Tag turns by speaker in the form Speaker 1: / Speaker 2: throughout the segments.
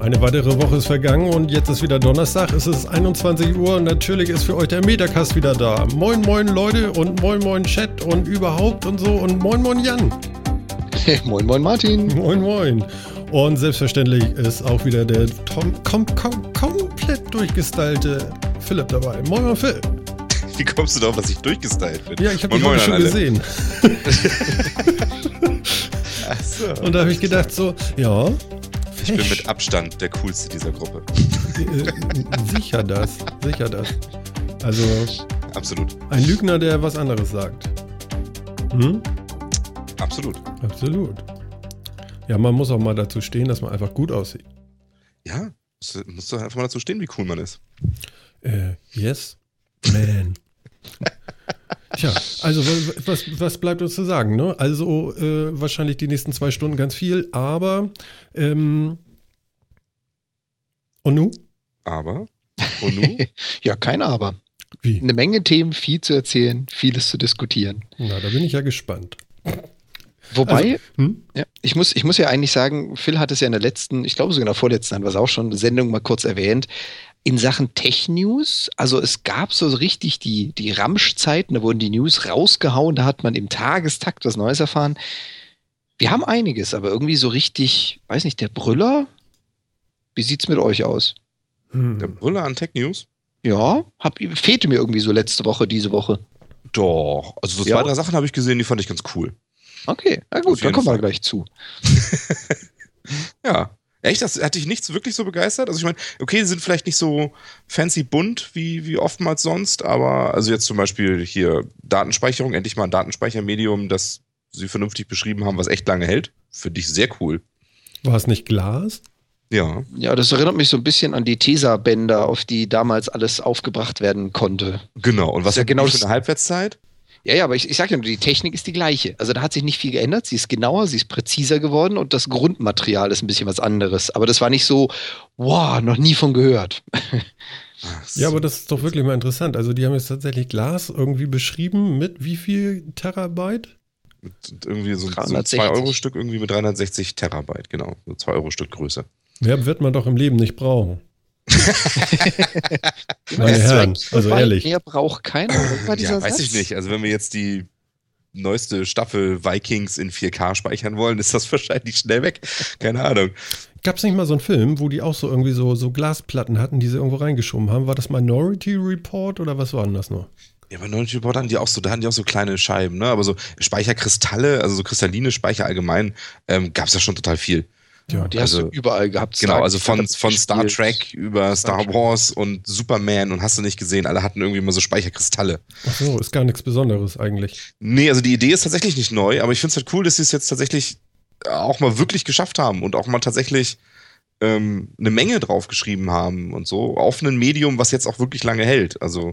Speaker 1: Eine weitere Woche ist vergangen und jetzt ist wieder Donnerstag, es ist 21 Uhr und natürlich ist für euch der Metacast wieder da. Moin moin Leute und moin moin Chat und überhaupt und so und moin moin Jan.
Speaker 2: Moin moin Martin.
Speaker 1: Moin moin. Und selbstverständlich ist auch wieder der komplett durchgestylte Philipp dabei. Moin moin Phil.
Speaker 3: Wie kommst du darauf, dass ich durchgestylt bin?
Speaker 1: Ja, ich habe dich heute schon gesehen.
Speaker 3: Ach so.
Speaker 1: Und da habe ich gedacht so, ja...
Speaker 3: Ich bin mit Abstand der Coolste dieser Gruppe.
Speaker 1: Sicher das. Also...
Speaker 3: Absolut.
Speaker 1: Ein Lügner, der was anderes sagt. Hm?
Speaker 3: Absolut. Ja,
Speaker 1: man muss auch mal dazu stehen, dass man einfach gut aussieht.
Speaker 3: Ja, musst du einfach mal dazu stehen, wie cool man ist.
Speaker 1: Yes, man. Tja, also was bleibt uns zu sagen, ne? Also wahrscheinlich die nächsten 2 Stunden ganz viel, aber und nu?
Speaker 3: Aber? Und nu?
Speaker 2: Ja, kein Aber.
Speaker 1: Wie?
Speaker 2: Eine Menge Themen, viel zu erzählen, vieles zu diskutieren.
Speaker 1: Na, da bin ich ja gespannt.
Speaker 2: Wobei,
Speaker 1: also,
Speaker 2: ja, ich muss ja eigentlich sagen, Phil hat es ja in der letzten, ich glaube sogar in der vorletzten, haben wir es auch schon, Sendung mal kurz erwähnt, in Sachen Tech-News, also es gab so richtig die Ramsch-Zeiten, da wurden die News rausgehauen, da hat man im Tagestakt was Neues erfahren. Wir haben einiges, aber irgendwie so richtig, weiß nicht, der Brüller? Wie sieht's mit euch aus?
Speaker 3: Der Brüller an Tech-News?
Speaker 2: Ja, fehlte mir irgendwie so letzte Woche, diese Woche.
Speaker 3: Doch, also so 2, 3 Sachen habe ich gesehen, die fand ich ganz cool.
Speaker 2: Okay, na gut, dann kommen wir gleich zu.
Speaker 3: Ja. Echt? Das hat dich nichts wirklich so begeistert? Also ich meine, okay, die sind vielleicht nicht so fancy bunt wie oftmals sonst, aber also jetzt zum Beispiel hier Datenspeicherung, endlich mal ein Datenspeichermedium, das sie vernünftig beschrieben haben, was echt lange hält. Finde ich sehr cool.
Speaker 1: War es nicht Glas?
Speaker 3: Ja.
Speaker 2: Ja, das erinnert mich so ein bisschen an die Tesa-Bänder, auf die damals alles aufgebracht werden konnte.
Speaker 3: Genau. Und was
Speaker 2: ja
Speaker 3: hat
Speaker 2: genau
Speaker 3: für eine Halbwertszeit?
Speaker 2: Ja, aber ich sag ja nur, die Technik ist die gleiche. Also da hat sich nicht viel geändert. Sie ist genauer, sie ist präziser geworden und das Grundmaterial ist ein bisschen was anderes. Aber das war nicht so, wow, noch nie von gehört.
Speaker 1: Ja, aber das ist doch wirklich mal interessant. Also die haben jetzt tatsächlich Glas irgendwie beschrieben mit wie viel Terabyte?
Speaker 3: Mit irgendwie so ein
Speaker 2: 360.
Speaker 3: 2-Euro-Stück irgendwie mit 360 Terabyte, genau. So 2-Euro-Stück Größe.
Speaker 1: Mehr wird man doch im Leben nicht brauchen. Meine Herren, also ehrlich.
Speaker 2: Mehr braucht keiner.
Speaker 3: Ja, weiß ich nicht. Also wenn wir jetzt die neueste Staffel Vikings in 4K speichern wollen, ist das wahrscheinlich schnell weg. Keine Ahnung.
Speaker 1: Gab es nicht mal so einen Film, wo die auch so irgendwie so Glasplatten hatten, die sie irgendwo reingeschoben haben? War das Minority Report oder was war denn das noch?
Speaker 3: Ja, bei Minority Report hatten die auch so kleine Scheiben, ne? Aber so Speicherkristalle, also so kristalline Speicher allgemein, gab es ja schon total viel.
Speaker 2: Ja, die hast du überall gehabt.
Speaker 3: Genau, also von Star Trek über Star Wars und Superman und hast du nicht gesehen, alle hatten irgendwie immer so Speicherkristalle.
Speaker 1: Ach so, ist gar nichts Besonderes eigentlich.
Speaker 3: Nee, also die Idee ist tatsächlich nicht neu, aber ich finde es halt cool, dass sie es jetzt tatsächlich auch mal wirklich geschafft haben und auch mal tatsächlich eine Menge draufgeschrieben haben und so, auf ein Medium, was jetzt auch wirklich lange hält. Also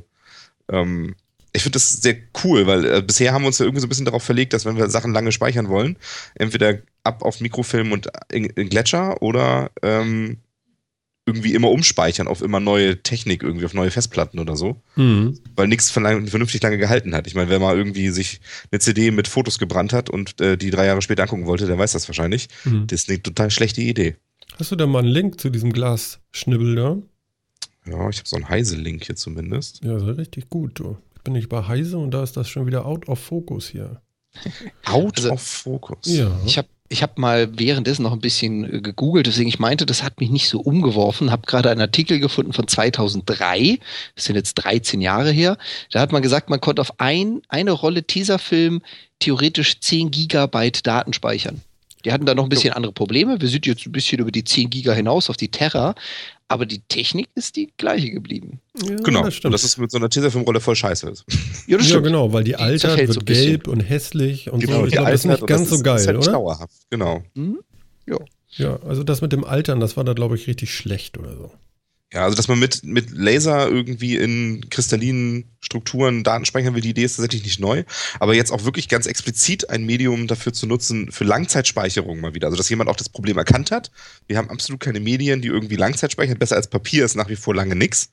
Speaker 3: ich finde das sehr cool, weil bisher haben wir uns ja irgendwie so ein bisschen darauf verlegt, dass wenn wir Sachen lange speichern wollen, entweder ab auf Mikrofilm und in Gletscher oder irgendwie immer umspeichern auf immer neue Technik, irgendwie auf neue Festplatten oder so. Mhm. Weil nichts vernünftig lange gehalten hat. Ich meine, wer mal irgendwie sich eine CD mit Fotos gebrannt hat und die 3 Jahre später angucken wollte, der weiß das wahrscheinlich. Mhm. Das ist eine total schlechte Idee.
Speaker 1: Hast du da mal einen Link zu diesem Glasschnibbel da?
Speaker 3: Ja, ich habe so einen Heise-Link hier zumindest.
Speaker 1: Ja, das ist richtig gut, du. Bin ich bei Heise und da ist das schon wieder out of focus hier.
Speaker 3: Out of focus?
Speaker 2: Ja. Ich hab mal währenddessen noch ein bisschen gegoogelt, deswegen ich meinte, das hat mich nicht so umgeworfen. Habe gerade einen Artikel gefunden von 2003, das sind jetzt 13 Jahre her. Da hat man gesagt, man konnte auf eine Rolle Tesafilm theoretisch 10 Gigabyte Daten speichern. Die hatten da noch ein bisschen andere Probleme. Wir sind jetzt ein bisschen über die 10 Giga hinaus auf die Terra. Aber die Technik ist die gleiche geblieben.
Speaker 1: Ja,
Speaker 3: genau, das stimmt. Und das ist mit so einer Tesafilm-Rolle voll scheiße.
Speaker 1: Ja, das stimmt. Ja, genau, weil die altert, wird so gelb und hässlich und
Speaker 3: genau,
Speaker 1: so. Ich glaube, das ist nicht ganz so geil,
Speaker 3: halt
Speaker 1: oder?
Speaker 3: Dauerhaft, genau.
Speaker 2: Mhm. Ja.
Speaker 1: Ja, also das mit dem Altern, das war da, glaube ich, richtig schlecht oder so.
Speaker 3: Ja, also dass man mit Laser irgendwie in kristallinen Strukturen Daten speichern will, die Idee ist tatsächlich nicht neu. Aber jetzt auch wirklich ganz explizit ein Medium dafür zu nutzen, für Langzeitspeicherung mal wieder. Also dass jemand auch das Problem erkannt hat. Wir haben absolut keine Medien, die irgendwie Langzeit speichern. Besser als Papier ist nach wie vor lange nix.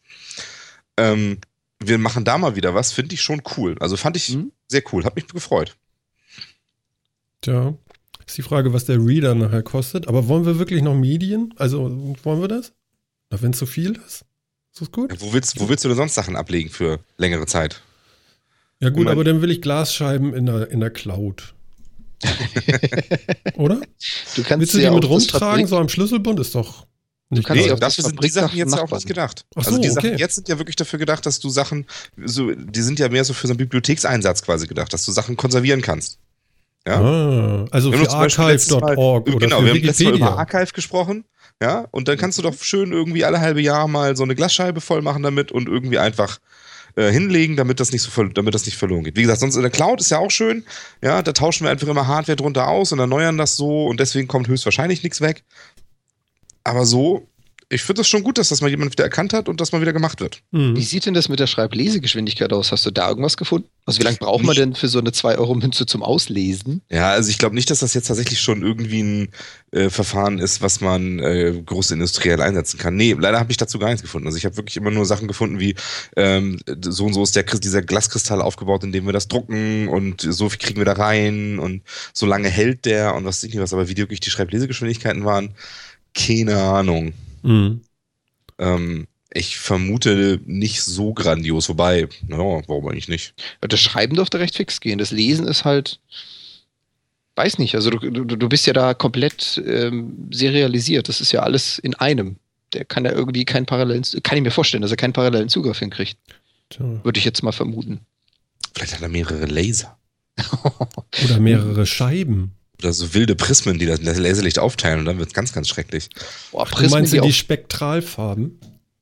Speaker 3: Wir machen da mal wieder was, finde ich schon cool. Also fand ich sehr cool, hat mich gefreut.
Speaker 1: Tja, Ist die Frage, was der Reader nachher kostet. Aber wollen wir wirklich noch Medien? Also wollen wir das? Wenn es zu viel ist? Ist das gut?
Speaker 3: Ja, wo willst du denn sonst Sachen ablegen für längere Zeit?
Speaker 1: Ja gut, aber dann will ich Glasscheiben in der Cloud. Oder?
Speaker 2: Du kannst
Speaker 1: Willst du die mit rumtragen? So am Schlüsselbund ist doch nicht
Speaker 2: kannst
Speaker 3: Nee,
Speaker 2: auch
Speaker 3: dafür sind die Sachen jetzt ja auch nicht gedacht.
Speaker 1: Ach so,
Speaker 3: Also die
Speaker 1: okay.
Speaker 3: Sachen jetzt sind ja wirklich dafür gedacht, dass du Sachen, die sind ja mehr so für so einen Bibliothekseinsatz quasi gedacht, dass du Sachen konservieren kannst. Ja?
Speaker 1: Also
Speaker 3: Wir haben
Speaker 1: für
Speaker 3: zum Beispiel letztes Mal-
Speaker 1: archive.org oder
Speaker 3: genau,
Speaker 1: für
Speaker 3: wir haben letztes Mal über
Speaker 1: Wikipedia.
Speaker 3: Archive gesprochen, ja, und dann kannst du doch schön irgendwie alle halbe Jahr mal so eine Glasscheibe voll machen damit und irgendwie einfach hinlegen, damit das nicht verloren geht. Wie gesagt, sonst in der Cloud ist ja auch schön, ja, da tauschen wir einfach immer Hardware drunter aus und erneuern das so und deswegen kommt höchstwahrscheinlich nichts weg. Aber so, ich finde das schon gut, dass das mal jemand wieder erkannt hat und das mal wieder gemacht wird.
Speaker 2: Wie sieht denn das mit der Schreiblesegeschwindigkeit aus? Hast du da irgendwas gefunden? Also wie lange braucht man denn für so eine 2-Euro-Münze zum Auslesen?
Speaker 3: Ja, also ich glaube nicht, dass das jetzt tatsächlich schon irgendwie ein Verfahren ist, was man groß industriell einsetzen kann. Nee, leider habe ich dazu gar nichts gefunden. Also ich habe wirklich immer nur Sachen gefunden wie so und so ist dieser Glaskristall aufgebaut, in dem wir das drucken und so viel kriegen wir da rein und so lange hält der und was weiß ich nicht was. Aber wie wirklich die Schreiblesegeschwindigkeiten waren, keine Ahnung. Ich vermute nicht so grandios, wobei, naja, warum eigentlich nicht?
Speaker 2: Das Schreiben dürfte recht fix gehen. Das Lesen ist halt, weiß nicht, also du bist ja da komplett serialisiert. Das ist ja alles in einem. Der kann ja irgendwie kann ich mir vorstellen, dass er keinen parallelen Zugriff hinkriegt.
Speaker 1: Tja.
Speaker 2: Würde ich jetzt mal vermuten.
Speaker 3: Vielleicht hat er mehrere Laser.
Speaker 1: Oder mehrere Scheiben.
Speaker 3: Oder so wilde Prismen, die das Laserlicht aufteilen und dann wird es ganz, ganz schrecklich.
Speaker 2: Boah,
Speaker 1: Du meinst
Speaker 2: die
Speaker 1: die
Speaker 2: auch
Speaker 1: Spektralfarben?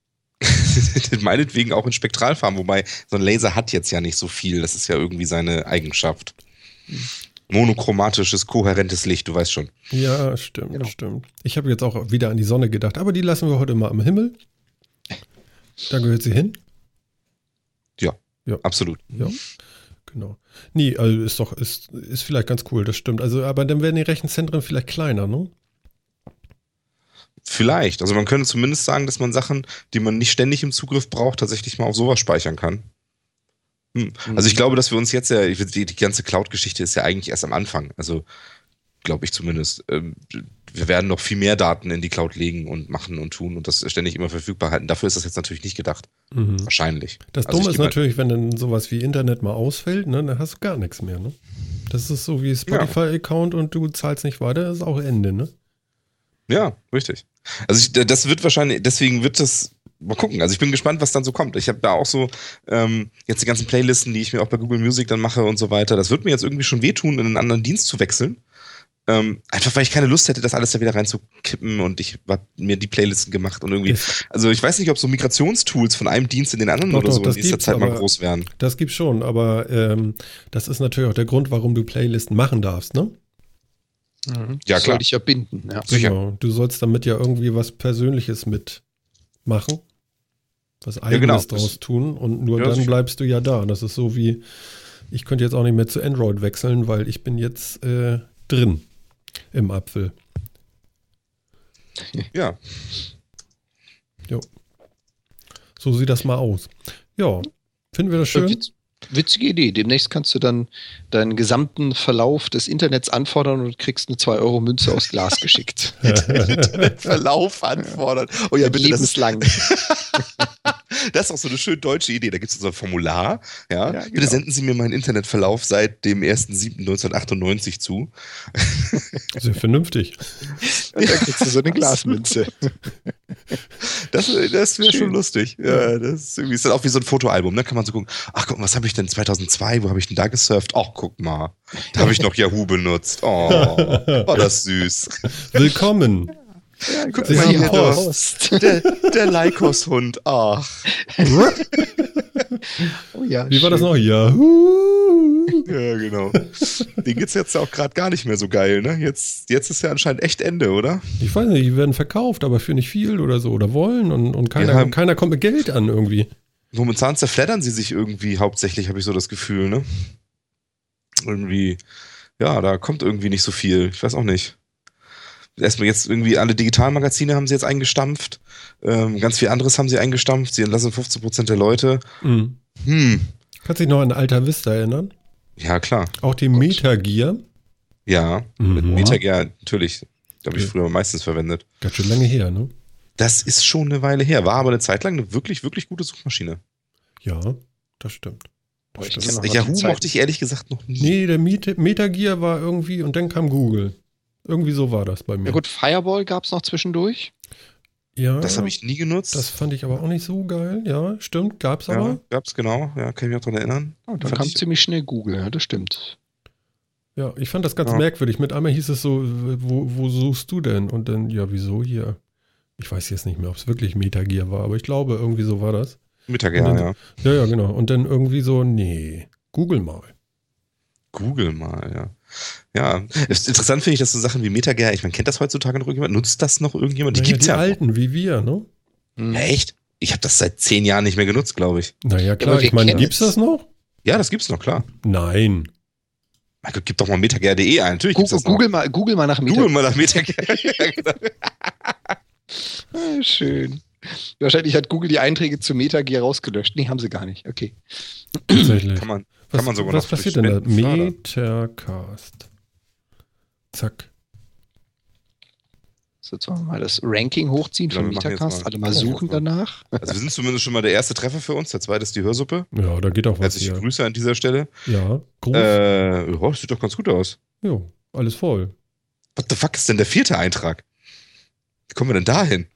Speaker 3: Meinetwegen auch in Spektralfarben, wobei so ein Laser hat jetzt ja nicht so viel. Das ist ja irgendwie seine Eigenschaft. Monochromatisches, kohärentes Licht, du weißt schon.
Speaker 1: Ja, stimmt,
Speaker 2: Genau.
Speaker 1: stimmt. Ich habe jetzt auch wieder an die Sonne gedacht, aber die lassen wir heute mal am Himmel. Da gehört sie hin.
Speaker 3: Absolut.
Speaker 1: Ja, genau. Nee, also ist vielleicht ganz cool, das stimmt. Also, aber dann werden die Rechenzentren vielleicht kleiner, ne?
Speaker 3: Vielleicht. Also man könnte zumindest sagen, dass man Sachen, die man nicht ständig im Zugriff braucht, tatsächlich mal auf sowas speichern kann. Also ich glaube, dass wir uns jetzt die ganze Cloud-Geschichte ist ja eigentlich erst am Anfang. Also glaube ich zumindest. Wir werden noch viel mehr Daten in die Cloud legen und machen und tun und das ständig immer verfügbar halten. Dafür ist das jetzt natürlich nicht gedacht. Wahrscheinlich.
Speaker 1: Das
Speaker 3: Also
Speaker 1: Dumme
Speaker 3: ich
Speaker 1: ist natürlich, wenn dann sowas wie Internet mal ausfällt, ne, dann hast du gar nichts mehr, ne? Das ist so wie Spotify-Account und du zahlst nicht weiter, das ist auch Ende, ne?
Speaker 3: Ja, richtig. Also das wird wahrscheinlich, deswegen wird das, mal gucken. Also ich bin gespannt, was dann so kommt. Ich habe da auch so jetzt die ganzen Playlisten, die ich mir auch bei Google Music dann mache und so weiter. Das wird mir jetzt irgendwie schon wehtun, in einen anderen Dienst zu wechseln. Einfach weil ich keine Lust hätte, das alles da wieder reinzukippen und ich habe mir die Playlisten gemacht und irgendwie, also ich weiß nicht, ob so Migrationstools von einem Dienst in den anderen oder so in nächster Zeit mal groß werden.
Speaker 1: Das gibt's schon, aber das ist natürlich auch der Grund, warum du Playlisten machen darfst, ne?
Speaker 3: Ja,
Speaker 2: das
Speaker 3: klar.
Speaker 2: soll dich ja binden. Ja.
Speaker 3: Sicher.
Speaker 1: Genau. Du sollst damit ja irgendwie was Persönliches mitmachen, was Eigenes
Speaker 3: genau.
Speaker 1: draus tun und nur
Speaker 3: Ja,
Speaker 1: dann
Speaker 3: sicher.
Speaker 1: bleibst du ja da. Das ist so wie, ich könnte jetzt auch nicht mehr zu Android wechseln, weil ich bin jetzt drin im Apfel.
Speaker 3: Ja.
Speaker 1: So sieht das mal aus. Ja, finden wir das schön?
Speaker 2: Witzige Idee. Demnächst kannst du dann deinen gesamten Verlauf des Internets anfordern und kriegst eine 2-Euro-Münze aus Glas geschickt.
Speaker 3: Verlauf anfordern. Oh ja, bitte,
Speaker 2: Lebenslang.
Speaker 3: Das ist auch so eine schön deutsche Idee. Da gibt es so ein Formular. Ja?
Speaker 2: Ja,
Speaker 3: Bitte
Speaker 2: genau.
Speaker 3: senden Sie mir meinen Internetverlauf seit dem 1.7.1998 zu.
Speaker 1: Sehr vernünftig.
Speaker 2: Und dann kriegst du so eine Glasmünze.
Speaker 3: Das wäre
Speaker 2: Schön.
Speaker 3: schon lustig. Ja, das ist dann auch wie so ein Fotoalbum. Da kann man so gucken, ach guck mal, was habe ich denn 2002, wo habe ich denn da gesurft? Ach, guck mal, da habe ich noch Yahoo benutzt. Oh, war das süß.
Speaker 1: Willkommen.
Speaker 3: Guck
Speaker 1: Sie
Speaker 3: mal
Speaker 1: haben
Speaker 3: hier,
Speaker 1: Post.
Speaker 3: der Lycos-Hund. Ach.
Speaker 2: Oh ja,
Speaker 1: Wie war das
Speaker 2: schön.
Speaker 1: noch? Yahoo!
Speaker 3: Ja, genau. Den geht's jetzt auch gerade gar nicht mehr so geil, ne? Jetzt ist ja anscheinend echt Ende, oder?
Speaker 1: Ich weiß nicht, die werden verkauft, aber für nicht viel oder so oder wollen und keiner kommt mit Geld an irgendwie.
Speaker 3: Momentan zerfleddern sie sich irgendwie hauptsächlich, habe ich so das Gefühl, ne? Irgendwie, ja, da kommt irgendwie nicht so viel. Ich weiß auch nicht. Erstmal jetzt irgendwie alle Digitalmagazine haben sie jetzt eingestampft. Ganz viel anderes haben sie eingestampft. Sie entlassen 15% der Leute.
Speaker 1: Mhm. Kannst dich noch an Alta Vista erinnern?
Speaker 3: Ja, klar.
Speaker 1: Auch die Metagear.
Speaker 3: Ja, mit Metagear natürlich. Habe ich früher meistens verwendet.
Speaker 1: Ganz schön lange her, ne?
Speaker 3: Das ist schon eine Weile her. War aber eine Zeit lang eine wirklich, wirklich gute Suchmaschine.
Speaker 1: Ja, das stimmt.
Speaker 3: Yahoo mochte ich ehrlich gesagt noch nie.
Speaker 1: Nee, der Metagear war irgendwie und dann kam Google. Irgendwie so war das bei mir.
Speaker 2: Ja gut, Fireball gab es noch zwischendurch.
Speaker 1: Ja,
Speaker 3: Das habe ich nie genutzt.
Speaker 1: das fand ich aber auch nicht so geil. Ja, stimmt, gab's aber.
Speaker 3: Ja, gab's genau. Ja, kann ich mich auch dran erinnern.
Speaker 2: Oh, dann kam ziemlich schnell Google, ja, das stimmt.
Speaker 1: Ja, ich fand das ganz merkwürdig. Mit einmal hieß es so, wo suchst du denn? Und dann, ja, wieso hier? Ich weiß jetzt nicht mehr, ob es wirklich Metagear war, aber ich glaube, irgendwie so war das.
Speaker 3: Metagear,
Speaker 1: ja. Ja, genau. Und dann irgendwie so, nee, Google mal.
Speaker 3: Google mal, ja. Ja, interessant finde ich, dass so Sachen wie Metagear, ich meine, kennt das heutzutage noch irgendjemand? Nutzt das noch irgendjemand? Die gibt's
Speaker 1: die
Speaker 3: ja. Die
Speaker 1: Alten, wie wir, ne?
Speaker 3: Echt? Ich habe das seit 10 Jahren nicht mehr genutzt, glaube ich.
Speaker 1: Naja, klar, ich meine, gibt's das noch?
Speaker 3: Ja, das gibt's noch, klar.
Speaker 1: Nein.
Speaker 3: Mein Gott, gib doch mal metagear.de ein. Natürlich gibt's das noch.
Speaker 2: Google mal nach Metagear.
Speaker 3: Google mal nach Metagear. Ja, genau.
Speaker 2: Schön. Wahrscheinlich hat Google die Einträge zu Metagear rausgelöscht. Nee, haben sie gar nicht. Okay.
Speaker 1: Tatsächlich.
Speaker 3: Kann man sogar
Speaker 1: was
Speaker 3: noch
Speaker 1: passiert denn da? Metacast. Zack.
Speaker 2: So, jetzt wollen wir mal das Ranking hochziehen von Metacast. Alle mal suchen danach.
Speaker 3: Also wir sind zumindest schon mal der erste Treffer für uns. Der zweite ist die Hörsuppe.
Speaker 1: Ja, da geht auch was.
Speaker 3: Herzliche Grüße an dieser Stelle.
Speaker 1: Ja, groß.
Speaker 3: Das sieht doch ganz gut aus.
Speaker 1: Jo, alles voll.
Speaker 3: What the fuck ist denn der 4. Eintrag? Wie kommen wir denn da hin?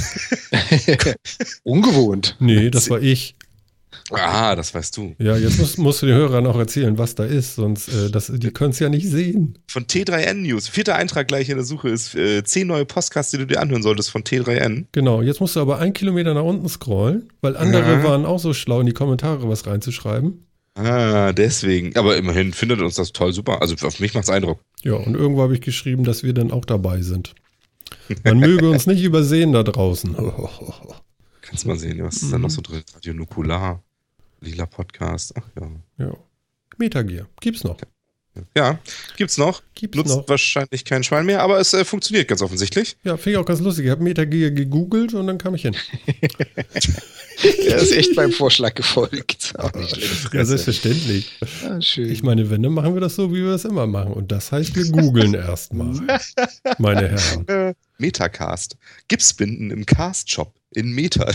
Speaker 2: Ungewohnt.
Speaker 1: Nee, das war ich.
Speaker 3: Ah, das weißt du.
Speaker 1: Ja, jetzt musst du den Hörern auch erzählen, was da ist, sonst die können es ja nicht sehen.
Speaker 3: Von T3N News. 4. Eintrag gleich in der Suche ist 10 neue Podcasts, die du dir anhören solltest von T3N.
Speaker 1: Genau, jetzt musst du aber 1 Kilometer nach unten scrollen, weil andere waren auch so schlau, in die Kommentare was reinzuschreiben.
Speaker 3: Ah, deswegen. Aber immerhin findet uns das toll, super. Also auf mich macht's Eindruck.
Speaker 1: Ja, und irgendwo habe ich geschrieben, dass wir dann auch dabei sind. Man möge uns nicht übersehen da draußen.
Speaker 3: Kannst mal sehen, was ist da noch so drin? Radio Nukular, Lila Podcast, ach ja.
Speaker 1: Ja. Metagear, gibt's noch.
Speaker 3: Ja, gibt's noch. Nutzt wahrscheinlich kein Schwein mehr, aber es funktioniert ganz offensichtlich.
Speaker 1: Ja, finde ich auch ganz lustig. Ich habe Metagear gegoogelt und dann kam ich hin.
Speaker 2: Er ist echt beim Vorschlag gefolgt.
Speaker 1: Ja, selbstverständlich.
Speaker 2: Ja, schön.
Speaker 1: Ich meine, wenn, dann machen wir das so, wie wir es immer machen. Und das heißt, wir googeln erstmal, meine Herren.
Speaker 3: Metacast. Gipsbinden im Cast-Shop in Metern.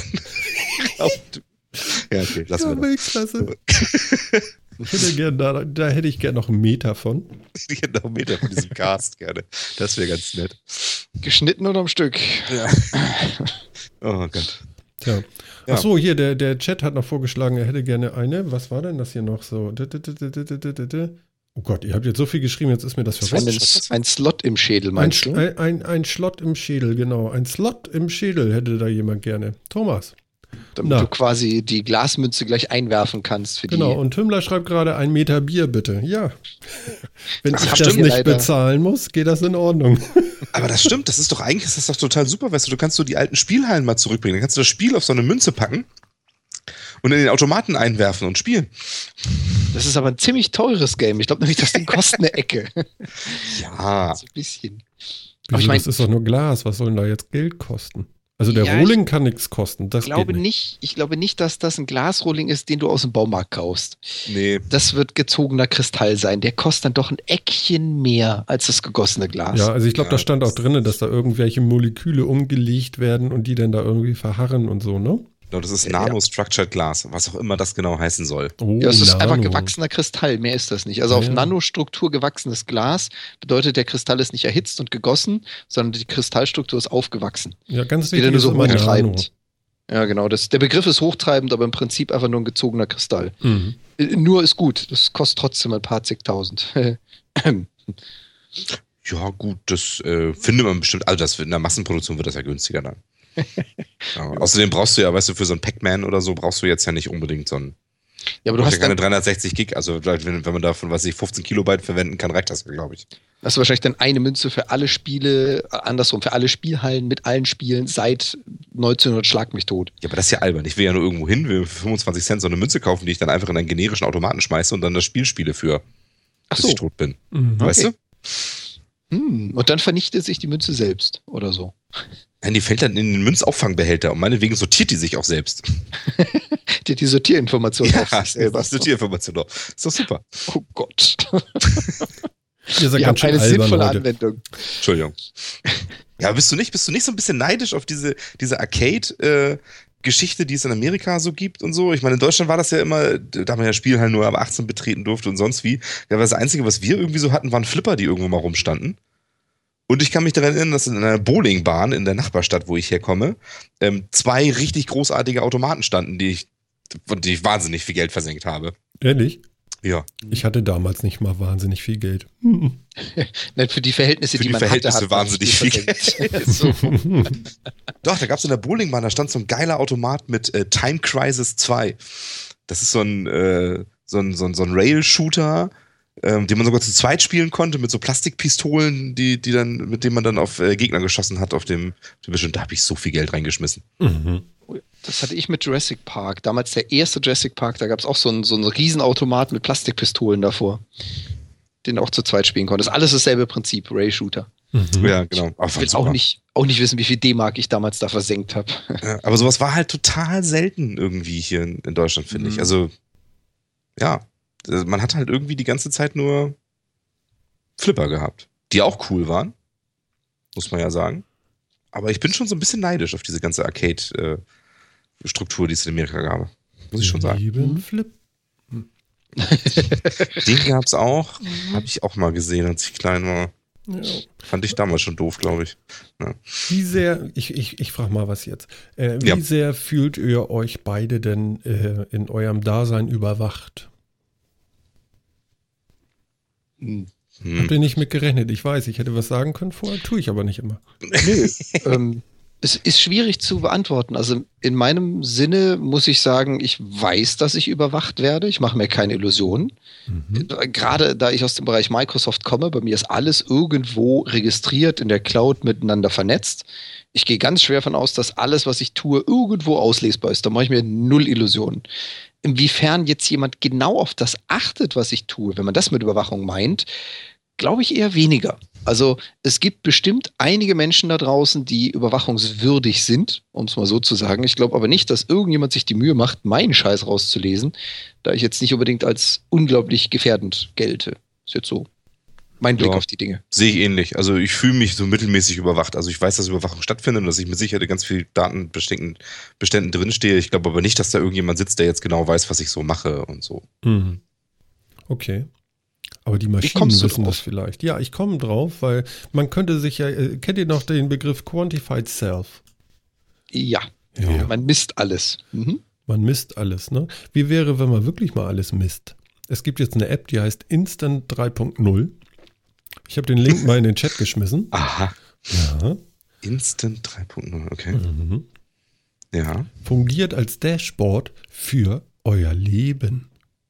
Speaker 3: Ja, okay, lassen wir das.
Speaker 1: Klasse. Da hätte ich gerne noch einen Meter von.
Speaker 3: Ich hätte noch einen Meter von diesem Cast gerne. Das wäre ganz nett.
Speaker 2: Geschnitten oder am Stück?
Speaker 3: Ja. Oh Gott.
Speaker 1: Tja. Ja. Achso, hier, der Chat hat noch vorgeschlagen, er hätte gerne eine. Was war denn das hier noch so? Oh Gott, ihr habt jetzt so viel geschrieben, jetzt ist mir das verrutscht.
Speaker 2: Ein Slot im Schädel, meinst du?
Speaker 1: Ein Slot im Schädel, genau. Ein Slot im Schädel hätte da jemand gerne. Thomas.
Speaker 2: Damit du quasi die Glasmünze gleich einwerfen kannst für die.
Speaker 1: Genau, und Tümmler schreibt gerade 1 Meter Bier, bitte. Ja. Wenn ich das nicht bezahlen muss, geht das in Ordnung.
Speaker 3: Aber das stimmt, das ist doch total super, weißt du kannst so die alten Spielhallen mal zurückbringen. Dann kannst du das Spiel auf so eine Münze packen und in den Automaten einwerfen und spielen.
Speaker 2: Das ist aber ein ziemlich teures Game. Ich glaube nämlich, das Ding kostet eine Ecke.
Speaker 3: Ja.
Speaker 2: So ein bisschen.
Speaker 1: Aber ich meine, das ist doch nur Glas. Was soll denn da jetzt Geld kosten? Also der Rohling kann nichts kosten. Das geht nicht.
Speaker 2: Ich glaube nicht, dass das ein Glasrohling ist, den du aus dem Baumarkt kaufst.
Speaker 3: Nee.
Speaker 2: Das wird gezogener Kristall sein. Der kostet dann doch ein Eckchen mehr als das gegossene Glas.
Speaker 1: Ja, also ich glaube, da stand auch drin, dass da irgendwelche Moleküle umgelegt werden und die dann da irgendwie verharren und so, ne?
Speaker 3: Genau, das ist Nano-Structured Glass, was auch immer das genau heißen soll.
Speaker 1: Oh,
Speaker 2: ja, es ist einfach gewachsener Kristall, mehr ist das nicht. Also auf Nanostruktur gewachsenes Glas bedeutet, der Kristall ist nicht erhitzt und gegossen, sondern die Kristallstruktur ist aufgewachsen.
Speaker 1: Ja, ganz wichtig.
Speaker 2: Nur so hochtreibend. Ja, genau. Der Begriff ist hochtreibend, aber im Prinzip einfach nur ein gezogener Kristall.
Speaker 1: Mhm.
Speaker 2: Nur ist gut. Das kostet trotzdem ein paar zigtausend.
Speaker 3: Ja, gut, das findet man bestimmt. Also in der Massenproduktion wird das ja günstiger dann. Ja, außerdem brauchst du ja, weißt du, für so ein Pac-Man oder so brauchst du jetzt ja nicht unbedingt so ein.
Speaker 2: Ja, aber du hast
Speaker 3: ja keine 360 Gig, also wenn man davon, 15 Kilobyte verwenden kann, reicht das, glaube ich.
Speaker 2: Hast du wahrscheinlich dann eine Münze für alle Spiele, andersrum, für alle Spielhallen mit allen Spielen seit 1900 Schlag mich tot.
Speaker 3: Ja, aber das ist ja albern. Ich will ja nur irgendwo hin, will für 25 Cent so eine Münze kaufen, die ich dann einfach in einen generischen Automaten schmeiße und dann das Spiel spiele bis ich tot bin.
Speaker 1: Mhm.
Speaker 3: Weißt du?
Speaker 2: Und dann vernichtet sich die Münze selbst oder so.
Speaker 3: Nein, die fällt dann in den Münzauffangbehälter und meinetwegen sortiert die sich auch selbst.
Speaker 2: Die hat die Sortierinformation auf sich selber.
Speaker 3: Die Sortierinformation doch. Ist doch super.
Speaker 2: Oh Gott.
Speaker 1: Ihr seid
Speaker 2: Wir haben
Speaker 1: ganz schön
Speaker 2: eine
Speaker 1: albern
Speaker 2: sinnvolle
Speaker 1: heute.
Speaker 2: Anwendung.
Speaker 3: Entschuldigung. Ja, bist du nicht so ein bisschen neidisch auf diese Arcade-Geschichte, die es in Amerika so gibt und so? Ich meine, in Deutschland war das ja immer, da man ja Spielhallen nur ab 18 betreten durfte und sonst wie. Ja, das Einzige, was wir irgendwie so hatten, waren Flipper, die irgendwo mal rumstanden. Und ich kann mich daran erinnern, dass in einer Bowlingbahn in der Nachbarstadt, wo ich herkomme, 2 richtig großartige Automaten standen, von denen ich wahnsinnig viel Geld versenkt habe.
Speaker 1: Ehrlich?
Speaker 3: Ja.
Speaker 1: Ich hatte damals nicht mal wahnsinnig viel Geld.
Speaker 2: Nein, für die Verhältnisse,
Speaker 3: Für
Speaker 2: die
Speaker 3: die
Speaker 2: man
Speaker 3: Verhältnisse
Speaker 2: hatte, hat
Speaker 3: wahnsinnig viel
Speaker 2: versenkt. So.
Speaker 3: Doch, da gab es in der Bowlingbahn, da stand so ein geiler Automat mit Time Crisis 2. Das ist so ein Rail-Shooter, den man sogar zu zweit spielen konnte, mit so Plastikpistolen, mit denen man dann auf Gegner geschossen hat auf dem Bildschirm. Da habe ich so viel Geld reingeschmissen.
Speaker 1: Mhm.
Speaker 2: Das hatte ich mit Jurassic Park. Damals der erste Jurassic Park, da gab es auch so einen Riesenautomat mit Plastikpistolen davor, den du auch zu zweit spielen konntest. Alles dasselbe Prinzip, Ray-Shooter.
Speaker 1: Mhm.
Speaker 3: Ja, genau.
Speaker 2: Ich will auch nicht wissen, wie viel D-Mark ich damals da versenkt habe.
Speaker 3: Ja, aber sowas war halt total selten irgendwie hier in Deutschland, finde ich. Also, ja, man hat halt irgendwie die ganze Zeit nur Flipper gehabt, die auch cool waren, muss man ja sagen. Aber ich bin schon so ein bisschen neidisch auf diese ganze Arcade-Struktur, die es in Amerika gab. Muss ich schon sagen.
Speaker 1: Lieben Flip.
Speaker 3: Den gab es auch. Habe ich auch mal gesehen, als ich klein war.
Speaker 1: Ja.
Speaker 3: Fand ich damals schon doof, glaube ich. Ja.
Speaker 1: Wie sehr, ich frage mal was jetzt. Wie
Speaker 3: Ja.
Speaker 1: sehr fühlt ihr euch beide denn in eurem Dasein überwacht? Habt ihr nicht mit gerechnet? Ich weiß, ich hätte was sagen können vorher, tue ich aber nicht immer.
Speaker 2: Nö. Es ist schwierig zu beantworten. Also in meinem Sinne muss ich sagen, ich weiß, dass ich überwacht werde. Ich mache mir keine Illusionen. Gerade da ich aus dem Bereich Microsoft komme, bei mir ist alles irgendwo registriert, in der Cloud miteinander vernetzt. Ich gehe ganz schwer davon aus, dass alles, was ich tue, irgendwo auslesbar ist. Da mache ich mir null Illusionen. Inwiefern jetzt jemand genau auf das achtet, was ich tue, wenn man das mit Überwachung meint, glaube ich eher weniger. Also es gibt bestimmt einige Menschen da draußen, die überwachungswürdig sind, um es mal so zu sagen. Ich glaube aber nicht, dass irgendjemand sich die Mühe macht, meinen Scheiß rauszulesen, da ich jetzt nicht unbedingt als unglaublich gefährdend gelte. Ist jetzt so mein Blick auf die Dinge.
Speaker 3: Sehe ich ähnlich. Also ich fühle mich so mittelmäßig überwacht. Also ich weiß, dass Überwachung stattfindet und dass ich mit Sicherheit ganz viel Datenbeständen drinstehe. Ich glaube aber nicht, dass da irgendjemand sitzt, der jetzt genau weiß, was ich so mache und so.
Speaker 1: Mhm. Okay. Aber die Maschinen wissen das vielleicht. Ja, ich komme drauf, weil man könnte sich ja, kennt ihr noch den Begriff Quantified Self?
Speaker 2: Ja. Man misst alles.
Speaker 1: Man misst alles, ne? Wie wäre, wenn man wirklich mal alles misst? Es gibt jetzt eine App, die heißt Instant 3.0. Ich habe den Link mal in den Chat geschmissen.
Speaker 3: Aha.
Speaker 1: Ja.
Speaker 3: Instant 3.0, okay.
Speaker 1: Mhm.
Speaker 3: Ja.
Speaker 1: Fungiert als Dashboard für euer Leben.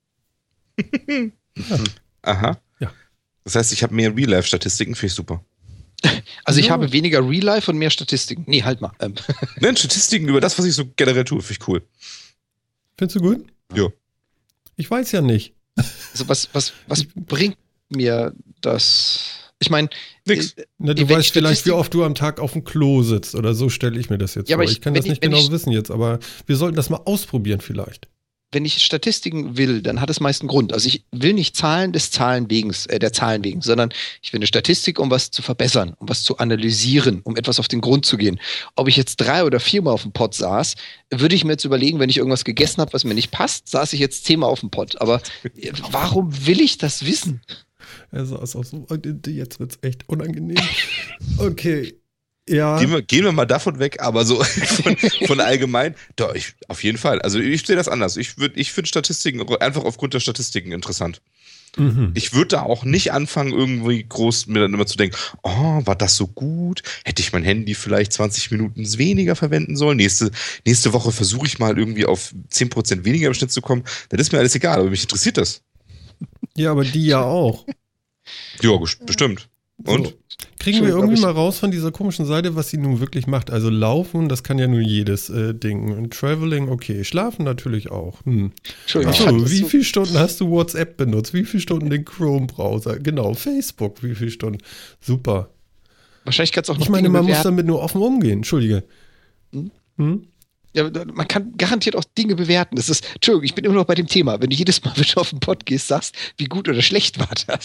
Speaker 1: Ja.
Speaker 3: Aha.
Speaker 1: Ja.
Speaker 3: Das heißt, ich habe mehr Real-Life-Statistiken, finde ich super.
Speaker 2: Also ich habe weniger Real-Life und mehr Statistiken. Nee, halt mal.
Speaker 3: Nein, Statistiken über das, was ich so generell tue, finde ich cool.
Speaker 1: Findest du gut?
Speaker 3: Ja.
Speaker 1: Ich weiß ja nicht.
Speaker 2: Also was bringt mir das? Ich meine,
Speaker 3: Nix.
Speaker 1: Na, du weißt vielleicht, wie oft du am Tag auf dem Klo sitzt oder so stelle ich mir das jetzt
Speaker 2: Ja,
Speaker 1: vor.
Speaker 2: aber
Speaker 1: Ich kann das nicht
Speaker 2: wenn
Speaker 1: genau
Speaker 2: ich-
Speaker 1: wissen jetzt, aber wir sollten das mal ausprobieren vielleicht.
Speaker 2: wenn ich Statistiken will, dann hat es meist einen Grund. Also ich will nicht Zahlen der Zahlen wegen, sondern ich will eine Statistik, um was zu verbessern, um was zu analysieren, um etwas auf den Grund zu gehen. Ob ich jetzt 3 oder 4 Mal auf dem Pott saß, würde ich mir jetzt überlegen, wenn ich irgendwas gegessen habe, was mir nicht passt, saß ich jetzt 10 Mal auf dem Pott. Aber warum will ich das wissen?
Speaker 1: Er saß auch so, jetzt wird's echt unangenehm. Okay. Ja.
Speaker 3: Gehen wir mal davon weg, aber so von allgemein, doch, auf jeden Fall. Also ich sehe das anders. Ich finde Statistiken einfach aufgrund der Statistiken interessant.
Speaker 1: Mhm.
Speaker 3: Ich würde da auch nicht anfangen, irgendwie groß mir dann immer zu denken, oh, war das so gut? Hätte ich mein Handy vielleicht 20 Minuten weniger verwenden sollen? Nächste Woche versuche ich mal irgendwie auf 10% weniger im Schnitt zu kommen. Das ist mir alles egal, aber mich interessiert das.
Speaker 1: Ja, aber die ja auch.
Speaker 3: Ja, bestimmt. Und?
Speaker 1: So. Kriegen wir irgendwie mal raus von dieser komischen Seite, was sie nun wirklich macht. Also laufen, das kann ja nur jedes Ding. Und Traveling, okay. Schlafen natürlich auch.
Speaker 2: Entschuldigung.
Speaker 1: Achso, wie viele Stunden hast du WhatsApp benutzt? Wie viele Stunden den Chrome-Browser? Genau, Facebook, wie viele Stunden? Super.
Speaker 2: Wahrscheinlich kannst du auch noch
Speaker 1: Ich meine,
Speaker 2: Dinge
Speaker 1: man muss
Speaker 2: bewerten.
Speaker 1: damit nur offen umgehen. Entschuldige.
Speaker 2: Ja, man kann garantiert auch Dinge bewerten. Entschuldigung, ich bin immer noch bei dem Thema. Wenn du jedes Mal, wenn du auf den Pod gehst, sagst, wie gut oder schlecht war das?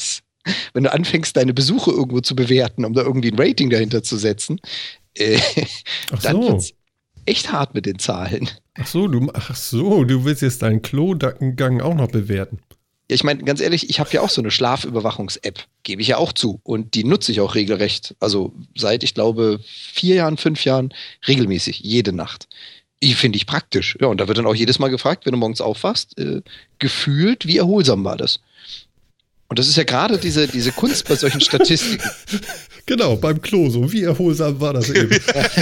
Speaker 2: Wenn du anfängst, deine Besuche irgendwo zu bewerten, um da irgendwie ein Rating dahinter zu setzen, dann wird's echt hart mit den Zahlen.
Speaker 1: Ach so, du willst jetzt deinen Klogang auch noch bewerten.
Speaker 2: Ja, ich meine, ganz ehrlich, ich habe ja auch so eine Schlafüberwachungs-App, gebe ich ja auch zu. Und die nutze ich auch regelrecht. Also seit, ich glaube, 4 Jahren, 5 Jahren regelmäßig, jede Nacht. Die finde ich praktisch. Ja, und da wird dann auch jedes Mal gefragt, wenn du morgens aufwachst, gefühlt, wie erholsam war das? Und das ist ja gerade diese Kunst bei solchen Statistiken.
Speaker 1: Genau, beim Klo so. Wie erholsam war das eben?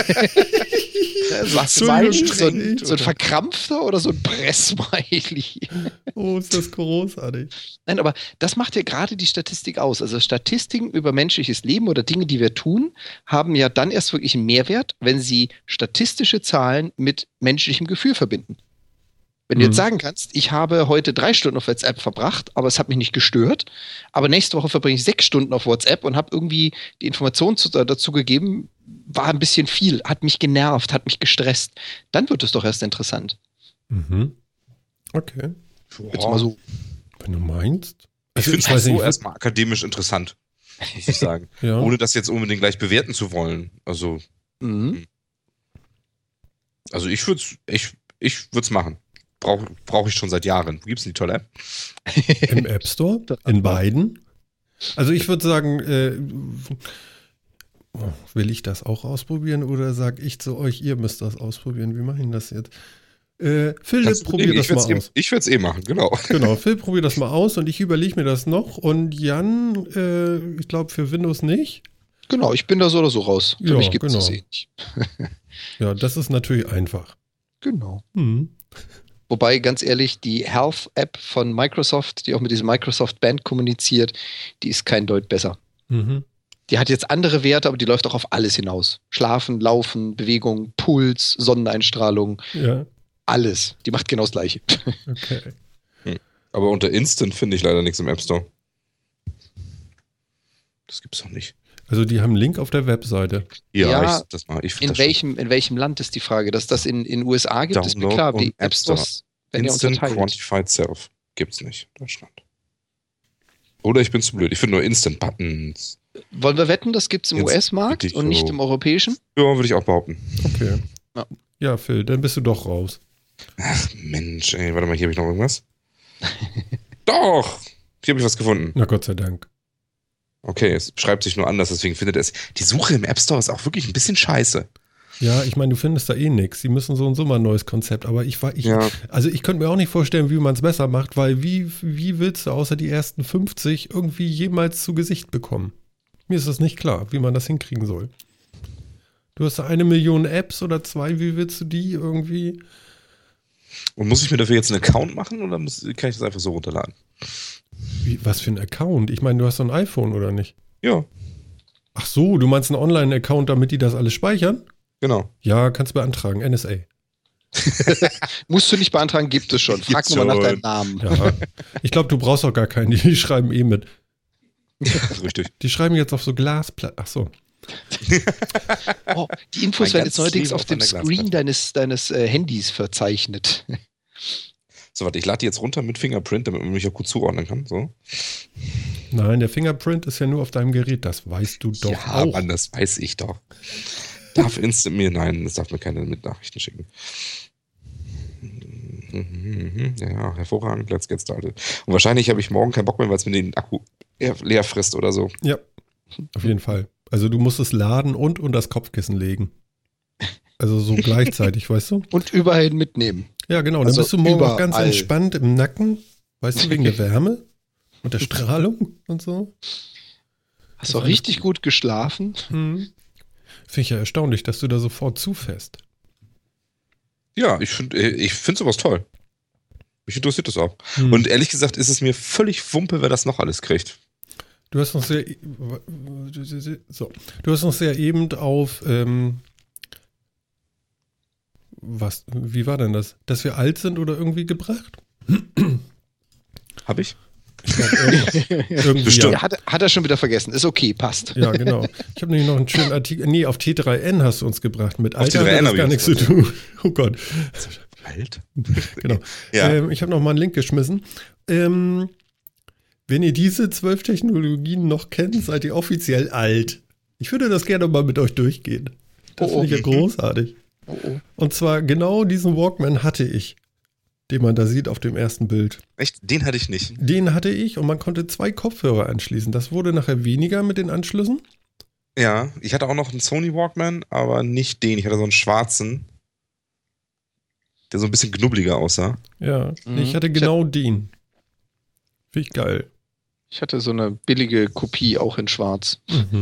Speaker 2: Was so ein verkrampfter oder so ein Pressmiley?
Speaker 1: Oh, ist das großartig.
Speaker 2: Nein, aber das macht ja gerade die Statistik aus. Also Statistiken über menschliches Leben oder Dinge, die wir tun, haben ja dann erst wirklich einen Mehrwert, wenn sie statistische Zahlen mit menschlichem Gefühl verbinden. Wenn du jetzt sagen kannst, ich habe heute 3 Stunden auf WhatsApp verbracht, aber es hat mich nicht gestört, aber nächste Woche verbringe ich 6 Stunden auf WhatsApp und habe irgendwie die Information dazu gegeben, war ein bisschen viel, hat mich genervt, hat mich gestresst. Dann wird es doch erst interessant.
Speaker 1: Mhm. Okay.
Speaker 2: Jetzt mal so.
Speaker 1: Wenn du meinst.
Speaker 3: Ich finde es so erstmal akademisch interessant, muss ich sagen.
Speaker 1: Ja.
Speaker 3: Ohne das jetzt unbedingt gleich bewerten zu wollen. Also, also ich würde es machen. Brauche ich schon seit Jahren. Wo gibt es die tolle App?
Speaker 1: Im App Store? In beiden? Also ich würde sagen, will ich das auch ausprobieren oder sage ich zu euch, ihr müsst das ausprobieren? Wie mache ich das jetzt? Phil, probier das mal aus.
Speaker 3: Ich werde es machen, genau.
Speaker 1: Genau, Phil, probier das mal aus und ich überlege mir das noch. Und Jan, ich glaube für Windows nicht.
Speaker 2: Genau, ich bin da so oder so raus. Für mich gibt es das eh nicht.
Speaker 1: Ja, das ist natürlich einfach.
Speaker 2: Genau. Wobei, ganz ehrlich, die Health-App von Microsoft, die auch mit diesem Microsoft-Band kommuniziert, die ist kein Deut besser. Die hat jetzt andere Werte, aber die läuft auch auf alles hinaus. Schlafen, Laufen, Bewegung, Puls, Sonneneinstrahlung, alles. Die macht genau das Gleiche.
Speaker 1: Okay.
Speaker 3: Aber unter Instant finde ich leider nichts im App Store. Das gibt's doch nicht.
Speaker 1: Also die haben einen Link auf der Webseite.
Speaker 2: Ja,
Speaker 3: ich
Speaker 2: in welchem Land ist die Frage? Dass das in USA gibt, ist mir klar. Die App Stores werden ja unterteilt.
Speaker 3: Quantified Self gibt's nicht in Deutschland. Oder ich bin zu blöd. Ich finde nur Instant Buttons.
Speaker 2: Wollen wir wetten, das gibt's im US-Markt und nicht im europäischen?
Speaker 3: Ja, würde ich auch behaupten.
Speaker 1: Okay. Ja, Phil, dann bist du doch raus.
Speaker 3: Ach Mensch, ey, warte mal, hier habe ich noch irgendwas. Doch! Hier habe ich was gefunden.
Speaker 1: Na Gott sei Dank.
Speaker 3: Okay, es schreibt sich nur anders, deswegen findet es. Die Suche im App Store ist auch wirklich ein bisschen scheiße.
Speaker 1: Ja, ich meine, du findest da eh nichts. Sie müssen so und so mal ein neues Konzept. Aber also ich könnte mir auch nicht vorstellen, wie man es besser macht, weil wie willst du außer die ersten 50 irgendwie jemals zu Gesicht bekommen? Mir ist das nicht klar, wie man das hinkriegen soll. Du hast da 1 Million Apps oder 2, wie willst du die irgendwie?
Speaker 3: Und muss ich mir dafür jetzt einen Account machen oder kann ich das einfach so runterladen?
Speaker 1: Was für ein Account? Ich meine, du hast so ein iPhone, oder nicht?
Speaker 3: Ja.
Speaker 1: Ach so, du meinst einen Online-Account, damit die das alles speichern?
Speaker 3: Genau.
Speaker 1: Ja, kannst beantragen, NSA.
Speaker 2: Musst du nicht beantragen, gibt es schon. Frag nur mal nach deinem Namen.
Speaker 1: Ja. Ich glaube, du brauchst auch gar keinen, die schreiben eh mit.
Speaker 3: Richtig.
Speaker 1: Die schreiben jetzt auf so Glasplatten. Ach so.
Speaker 2: Oh, die Infos werden jetzt neuerdings auf dem Screen deines Handys verzeichnet.
Speaker 3: So, warte, ich lade die jetzt runter mit Fingerprint, damit man mich auch gut zuordnen kann. So.
Speaker 1: Nein, der Fingerprint ist ja nur auf deinem Gerät, das weißt du doch auch.
Speaker 3: Ja, Mann, das weiß ich doch. Darf Instant mir, nein, das darf mir keiner mit Nachrichten schicken. Ja, hervorragend, let's get started. Und wahrscheinlich habe ich morgen keinen Bock mehr, weil es mir den Akku leer frisst oder so.
Speaker 1: Ja, auf jeden Fall. Also du musst es laden und unter das Kopfkissen legen. Also so gleichzeitig, weißt du?
Speaker 2: Und überall mitnehmen.
Speaker 1: Ja, genau. Dann bist du morgen auch ganz entspannt im Nacken. Weißt du, wegen der Wärme und der Strahlung und so.
Speaker 2: Hast du richtig gut geschlafen?
Speaker 1: Finde ich ja erstaunlich, dass du da sofort zufährst.
Speaker 3: Ja, ich finde sowas toll. Mich interessiert das auch. Und ehrlich gesagt ist es mir völlig Wumpe, wer das noch alles kriegt.
Speaker 1: Du hast uns ja eben auf wie war denn das? Dass wir alt sind oder irgendwie gebracht?
Speaker 3: Hab ich?
Speaker 2: Irgendwie ja. Hat er schon wieder vergessen. Ist okay, passt.
Speaker 1: Ja, genau. Ich habe nämlich noch einen schönen Artikel. Nee, auf T3N hast du uns gebracht. Mit Alter hat das gar nichts zu tun. Oh Gott.
Speaker 3: Alt?
Speaker 1: Genau.
Speaker 3: Ja.
Speaker 1: Ich habe noch mal einen Link geschmissen. Wenn ihr diese 12 Technologien noch kennt, seid ihr offiziell alt. Ich würde das gerne mal mit euch durchgehen. Das finde ich ja großartig. Und zwar genau diesen Walkman hatte ich, den man da sieht auf dem ersten Bild.
Speaker 3: Echt? Den hatte ich nicht.
Speaker 1: Den hatte ich und man konnte 2 Kopfhörer anschließen. Das wurde nachher weniger mit den Anschlüssen.
Speaker 3: Ja, ich hatte auch noch einen Sony Walkman, aber nicht den. Ich hatte so einen schwarzen, der so ein bisschen knubbeliger aussah.
Speaker 1: Ja, ich hatte genau den. Finde ich geil.
Speaker 2: Ich hatte so eine billige Kopie, auch in schwarz.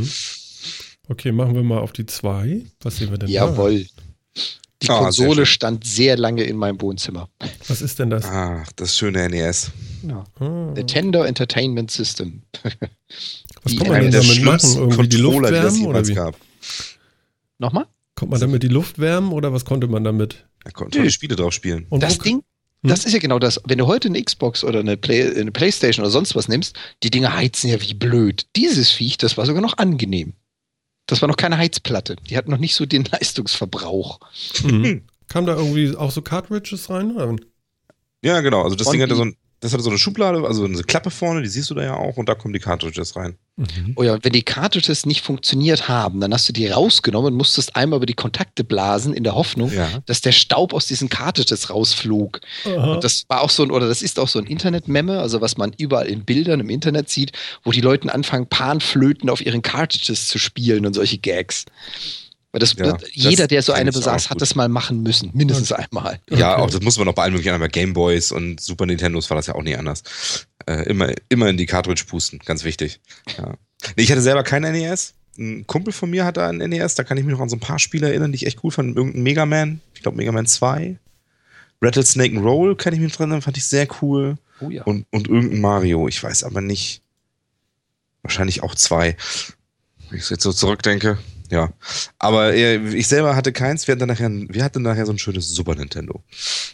Speaker 1: Okay, machen wir mal auf die 2. Was sehen wir denn da?
Speaker 2: Jawohl. Die Konsole stand sehr lange in meinem Wohnzimmer.
Speaker 1: Was ist denn das?
Speaker 3: Ach, das schöne NES.
Speaker 2: Ja. Nintendo Entertainment System.
Speaker 1: Was kann man denn damit machen? Irgendwie die Luft wärmen oder wie?
Speaker 3: Gab.
Speaker 2: Nochmal?
Speaker 1: Konnte man damit die Luft wärmen oder was konnte man damit?
Speaker 3: Da konnte man Spiele drauf spielen.
Speaker 1: Und
Speaker 2: das Ding, das ist ja genau das. Wenn du heute eine Xbox oder eine Playstation oder sonst was nimmst, die Dinger heizen ja wie blöd. Dieses Viech, das war sogar noch angenehm. Das war noch keine Heizplatte. Die hatten noch nicht so den Leistungsverbrauch.
Speaker 1: Kam da irgendwie auch so Cartridges rein? Oder?
Speaker 3: Ja, genau. Also das Ding hatte so eine Schublade, also eine Klappe vorne, die siehst du da ja auch und da kommen die Cartridges rein.
Speaker 2: Oh ja, und wenn die Cartridges nicht funktioniert haben, dann hast du die rausgenommen und musstest einmal über die Kontakte blasen in der Hoffnung, dass der Staub aus diesen Cartridges rausflog. Und das war auch das ist auch so ein Internet-Memme, also was man überall in Bildern im Internet sieht, wo die Leute anfangen, Panflöten auf ihren Cartridges zu spielen und solche Gags. Weil jeder, der so eine besaß, hat das mal machen müssen. Mindestens einmal.
Speaker 3: Ja, auch das muss man auch bei allen möglichen anderen. Bei Gameboys und Super Nintendos war das ja auch nie anders. Immer in die Cartridge pusten, ganz wichtig. Ja. Nee, ich hatte selber kein NES. Ein Kumpel von mir hatte ein NES, da kann ich mich noch an so ein paar Spiele erinnern, die ich echt cool fand. Irgendein Mega Man, ich glaube Mega Man 2. Rattlesnake Roll kann ich mich dran erinnern, fand ich sehr cool.
Speaker 2: Oh ja.
Speaker 3: Und irgendein Mario, ich weiß aber nicht. Wahrscheinlich auch 2. Wenn ich jetzt so zurückdenke. Ja, aber ich selber hatte keins. Wir hatten nachher so ein schönes Super Nintendo.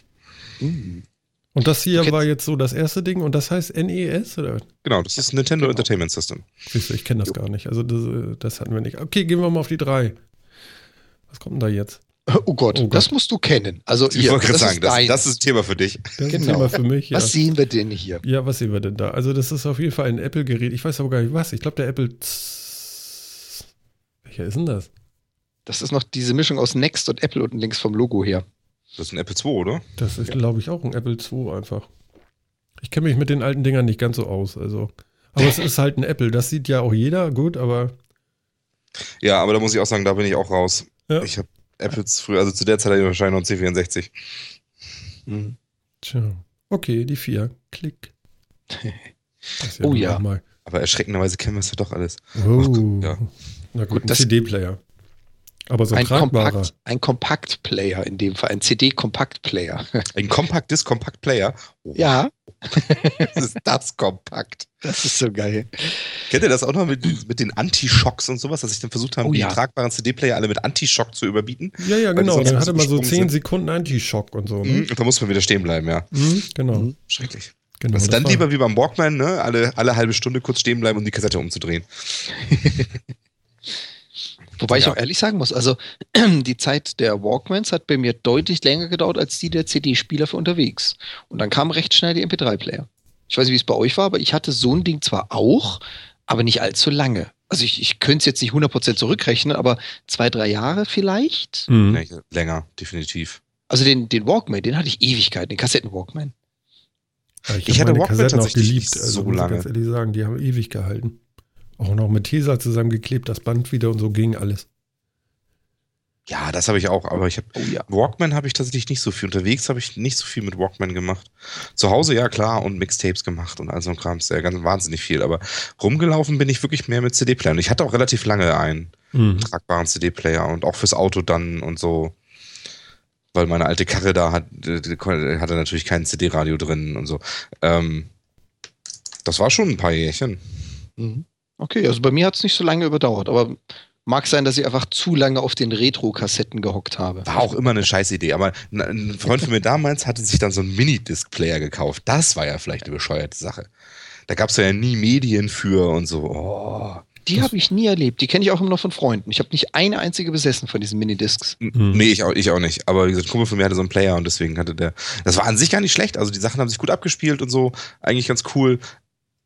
Speaker 1: Und das hier war jetzt so das erste Ding und das heißt NES, oder?
Speaker 3: Genau, das ist Nintendo Entertainment System.
Speaker 1: Siehst du, ich kenne das gar nicht. Also das hatten wir nicht. Okay, gehen wir mal auf die 3. Was kommt denn da jetzt?
Speaker 2: Oh Gott, das musst du kennen. Also
Speaker 3: ich wollte gerade sagen, das ist ein Thema für dich.
Speaker 1: Das ist ein Thema für mich, ja.
Speaker 2: Was sehen wir denn hier?
Speaker 1: Ja, was sehen wir denn da? Also das ist auf jeden Fall ein Apple-Gerät. Ich weiß aber gar nicht was. Ich glaube, der Apple... Welcher ist denn das?
Speaker 2: Das ist noch diese Mischung aus Next und Apple unten links vom Logo her.
Speaker 3: Das ist ein Apple II, oder?
Speaker 1: Das ist, glaube ich, auch ein Apple II einfach. Ich kenne mich mit den alten Dingern nicht ganz so aus. Also. Aber es ist halt ein Apple. Das sieht ja auch jeder gut, aber...
Speaker 3: Ja, aber da muss ich auch sagen, da bin ich auch raus. Ja. Ich habe Apples früher, also zu der Zeit hatte ich wahrscheinlich noch einen C64.
Speaker 1: Tja. Okay, die 4. Klick.
Speaker 2: Oh ja.
Speaker 1: Mal.
Speaker 3: Aber erschreckenderweise kennen wir es ja doch alles.
Speaker 1: Oh. Ja. Na gut, ein CD-Player. Aber so ein tragbarer.
Speaker 2: Ein Kompaktplayer in dem Fall, ein CD-Kompaktplayer.
Speaker 3: Ein Compact-Disc-Compact-Player?
Speaker 2: Oh. Ja.
Speaker 3: Das ist das Kompakt.
Speaker 2: Das ist so geil.
Speaker 3: Kennt ihr das auch noch mit den Anti-Shocks und sowas, dass ich dann versucht habe, die tragbaren CD-Player alle mit Anti-Shock zu überbieten?
Speaker 1: Ja, genau. Dann hatte man so 10 Sekunden Anti-Shock und so. Ne?
Speaker 3: Und da muss man wieder stehen bleiben, ja.
Speaker 1: Genau.
Speaker 3: Schrecklich.
Speaker 1: Genau,
Speaker 3: das ist dann lieber wie beim Walkman, ne? Alle halbe Stunde kurz stehen bleiben, um die Kassette umzudrehen.
Speaker 2: Wobei ich auch ehrlich sagen muss, also die Zeit der Walkmans hat bei mir deutlich länger gedauert als die der CD-Spieler für unterwegs. Und dann kam recht schnell die MP3-Player. Ich weiß nicht, wie es bei euch war, aber ich hatte so ein Ding zwar auch, aber nicht allzu lange. Also ich könnte es jetzt nicht 100% zurückrechnen, aber 2-3 Jahre vielleicht.
Speaker 3: Länger, definitiv.
Speaker 2: Also den Walkman, den hatte ich Ewigkeiten, den Kassetten-Walkman.
Speaker 1: Ja, ich hatte Walkman Kassetten auch geliebt, also so lange. Ganz ehrlich sagen, die haben ewig gehalten. Auch noch mit Tesa zusammengeklebt, das Band wieder und so ging alles.
Speaker 3: Ja, das habe ich auch, aber Walkman habe ich tatsächlich nicht so viel. Unterwegs habe ich nicht so viel mit Walkman gemacht. Zu Hause, ja klar, und Mixtapes gemacht und all so ein Krams, ja, ganz wahnsinnig viel. Aber rumgelaufen bin ich wirklich mehr mit CD-Playern. Ich hatte auch relativ lange einen tragbaren CD-Player und auch fürs Auto dann und so. Weil meine alte Karre da hatte natürlich kein CD-Radio drin und so. Das war schon ein paar Jährchen.
Speaker 2: Okay, also bei mir hat es nicht so lange überdauert, aber mag sein, dass ich einfach zu lange auf den Retro-Kassetten gehockt habe.
Speaker 3: War auch immer eine scheiß Idee, aber ein Freund von mir damals hatte sich dann so einen Minidisc-Player gekauft. Das war ja vielleicht eine bescheuerte Sache. Da gab es ja nie Medien für und so. Oh.
Speaker 2: Die habe ich nie erlebt. Die kenne ich auch immer noch von Freunden. Ich habe nicht eine einzige besessen von diesen Minidiscs.
Speaker 3: Nee, ich auch nicht. Aber wie gesagt, ein Kumpel von mir hatte so einen Player und deswegen hatte der. Das war an sich gar nicht schlecht. Also die Sachen haben sich gut abgespielt und so. Eigentlich ganz cool.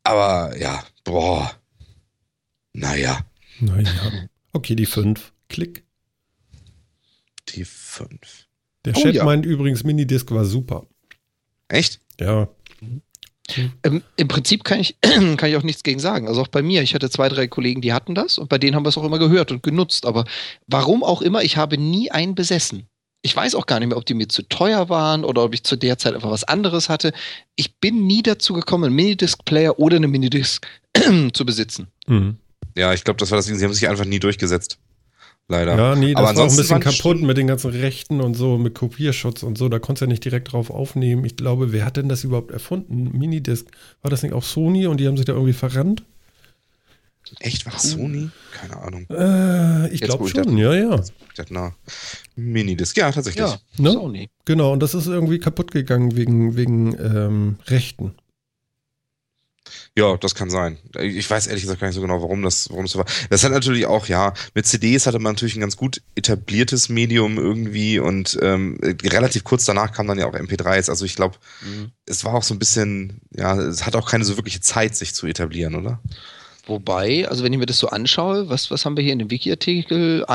Speaker 3: Aber ja, boah. Naja.
Speaker 1: Okay, die 5. Klick.
Speaker 3: Die 5.
Speaker 1: Der Chat meint übrigens, Minidisc war super.
Speaker 3: Echt?
Speaker 1: Ja.
Speaker 2: Im Prinzip kann ich auch nichts gegen sagen. Also auch bei mir, ich hatte 2, 3 Kollegen, die hatten das und bei denen haben wir es auch immer gehört und genutzt. Aber warum auch immer, ich habe nie einen besessen. Ich weiß auch gar nicht mehr, ob die mir zu teuer waren oder ob ich zu der Zeit einfach was anderes hatte. Ich bin nie dazu gekommen, einen Minidisc-Player oder eine Minidisc zu besitzen.
Speaker 1: Mhm.
Speaker 3: Ja, ich glaube, das war das Ding. Sie haben sich einfach nie durchgesetzt. Leider.
Speaker 1: Ja, nee, das
Speaker 3: aber
Speaker 1: war auch ein bisschen
Speaker 3: ansonsten
Speaker 1: kaputt mit den ganzen Rechten und so, mit Kopierschutz und so. Da konntest du ja nicht direkt drauf aufnehmen. Ich glaube, wer hat denn das überhaupt erfunden? Minidisc. War das nicht auch Sony und die haben sich da irgendwie verrannt?
Speaker 3: Echt, war das Sony? Keine Ahnung.
Speaker 1: Ich glaube schon, ja.
Speaker 3: Minidisc, ja, tatsächlich.
Speaker 2: Ja,
Speaker 1: Ne?
Speaker 2: Sony.
Speaker 1: Genau, und das ist irgendwie kaputt gegangen wegen Rechten.
Speaker 3: Ja, das kann sein. Ich weiß ehrlich gesagt gar nicht so genau, warum das so war. Das hat natürlich auch, ja, mit CDs hatte man natürlich ein ganz gut etabliertes Medium irgendwie und relativ kurz danach kamen dann ja auch MP3s. Also ich glaube, es war auch so ein bisschen, ja, es hat auch keine so wirkliche Zeit, sich zu etablieren, oder?
Speaker 2: Wobei, also wenn ich mir das so anschaue, was haben wir hier in dem Wiki-Artikel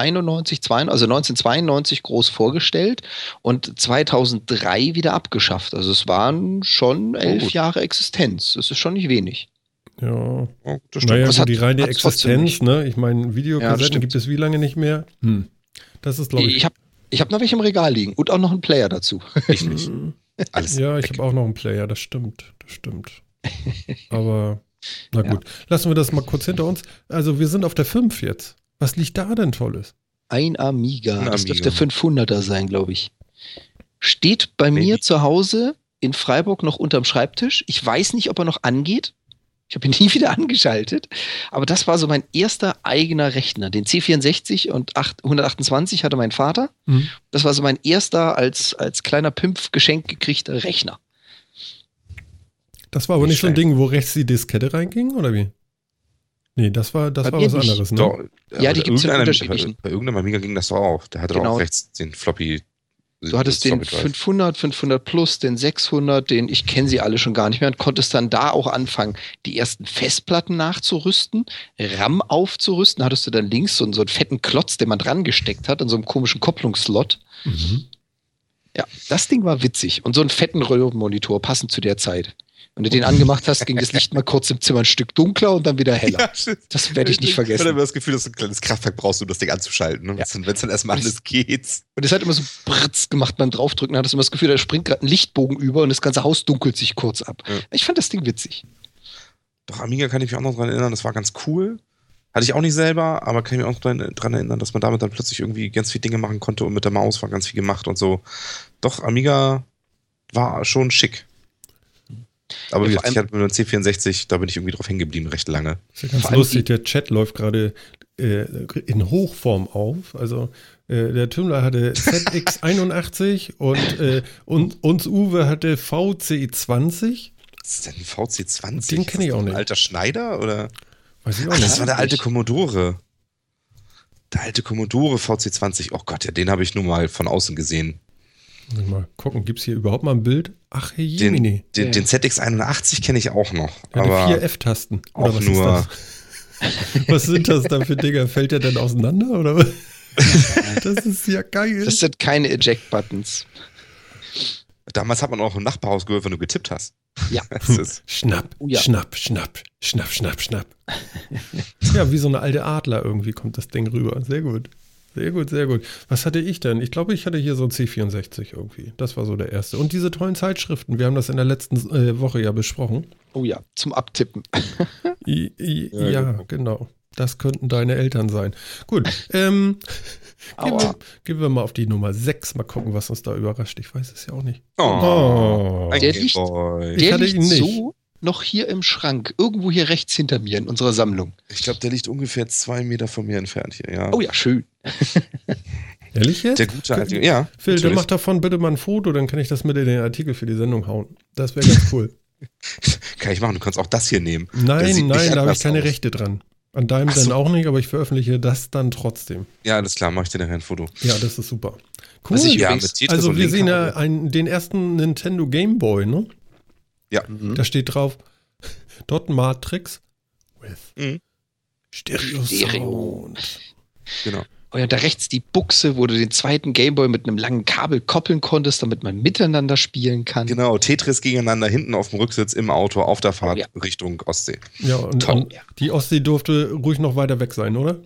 Speaker 2: 1992 groß vorgestellt und 2003 wieder abgeschafft. Also es waren schon 11 Jahre Existenz. Das ist schon nicht wenig.
Speaker 1: Ja.
Speaker 3: Oh, das stimmt.
Speaker 1: Naja,
Speaker 2: Das
Speaker 1: so die reine
Speaker 2: hat's trotzdem
Speaker 1: Existenz, ne? Ich meine, Videokassetten
Speaker 2: Ja,
Speaker 1: gibt es wie lange nicht mehr? Das ist, glaube ich.
Speaker 2: Ich hab noch welche im Regal liegen und auch noch einen Player dazu.
Speaker 3: Ich nicht. Alles
Speaker 1: Ja, ich
Speaker 3: weg.
Speaker 1: habe auch noch einen Player, das stimmt. Aber, na gut, lassen wir das mal kurz hinter uns. Also wir sind auf der 5 jetzt. Was liegt da denn Tolles?
Speaker 2: Ein Amiga.
Speaker 3: Ein
Speaker 2: Das
Speaker 3: Amiga.
Speaker 2: dürfte 500er sein, glaube ich. Steht bei mir zu Hause in Freiburg noch unterm Schreibtisch. Ich weiß nicht, ob er noch angeht. Ich habe ihn nie wieder angeschaltet. Aber das war so mein erster eigener Rechner. Den C64 und 128 hatte mein Vater. Das war so mein erster als kleiner Pimpf geschenkt gekriegter Rechner.
Speaker 1: Das war aber nicht so ein Ding, wo rechts die Diskette reinging, oder wie? Nee, das war
Speaker 2: Bei
Speaker 1: was
Speaker 2: mir nicht.
Speaker 1: anderes, ne?
Speaker 3: Doch,
Speaker 2: Ja, die gibt's in
Speaker 3: irgendeiner-
Speaker 2: unterschiedlichen.
Speaker 3: Bei irgendeinem Amiga ging das doch auch. Der hatte doch
Speaker 2: Genau.
Speaker 3: auch rechts den Floppy.
Speaker 2: Du hattest den 500, 500 Plus, den 600, ich kenne sie alle schon gar nicht mehr und konntest dann da auch anfangen, die ersten Festplatten nachzurüsten, RAM aufzurüsten. Hattest du dann links so einen fetten Klotz, den man dran gesteckt hat, an so einem komischen Kopplungsslot. Ja, das Ding war witzig. Und so einen fetten Röhrenmonitor, passend zu der Zeit. Wenn du den angemacht hast, ging das Licht mal kurz im Zimmer ein Stück dunkler und dann wieder heller.
Speaker 3: Ja,
Speaker 2: Das werde ich nicht
Speaker 3: Ich habe
Speaker 2: vergessen.
Speaker 3: immer das Gefühl, dass du ein kleines Kraftwerk brauchst, um das Ding anzuschalten. Ne?
Speaker 2: Ja.
Speaker 3: Wenn es dann erstmal alles geht.
Speaker 2: Und es hat immer so Britz gemacht beim Draufdrücken. Da hattest du immer das Gefühl, da springt gerade ein Lichtbogen über und das ganze Haus dunkelt sich kurz ab.
Speaker 3: Ja.
Speaker 2: Ich fand das Ding witzig.
Speaker 3: Doch, Amiga kann ich mich auch noch dran erinnern, das war ganz cool. Hatte ich auch nicht selber, aber kann ich mich auch dran erinnern, dass man damit dann plötzlich irgendwie ganz viele Dinge machen konnte und mit der Maus war ganz viel gemacht und so. Doch, Amiga war schon schick. Aber
Speaker 2: Ja,
Speaker 3: wie
Speaker 2: vor
Speaker 3: gesagt, ich hatte mit dem C64, da bin ich irgendwie drauf hängen geblieben, recht lange.
Speaker 1: Das ist ja ganz
Speaker 2: Vor allem
Speaker 1: lustig, der Chat läuft gerade in Hochform auf. Also der Tümmler hatte ZX81 und uns Uwe hatte VC20.
Speaker 3: Was ist denn ein VC20?
Speaker 1: Den kenn ich auch nicht.
Speaker 3: Ein alter Schneider oder?
Speaker 1: Weiß ich auch
Speaker 3: Ach,
Speaker 1: nicht.
Speaker 3: das war der alte Commodore. Der alte Commodore VC20. Oh Gott, ja, den habe ich nur mal von außen gesehen.
Speaker 1: Muss ich mal gucken, gibt es hier überhaupt mal ein Bild? Ach, hey, Jemini.
Speaker 3: Den
Speaker 2: Ja.
Speaker 3: ZX81 kenne ich auch noch.
Speaker 1: Der hatte
Speaker 3: Aber
Speaker 1: 4 F-Tasten.
Speaker 3: auch
Speaker 1: Oder was
Speaker 3: nur.
Speaker 1: ist das? Was sind das da für Dinger? Fällt der denn auseinander? Oder was? Das ist ja geil.
Speaker 2: Das sind keine Eject-Buttons.
Speaker 3: Damals hat man auch im Nachbarhaus gehört, wenn du getippt hast.
Speaker 2: Ja.
Speaker 3: Das ist,
Speaker 1: Schnapp,
Speaker 2: Oh ja.
Speaker 1: schnapp, schnapp, schnapp, schnapp, schnapp. Ja, wie so eine alte Adler irgendwie kommt das Ding rüber. Sehr gut. Sehr gut, sehr gut. Was hatte ich denn? Ich glaube, ich hatte hier so ein C64 irgendwie. Das war so der erste. Und diese tollen Zeitschriften. Wir haben das in der letzten Woche ja besprochen.
Speaker 2: Oh ja, zum Abtippen.
Speaker 1: Ja, genau. Das könnten deine Eltern sein. Gut. Gehen wir mal auf die Nummer 6. Mal gucken, was uns da überrascht. Ich weiß es ja auch nicht.
Speaker 3: ein
Speaker 2: Der
Speaker 3: Gameboy.
Speaker 1: Ich hatte
Speaker 2: liegt
Speaker 1: ihn nicht.
Speaker 2: so noch hier im Schrank. Irgendwo hier rechts hinter mir in unserer Sammlung.
Speaker 3: Ich glaube, der liegt ungefähr 2 Meter von mir entfernt hier. Ja.
Speaker 2: Oh ja, schön.
Speaker 1: Ehrlich jetzt?
Speaker 3: Der gute alte. Ja.
Speaker 1: Phil, dann
Speaker 3: natürlich.
Speaker 1: mach davon bitte mal ein Foto, dann kann ich das mit in den Artikel für die Sendung hauen. Das wäre ganz cool.
Speaker 3: Kann ich machen. Du kannst auch das hier nehmen. Der
Speaker 1: Nein,
Speaker 3: sieht nicht
Speaker 1: da habe ich
Speaker 3: anders
Speaker 1: keine
Speaker 3: aus.
Speaker 1: Rechte dran. An deinem
Speaker 3: Ach so.
Speaker 1: dann auch nicht, aber ich veröffentliche das dann trotzdem.
Speaker 3: Ja, alles klar. Mach ich dir nachher ein Foto.
Speaker 1: Ja, das ist super. Cool.
Speaker 2: Was ich
Speaker 3: Ja,
Speaker 2: übrigens-
Speaker 3: mit Tetris
Speaker 1: Also
Speaker 3: und
Speaker 1: wir
Speaker 3: Link
Speaker 1: sehen
Speaker 3: haben
Speaker 1: ja den ersten Nintendo Game Boy, ne?
Speaker 3: Ja.
Speaker 1: Da steht drauf, Dot Matrix with Stereo
Speaker 2: Stereo.
Speaker 1: Sound.
Speaker 3: Genau.
Speaker 2: Oh ja, da rechts die Buchse, wo du den zweiten Gameboy mit einem langen Kabel koppeln konntest, damit man miteinander spielen kann.
Speaker 3: Genau, Tetris gegeneinander, hinten auf dem Rücksitz, im Auto, auf der Fahrt Richtung Ostsee.
Speaker 1: Ja, und die Ostsee durfte ruhig noch weiter weg sein, oder?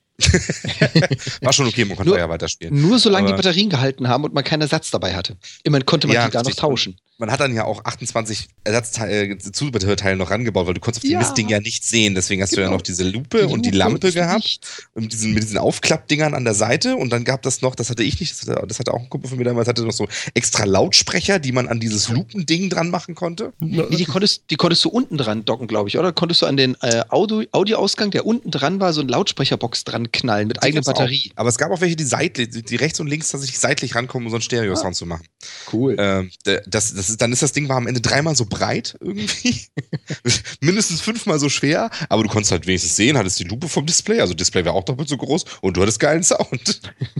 Speaker 3: War schon okay, man konnte ja weiterspielen.
Speaker 2: Nur solange die Batterien gehalten haben und man keinen Ersatz dabei hatte. Immerhin konnte man die da noch tauschen.
Speaker 3: Man hat dann ja auch 28 Zubehörteile noch rangebaut, weil du konntest auf dem Mistding ja nicht sehen. Deswegen hast du ja noch diese Lupe und die Lampe gehabt. Mit diesen Aufklappdingern an der Seite. Und dann gab das noch, das hatte ich nicht, das hatte auch ein Kumpel von mir damals, hatte noch so extra Lautsprecher, die man an dieses Lupending dran machen konnte.
Speaker 2: Nee, die konntest du unten dran docken, glaube ich, oder? Konntest du an den Audioausgang, der unten dran war, so eine Lautsprecherbox dran knallen mit eigener Batterie.
Speaker 3: Aber es gab auch welche, die rechts und links tatsächlich seitlich rankommen, um so einen Stereo-Sound zu machen.
Speaker 2: Cool.
Speaker 3: Dann ist das Ding war am Ende 3-mal so breit irgendwie. Mindestens 5-mal so schwer, aber du konntest halt wenigstens sehen, hattest die Lupe vom Display, also Display war auch doppelt so groß und du hattest geilen Sound.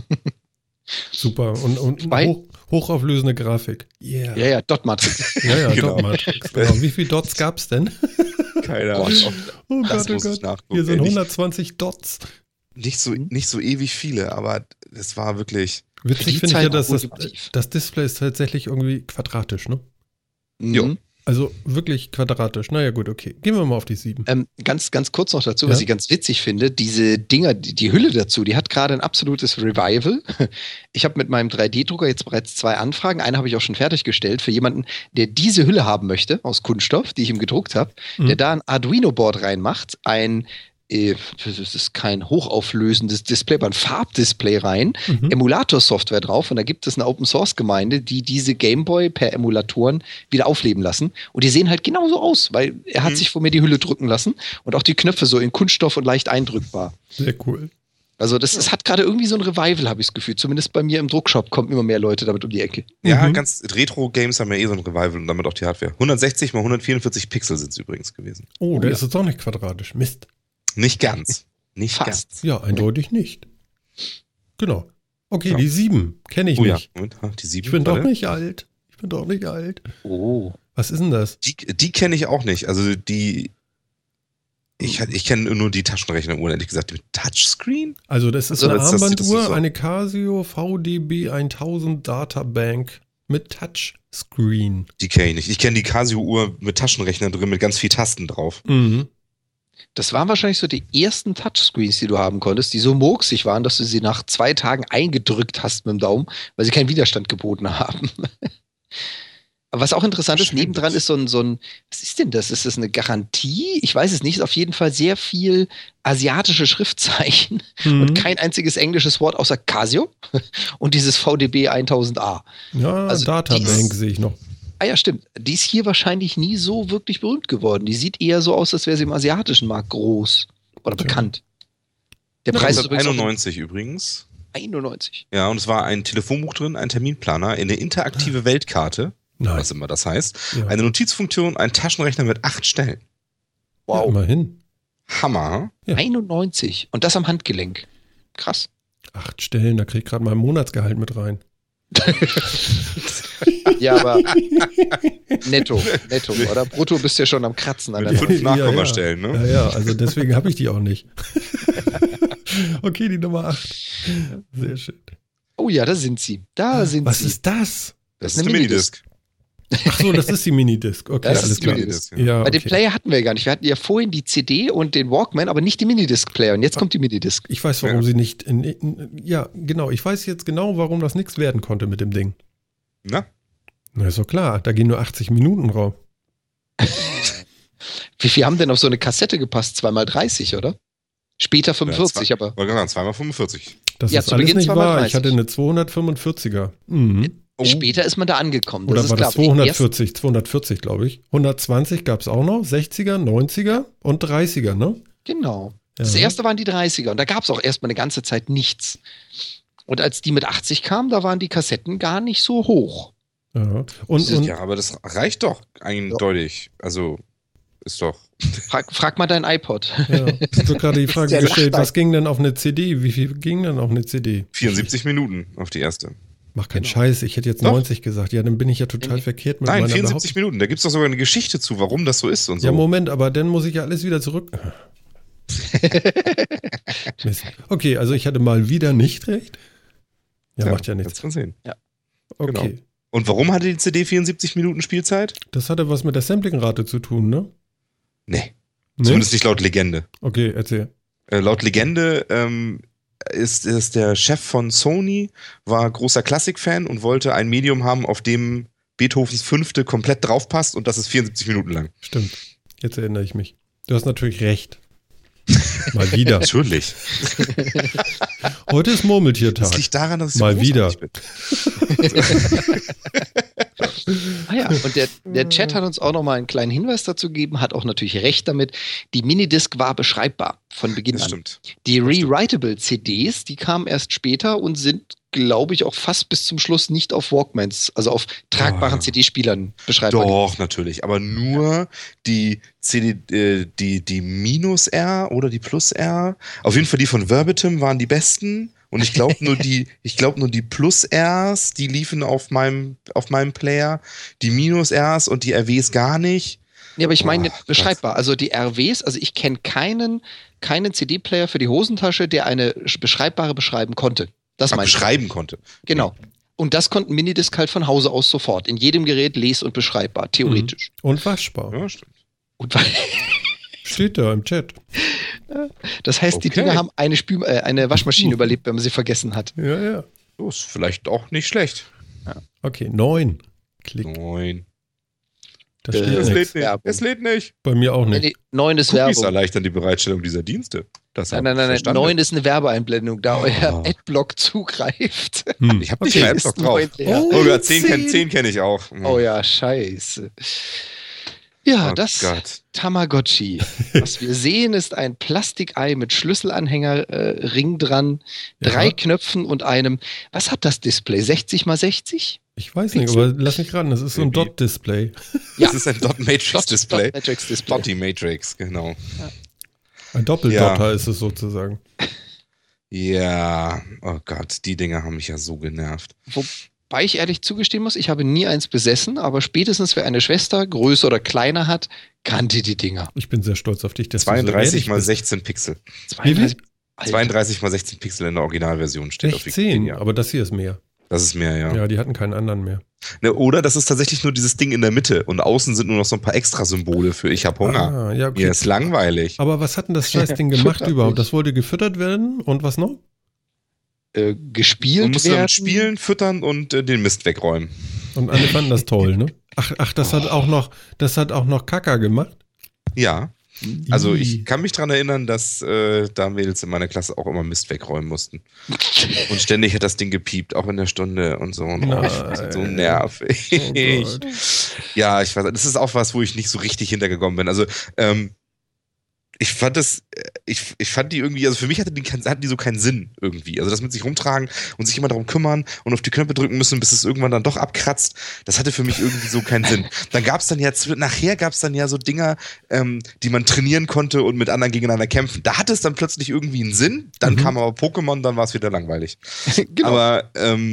Speaker 1: Super. Und hochauflösende Grafik.
Speaker 2: Yeah. Ja, Dot-Matrix.
Speaker 1: Ja, genau. Dot-Matrix. Genau. Wie viele Dots gab es denn?
Speaker 3: Keine Ahnung.
Speaker 1: Oh Gott. Hier sind 120 Dots.
Speaker 3: Nicht so ewig viele, aber es war wirklich...
Speaker 1: Witzig finde ich ja, dass das Display ist tatsächlich irgendwie quadratisch, ne?
Speaker 2: Jo.
Speaker 1: Also wirklich quadratisch. Naja, gut, okay. Gehen wir mal auf die 7.
Speaker 2: Ganz kurz noch dazu, was ich ganz witzig finde. Diese Dinger, die Hülle dazu, die hat gerade ein absolutes Revival. Ich habe mit meinem 3D-Drucker jetzt bereits 2 Anfragen. Eine habe ich auch schon fertiggestellt für jemanden, der diese Hülle haben möchte, aus Kunststoff, die ich ihm gedruckt habe, der da ein Arduino-Board reinmacht, das ist kein hochauflösendes Display, aber ein Farbdisplay rein, Emulator-Software drauf und da gibt es eine Open-Source-Gemeinde, die diese Gameboy per Emulatoren wieder aufleben lassen und die sehen halt genauso aus, weil er hat sich vor mir die Hülle drücken lassen und auch die Knöpfe so in Kunststoff und leicht eindrückbar.
Speaker 1: Sehr cool.
Speaker 2: Also das hat gerade irgendwie so ein Revival, habe ich das Gefühl. Zumindest bei mir im Druckshop kommen immer mehr Leute damit um die Ecke.
Speaker 3: Ja, ganz Retro-Games haben ja so ein Revival und damit auch die Hardware. 160 mal 144 Pixel sind es übrigens gewesen.
Speaker 1: Oh, der ist jetzt auch nicht quadratisch. Mist.
Speaker 3: Nicht ganz. Nicht
Speaker 2: fast.
Speaker 3: Ganz.
Speaker 1: Ja, eindeutig nicht. Genau. Okay, die 7 kenne ich nicht.
Speaker 3: Ja. Die 7,
Speaker 1: ich bin doch nicht alt.
Speaker 2: Oh.
Speaker 1: Was ist denn das?
Speaker 3: Die kenne ich auch nicht. Also ich kenne nur die Taschenrechneruhren, ehrlich gesagt, mit Touchscreen.
Speaker 1: Also das ist eine Armbanduhr, eine Casio VDB 1000 Databank mit Touchscreen.
Speaker 3: Die kenne ich nicht. Ich kenne die Casio-Uhr mit Taschenrechner drin, mit ganz viel Tasten drauf.
Speaker 2: Das waren wahrscheinlich so die ersten Touchscreens, die du haben konntest, die so murksig waren, dass du sie nach 2 Tagen eingedrückt hast mit dem Daumen, weil sie keinen Widerstand geboten haben. Aber was auch interessant ist, nebendran ist so ein, was ist denn das? Ist das eine Garantie? Ich weiß es nicht. Ist auf jeden Fall sehr viel asiatische Schriftzeichen und kein einziges englisches Wort außer Casio und dieses VDB 1000A.
Speaker 1: Ja, also Databank sehe ich noch.
Speaker 2: Ah ja, stimmt. Die ist hier wahrscheinlich nie so wirklich berühmt geworden. Die sieht eher so aus, als wäre sie im asiatischen Markt groß oder bekannt. Der Preis ist
Speaker 3: 91 übrigens.
Speaker 2: 91.
Speaker 3: Ja, und es war ein Telefonbuch drin, ein Terminplaner, eine interaktive Weltkarte, was immer das heißt, eine Notizfunktion, ein Taschenrechner mit 8 Stellen.
Speaker 1: Wow. Ja, immerhin.
Speaker 3: Hammer.
Speaker 2: Ja. 91. Und das am Handgelenk. Krass.
Speaker 1: 8 Stellen, da krieg ich gerade mein Monatsgehalt mit rein.
Speaker 2: Ja, aber netto, oder? Brutto bist du ja schon am Kratzen an der
Speaker 3: 5 Nachkommastellen, ne?
Speaker 1: Ja, also deswegen habe ich die auch nicht. Okay, die Nummer 8. Sehr schön.
Speaker 2: Oh ja, da sind sie.
Speaker 1: Was ist das?
Speaker 3: Das ist eine Minidisc.
Speaker 1: Ach so, das ist die Minidisc. Okay,
Speaker 2: das
Speaker 1: alles klar.
Speaker 2: Ja, bei dem Player hatten wir ja gar nicht. Wir hatten ja vorhin die CD und den Walkman, aber nicht die Minidisc-Player. Und jetzt kommt die Minidisc.
Speaker 1: Ich weiß, warum sie nicht... ja, genau. Ich weiß jetzt genau, warum das nichts werden konnte mit dem Ding.
Speaker 3: Na,
Speaker 1: ist doch klar. Da gehen nur 80 Minuten drauf.
Speaker 2: Wie viel haben denn auf so eine Kassette gepasst? 2x30, oder? Später 45, aber...
Speaker 3: Wollte gerade sagen, 2x45.
Speaker 1: Das ist alles nicht wahr. Ich hatte eine 245er.
Speaker 2: Später ist man da angekommen.
Speaker 1: Oder war das 240? 240, glaube ich. 120 gab es auch noch. 60er, 90er und 30er, ne?
Speaker 2: Genau. Das erste waren die 30er. Und da gab es auch erstmal eine ganze Zeit nichts. Und als die mit 80 kamen, da waren die Kassetten gar nicht so hoch.
Speaker 1: Ja,
Speaker 3: ja, aber das reicht doch eindeutig. Also ist doch...
Speaker 2: Frag mal dein iPod.
Speaker 1: Ja, ich habe gerade die Frage gestellt, was ging denn auf eine CD? Wie viel ging denn auf eine CD?
Speaker 3: 74 Minuten auf die erste.
Speaker 1: Mach keinen
Speaker 2: Genau.
Speaker 1: Scheiß, ich hätte jetzt
Speaker 3: Doch.
Speaker 1: 90 gesagt. Ja, dann bin ich ja total verkehrt mit
Speaker 3: Nein,
Speaker 1: meiner
Speaker 3: 74 Minuten. Da gibt es doch sogar eine Geschichte zu, warum das so ist und so.
Speaker 1: Ja, Moment, aber dann muss ich ja alles wieder zurück. Mist. Okay, also ich hatte mal wieder nicht recht. Ja, macht ja nichts.
Speaker 3: Kannst du sehen.
Speaker 1: Okay.
Speaker 3: genau. Und warum hatte die CD 74 Minuten Spielzeit?
Speaker 1: Das hatte was mit der Samplingrate zu tun, ne?
Speaker 3: Nee.
Speaker 1: Nee?
Speaker 3: Zumindest nicht laut Legende.
Speaker 1: Okay, erzähl.
Speaker 3: Laut Legende ist der Chef von Sony, war großer Klassikfan und wollte ein Medium haben, auf dem Beethovens Fünfte komplett draufpasst und das ist 74 Minuten lang.
Speaker 1: Stimmt. Jetzt erinnere ich mich. Du hast natürlich recht. Mal wieder.
Speaker 3: Natürlich.
Speaker 1: Heute ist Murmeltiertag.
Speaker 3: Das liegt daran, dass ich
Speaker 1: Mal
Speaker 3: so
Speaker 1: wieder.
Speaker 3: großartig bin.
Speaker 2: Ah ja, und der Chat hat uns auch noch mal einen kleinen Hinweis dazu gegeben, hat auch natürlich recht damit. Die Minidisc war beschreibbar von Beginn
Speaker 3: Das
Speaker 2: an.
Speaker 3: stimmt.
Speaker 2: Die rewritable CDs, die kamen erst später und sind, glaube ich, auch fast bis zum Schluss nicht auf Walkmans, also auf tragbaren
Speaker 3: Ah.
Speaker 2: CD-Spielern beschreibbar.
Speaker 3: Doch, natürlich. Aber nur die CD, die Minus R oder die Plus R. Auf jeden Fall die von Verbatim waren die besten. Und ich glaube nur die Plus Rs, die liefen auf meinem Player. Die Minus Rs und die RWs gar nicht.
Speaker 2: Nee, aber ich meine
Speaker 3: Boah,
Speaker 2: beschreibbar. Also die RWs, also ich kenne keinen CD-Player für die Hosentasche, der eine beschreibbare beschreiben konnte. Das meine ich.
Speaker 3: Beschreiben konnte.
Speaker 2: Genau. Und das konnten Minidisc halt von Hause aus sofort. In jedem Gerät les- und beschreibbar, theoretisch.
Speaker 1: Und waschbar.
Speaker 3: Ja, stimmt.
Speaker 2: Und
Speaker 1: Steht da im Chat.
Speaker 2: das heißt, die
Speaker 3: Okay.
Speaker 2: Dinger haben eine Waschmaschine überlebt, wenn man sie vergessen hat.
Speaker 1: Ja, ja.
Speaker 3: So, ist vielleicht auch nicht schlecht.
Speaker 1: Okay, 9. Klick.
Speaker 3: 9.
Speaker 1: Da
Speaker 2: Es
Speaker 1: steht
Speaker 3: Es
Speaker 1: nichts.
Speaker 3: lädt nicht.
Speaker 2: Werbung.
Speaker 3: Es lädt nicht.
Speaker 1: Bei mir auch nicht.
Speaker 2: Nee, 9 ist
Speaker 3: Cookies
Speaker 2: Werbung.
Speaker 3: erleichtern die Bereitstellung dieser Dienste. Das
Speaker 2: Nein,
Speaker 3: hab
Speaker 2: nein,
Speaker 3: ich
Speaker 2: nein,
Speaker 3: verstanden.
Speaker 2: 9 ist eine Werbeeinblendung, da euer
Speaker 3: Oh.
Speaker 2: Adblock zugreift.
Speaker 1: Hm.
Speaker 3: Ich habe nicht
Speaker 1: Okay.
Speaker 3: mal Adblock
Speaker 2: Ist
Speaker 3: drauf.
Speaker 2: 9 leer.
Speaker 1: Oh.
Speaker 3: Oh Gott, 10 kenne ich auch.
Speaker 2: Oh ja, scheiße. Ja,
Speaker 3: Oh
Speaker 2: das
Speaker 3: Gott.
Speaker 2: Tamagotchi. Was wir sehen, ist ein Plastikei mit Schlüsselanhänger, Ring dran, 3
Speaker 1: Ja.
Speaker 2: Knöpfen und einem, was hat das Display? 60 x 60?
Speaker 1: Ich weiß nicht, aber lass mich raten, das ist so ein
Speaker 3: Irgendwie.
Speaker 1: Dot-Display.
Speaker 2: Ja.
Speaker 3: Das ist ein Dot-Matrix-Display.
Speaker 2: Matrix-Display.
Speaker 3: Dotty-Matrix, genau.
Speaker 1: Ein Doppeldotter ist es sozusagen.
Speaker 3: Ja, oh Gott, die Dinger haben mich ja so genervt.
Speaker 2: Wobei ich ehrlich zugestehen muss, ich habe nie eins besessen, aber spätestens wer eine Schwester größer oder kleiner hat, kannte die Dinger.
Speaker 1: Ich bin sehr stolz auf dich, dass du
Speaker 3: 32
Speaker 1: so ehrlich
Speaker 3: mal
Speaker 1: bist.
Speaker 3: 16 Pixel.
Speaker 2: 32, Alter.
Speaker 3: 32 mal 16 Pixel in der Originalversion steht auf
Speaker 1: 16,
Speaker 3: Wikipedia.
Speaker 1: aber das hier ist mehr.
Speaker 3: Das ist mehr, ja.
Speaker 1: Ja, die hatten keinen anderen mehr.
Speaker 3: Ne, oder das ist tatsächlich nur dieses Ding in der Mitte und außen sind nur noch so ein paar Extra-Symbole für ich hab Hunger.
Speaker 1: Ah, ja, okay.
Speaker 3: Mir ist langweilig.
Speaker 1: Aber was hat denn das Scheißding gemacht
Speaker 2: Füttert
Speaker 1: überhaupt?
Speaker 2: mich.
Speaker 1: Das wollte gefüttert werden und was noch?
Speaker 2: Gespielt
Speaker 3: Man muss
Speaker 2: werden.
Speaker 3: damit spielen, füttern und den Mist wegräumen.
Speaker 1: Und alle fanden das toll, ne? Ach, das hat auch noch Kaka gemacht?
Speaker 3: Ja. Also
Speaker 1: Ih.
Speaker 3: ich kann mich dran erinnern, dass da Mädels in meiner Klasse auch immer Mist wegräumen mussten. Und ständig hat das Ding gepiept, auch in der Stunde und so. Und ich fand das so
Speaker 1: Nein.
Speaker 3: nervig.
Speaker 1: Oh Gott.
Speaker 3: Ja, ich weiß, das ist auch was, wo ich nicht so richtig hintergekommen bin. Also, ich fand die irgendwie, also für mich hatten die so keinen Sinn irgendwie. Also das mit sich rumtragen und sich immer darum kümmern und auf die Knöpfe drücken müssen, bis es irgendwann dann doch abkratzt, das hatte für mich irgendwie so keinen Sinn. Dann nachher gab es dann ja so Dinger, die man trainieren konnte und mit anderen gegeneinander kämpfen. Da hatte es dann plötzlich irgendwie einen Sinn, dann kam aber Pokémon, dann war es wieder langweilig.
Speaker 2: Genau.
Speaker 3: Aber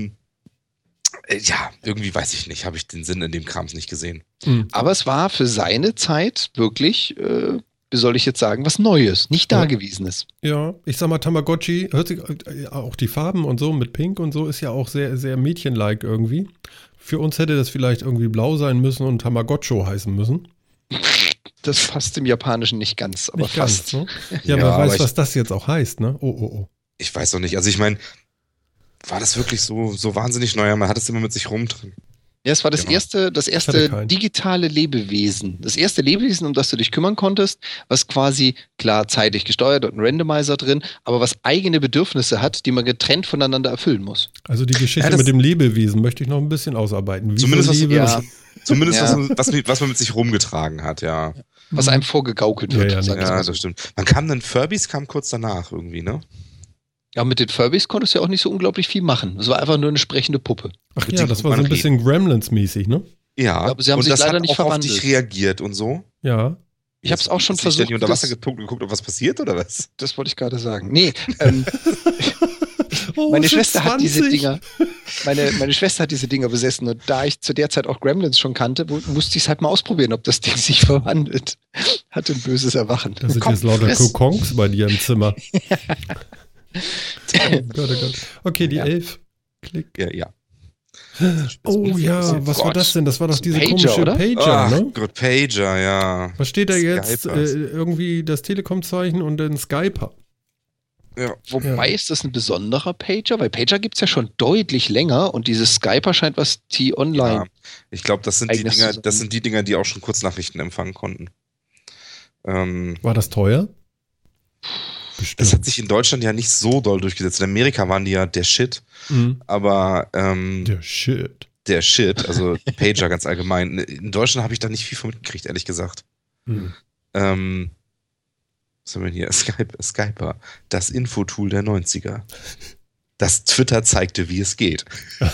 Speaker 3: ja, irgendwie weiß ich nicht, habe ich den Sinn in dem Krams nicht gesehen.
Speaker 1: Hm.
Speaker 2: Aber es war für seine Zeit wirklich, wie soll ich jetzt sagen, was Neues, nicht
Speaker 1: Ja.
Speaker 2: Dagewesenes.
Speaker 1: Ja, ich sag mal, Tamagotchi, hört sich auch die Farben und so mit Pink und so ist ja auch sehr, sehr mädchenlike irgendwie. Für uns hätte das vielleicht irgendwie blau sein müssen und Tamagotcho heißen müssen.
Speaker 2: Das passt im Japanischen nicht ganz, aber
Speaker 1: Nicht
Speaker 2: fast.
Speaker 1: ganz, ne? Ja,
Speaker 3: Ja,
Speaker 1: wer
Speaker 3: aber
Speaker 1: weiß,
Speaker 3: ich-
Speaker 1: was das jetzt auch heißt, ne? Oh.
Speaker 3: Ich weiß doch nicht. Also ich meine, war das wirklich so wahnsinnig neu? Man hat es immer mit sich rumdrehen.
Speaker 2: Ja, es war das
Speaker 3: Genau.
Speaker 2: erste
Speaker 1: hatte keinen.
Speaker 2: digitale Lebewesen. Das erste Lebewesen, um das du dich kümmern konntest, was quasi, klar, zeitlich gesteuert und ein Randomizer drin, aber was eigene Bedürfnisse hat, die man getrennt voneinander erfüllen muss.
Speaker 1: Also die Geschichte
Speaker 3: Ja, das-
Speaker 1: mit dem Lebewesen möchte ich noch ein bisschen ausarbeiten. Wieso
Speaker 3: Zumindest was-
Speaker 1: Liebe?
Speaker 2: Ja.
Speaker 3: Zumindest
Speaker 2: Ja.
Speaker 3: was man mit sich rumgetragen hat, ja.
Speaker 2: Was einem vorgegaukelt wird.
Speaker 1: Ja, ja,
Speaker 2: sagen wir
Speaker 3: Ja,
Speaker 2: mal so.
Speaker 3: das stimmt. Wann kam denn Furbies? Kam kurz danach irgendwie, ne?
Speaker 2: Ja, mit den Furbies konntest du ja auch nicht so unglaublich viel machen. Es war einfach nur eine sprechende Puppe.
Speaker 1: Ach
Speaker 3: Mit
Speaker 1: ja,
Speaker 3: dem
Speaker 1: das war so ein
Speaker 3: man
Speaker 1: bisschen Gremlins-mäßig, ne?
Speaker 3: Ja,
Speaker 2: aber sie haben
Speaker 3: und
Speaker 2: sich
Speaker 3: das
Speaker 2: leider
Speaker 3: hat
Speaker 2: nicht
Speaker 3: auch auf
Speaker 2: verwandelt.
Speaker 3: dich reagiert und so.
Speaker 1: Ja.
Speaker 2: Ich habe es auch schon
Speaker 3: Hast du dich
Speaker 2: versucht.
Speaker 3: denn unter Wasser
Speaker 2: das,
Speaker 3: geguckt, ob was passiert oder was?
Speaker 2: das wollte ich gerade sagen. Nee, Meine
Speaker 1: für
Speaker 2: Schwester hat diese
Speaker 1: 20.
Speaker 2: Dinger. Meine Schwester hat diese Dinger besessen und da ich zu der Zeit auch Gremlins schon kannte, musste ich es halt mal ausprobieren, ob das Ding sich verwandelt. Hatte ein böses Erwachen.
Speaker 1: Da sind
Speaker 3: Komm,
Speaker 1: jetzt lauter
Speaker 3: friss.
Speaker 1: Kokons bei dir im Zimmer. Oh Gott, oh Gott. Okay, die
Speaker 2: Ja.
Speaker 1: 11. Klick.
Speaker 3: Ja.
Speaker 1: Oh ja, was war das denn? Das war doch diese
Speaker 2: Pager,
Speaker 1: komische
Speaker 2: oder?
Speaker 1: Pager,
Speaker 3: Ach
Speaker 1: ne?
Speaker 3: Gott, Pager, ja.
Speaker 1: Was steht da jetzt?
Speaker 3: Skypers.
Speaker 1: Irgendwie das Telekom-Zeichen und ein Skyper.
Speaker 3: Ja.
Speaker 2: Wobei ist das ein besonderer Pager? Weil Pager gibt es ja schon deutlich länger und dieses Skyper scheint was T-Online.
Speaker 3: Ja. Ich glaube, das sind
Speaker 2: Eigenes
Speaker 3: die Dinger, die auch schon Kurznachrichten empfangen konnten.
Speaker 1: War das teuer? Bestimmt.
Speaker 3: Das hat sich in Deutschland ja nicht so doll durchgesetzt. In Amerika waren die ja der Shit,
Speaker 1: Mhm.
Speaker 3: aber
Speaker 1: Der Shit.
Speaker 3: der Shit, also Pager ganz allgemein. In Deutschland habe ich da nicht viel von mitgekriegt, ehrlich gesagt.
Speaker 1: Mhm.
Speaker 3: Was haben wir denn hier? Skyper, das Infotool der 90er. Das Twitter zeigte, wie es geht.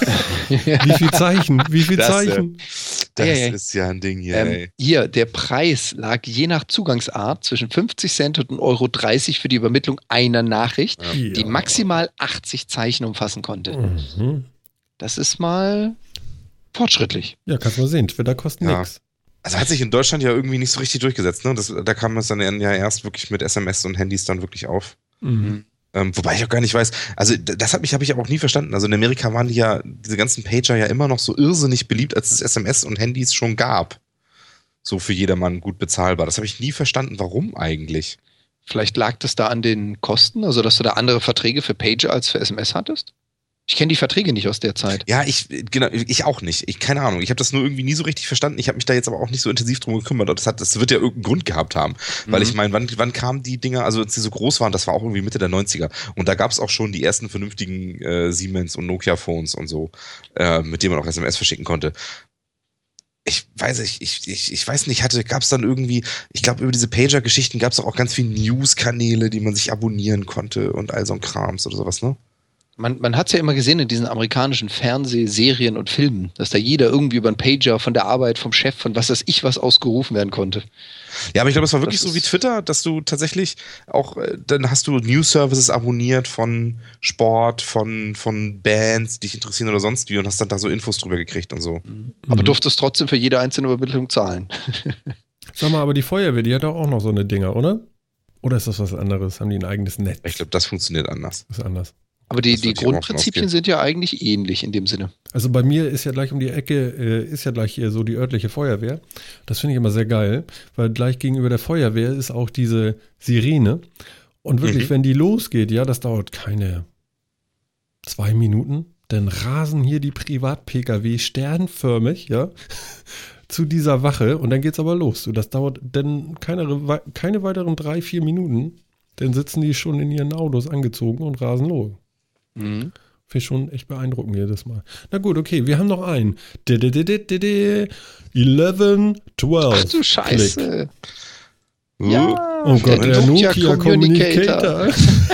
Speaker 1: Wie viel Zeichen? Wie viel
Speaker 3: Das,
Speaker 1: Zeichen?
Speaker 3: Das
Speaker 2: Ei.
Speaker 3: ist ja ein Ding hier, ey.
Speaker 2: Hier, der Preis lag je nach Zugangsart zwischen 50 Cent und 1,30 € für die Übermittlung einer Nachricht, die
Speaker 1: Ja.
Speaker 2: maximal 80 Zeichen umfassen konnte.
Speaker 1: Mhm.
Speaker 2: Das ist mal fortschrittlich.
Speaker 1: Ja, kannst mal sehen. Twitter kostet
Speaker 3: Ja.
Speaker 1: nix.
Speaker 3: Also hat sich in Deutschland ja irgendwie nicht so richtig durchgesetzt, ne? Da kam es dann ja erst wirklich mit SMS und Handys dann wirklich auf.
Speaker 1: Mhm.
Speaker 3: Wobei ich auch gar nicht weiß, also das habe ich aber auch nie verstanden. Also in Amerika waren diese ganzen Pager ja immer noch so irrsinnig beliebt, als es SMS und Handys schon gab. So für jedermann gut bezahlbar. Das habe ich nie verstanden. Warum eigentlich?
Speaker 2: Vielleicht lag das da an den Kosten, also dass du da andere Verträge für Pager als für SMS hattest? Ich kenne die Verträge nicht aus der Zeit.
Speaker 3: Ja, ich auch nicht. Keine Ahnung. Ich habe das nur irgendwie nie so richtig verstanden. Ich habe mich da jetzt aber auch nicht so intensiv drum gekümmert. Das wird ja irgendeinen Grund gehabt haben. Weil ich meine, wann kamen die Dinger, also als die so groß waren, das war auch irgendwie Mitte der 90er. Und da gab es auch schon die ersten vernünftigen Siemens- und Nokia-Phones und so, mit denen man auch SMS verschicken konnte. Ich weiß nicht, gab es dann irgendwie, ich glaube, über diese Pager-Geschichten gab es auch ganz viele News-Kanäle, die man sich abonnieren konnte und all so ein Krams oder sowas, ne?
Speaker 2: Man hat es ja immer gesehen in diesen amerikanischen Fernsehserien und Filmen, dass da jeder irgendwie über einen Pager von der Arbeit, vom Chef, von was weiß ich was ausgerufen werden konnte.
Speaker 3: Ja, aber ich glaube, es war wirklich
Speaker 2: Das
Speaker 3: so wie
Speaker 2: ist-
Speaker 3: Twitter, dass du tatsächlich auch, dann hast du News-Services abonniert von Sport, von Bands, die dich interessieren oder sonst wie und hast dann da so Infos drüber gekriegt und so.
Speaker 2: Aber durftest trotzdem für jede einzelne Übermittlung zahlen.
Speaker 1: Sag mal, aber die Feuerwehr, die hat doch auch noch so eine Dinger, oder? Oder ist das was anderes? Haben die ein eigenes Netz?
Speaker 3: Ich glaube, das funktioniert anders.
Speaker 1: Das ist anders.
Speaker 2: Aber die
Speaker 3: Das wird ja auch
Speaker 2: Grundprinzipien
Speaker 3: ausgehen.
Speaker 2: sind ja eigentlich ähnlich in dem Sinne.
Speaker 1: Also bei mir ist ja gleich um die Ecke, ist ja gleich hier so die örtliche Feuerwehr. Das finde ich immer sehr geil, weil gleich gegenüber der Feuerwehr ist auch diese Sirene. Und wirklich, wenn die losgeht, ja, das dauert keine 2 Minuten, dann rasen hier die Privat-Pkw sternförmig, ja, zu dieser Wache und dann geht's aber los. So, das dauert dann keine weiteren 3-4 Minuten, dann sitzen die schon in ihren Autos angezogen und rasen los.
Speaker 2: Mhm.
Speaker 1: Finde ich schon echt beeindruckend jedes Mal. Na gut, okay, wir haben noch einen. 11, 12.
Speaker 2: Ach du Scheiße.
Speaker 1: Klick.
Speaker 2: Ja.
Speaker 1: Oh Gott, der
Speaker 2: Nokia
Speaker 1: Nokia Communicator.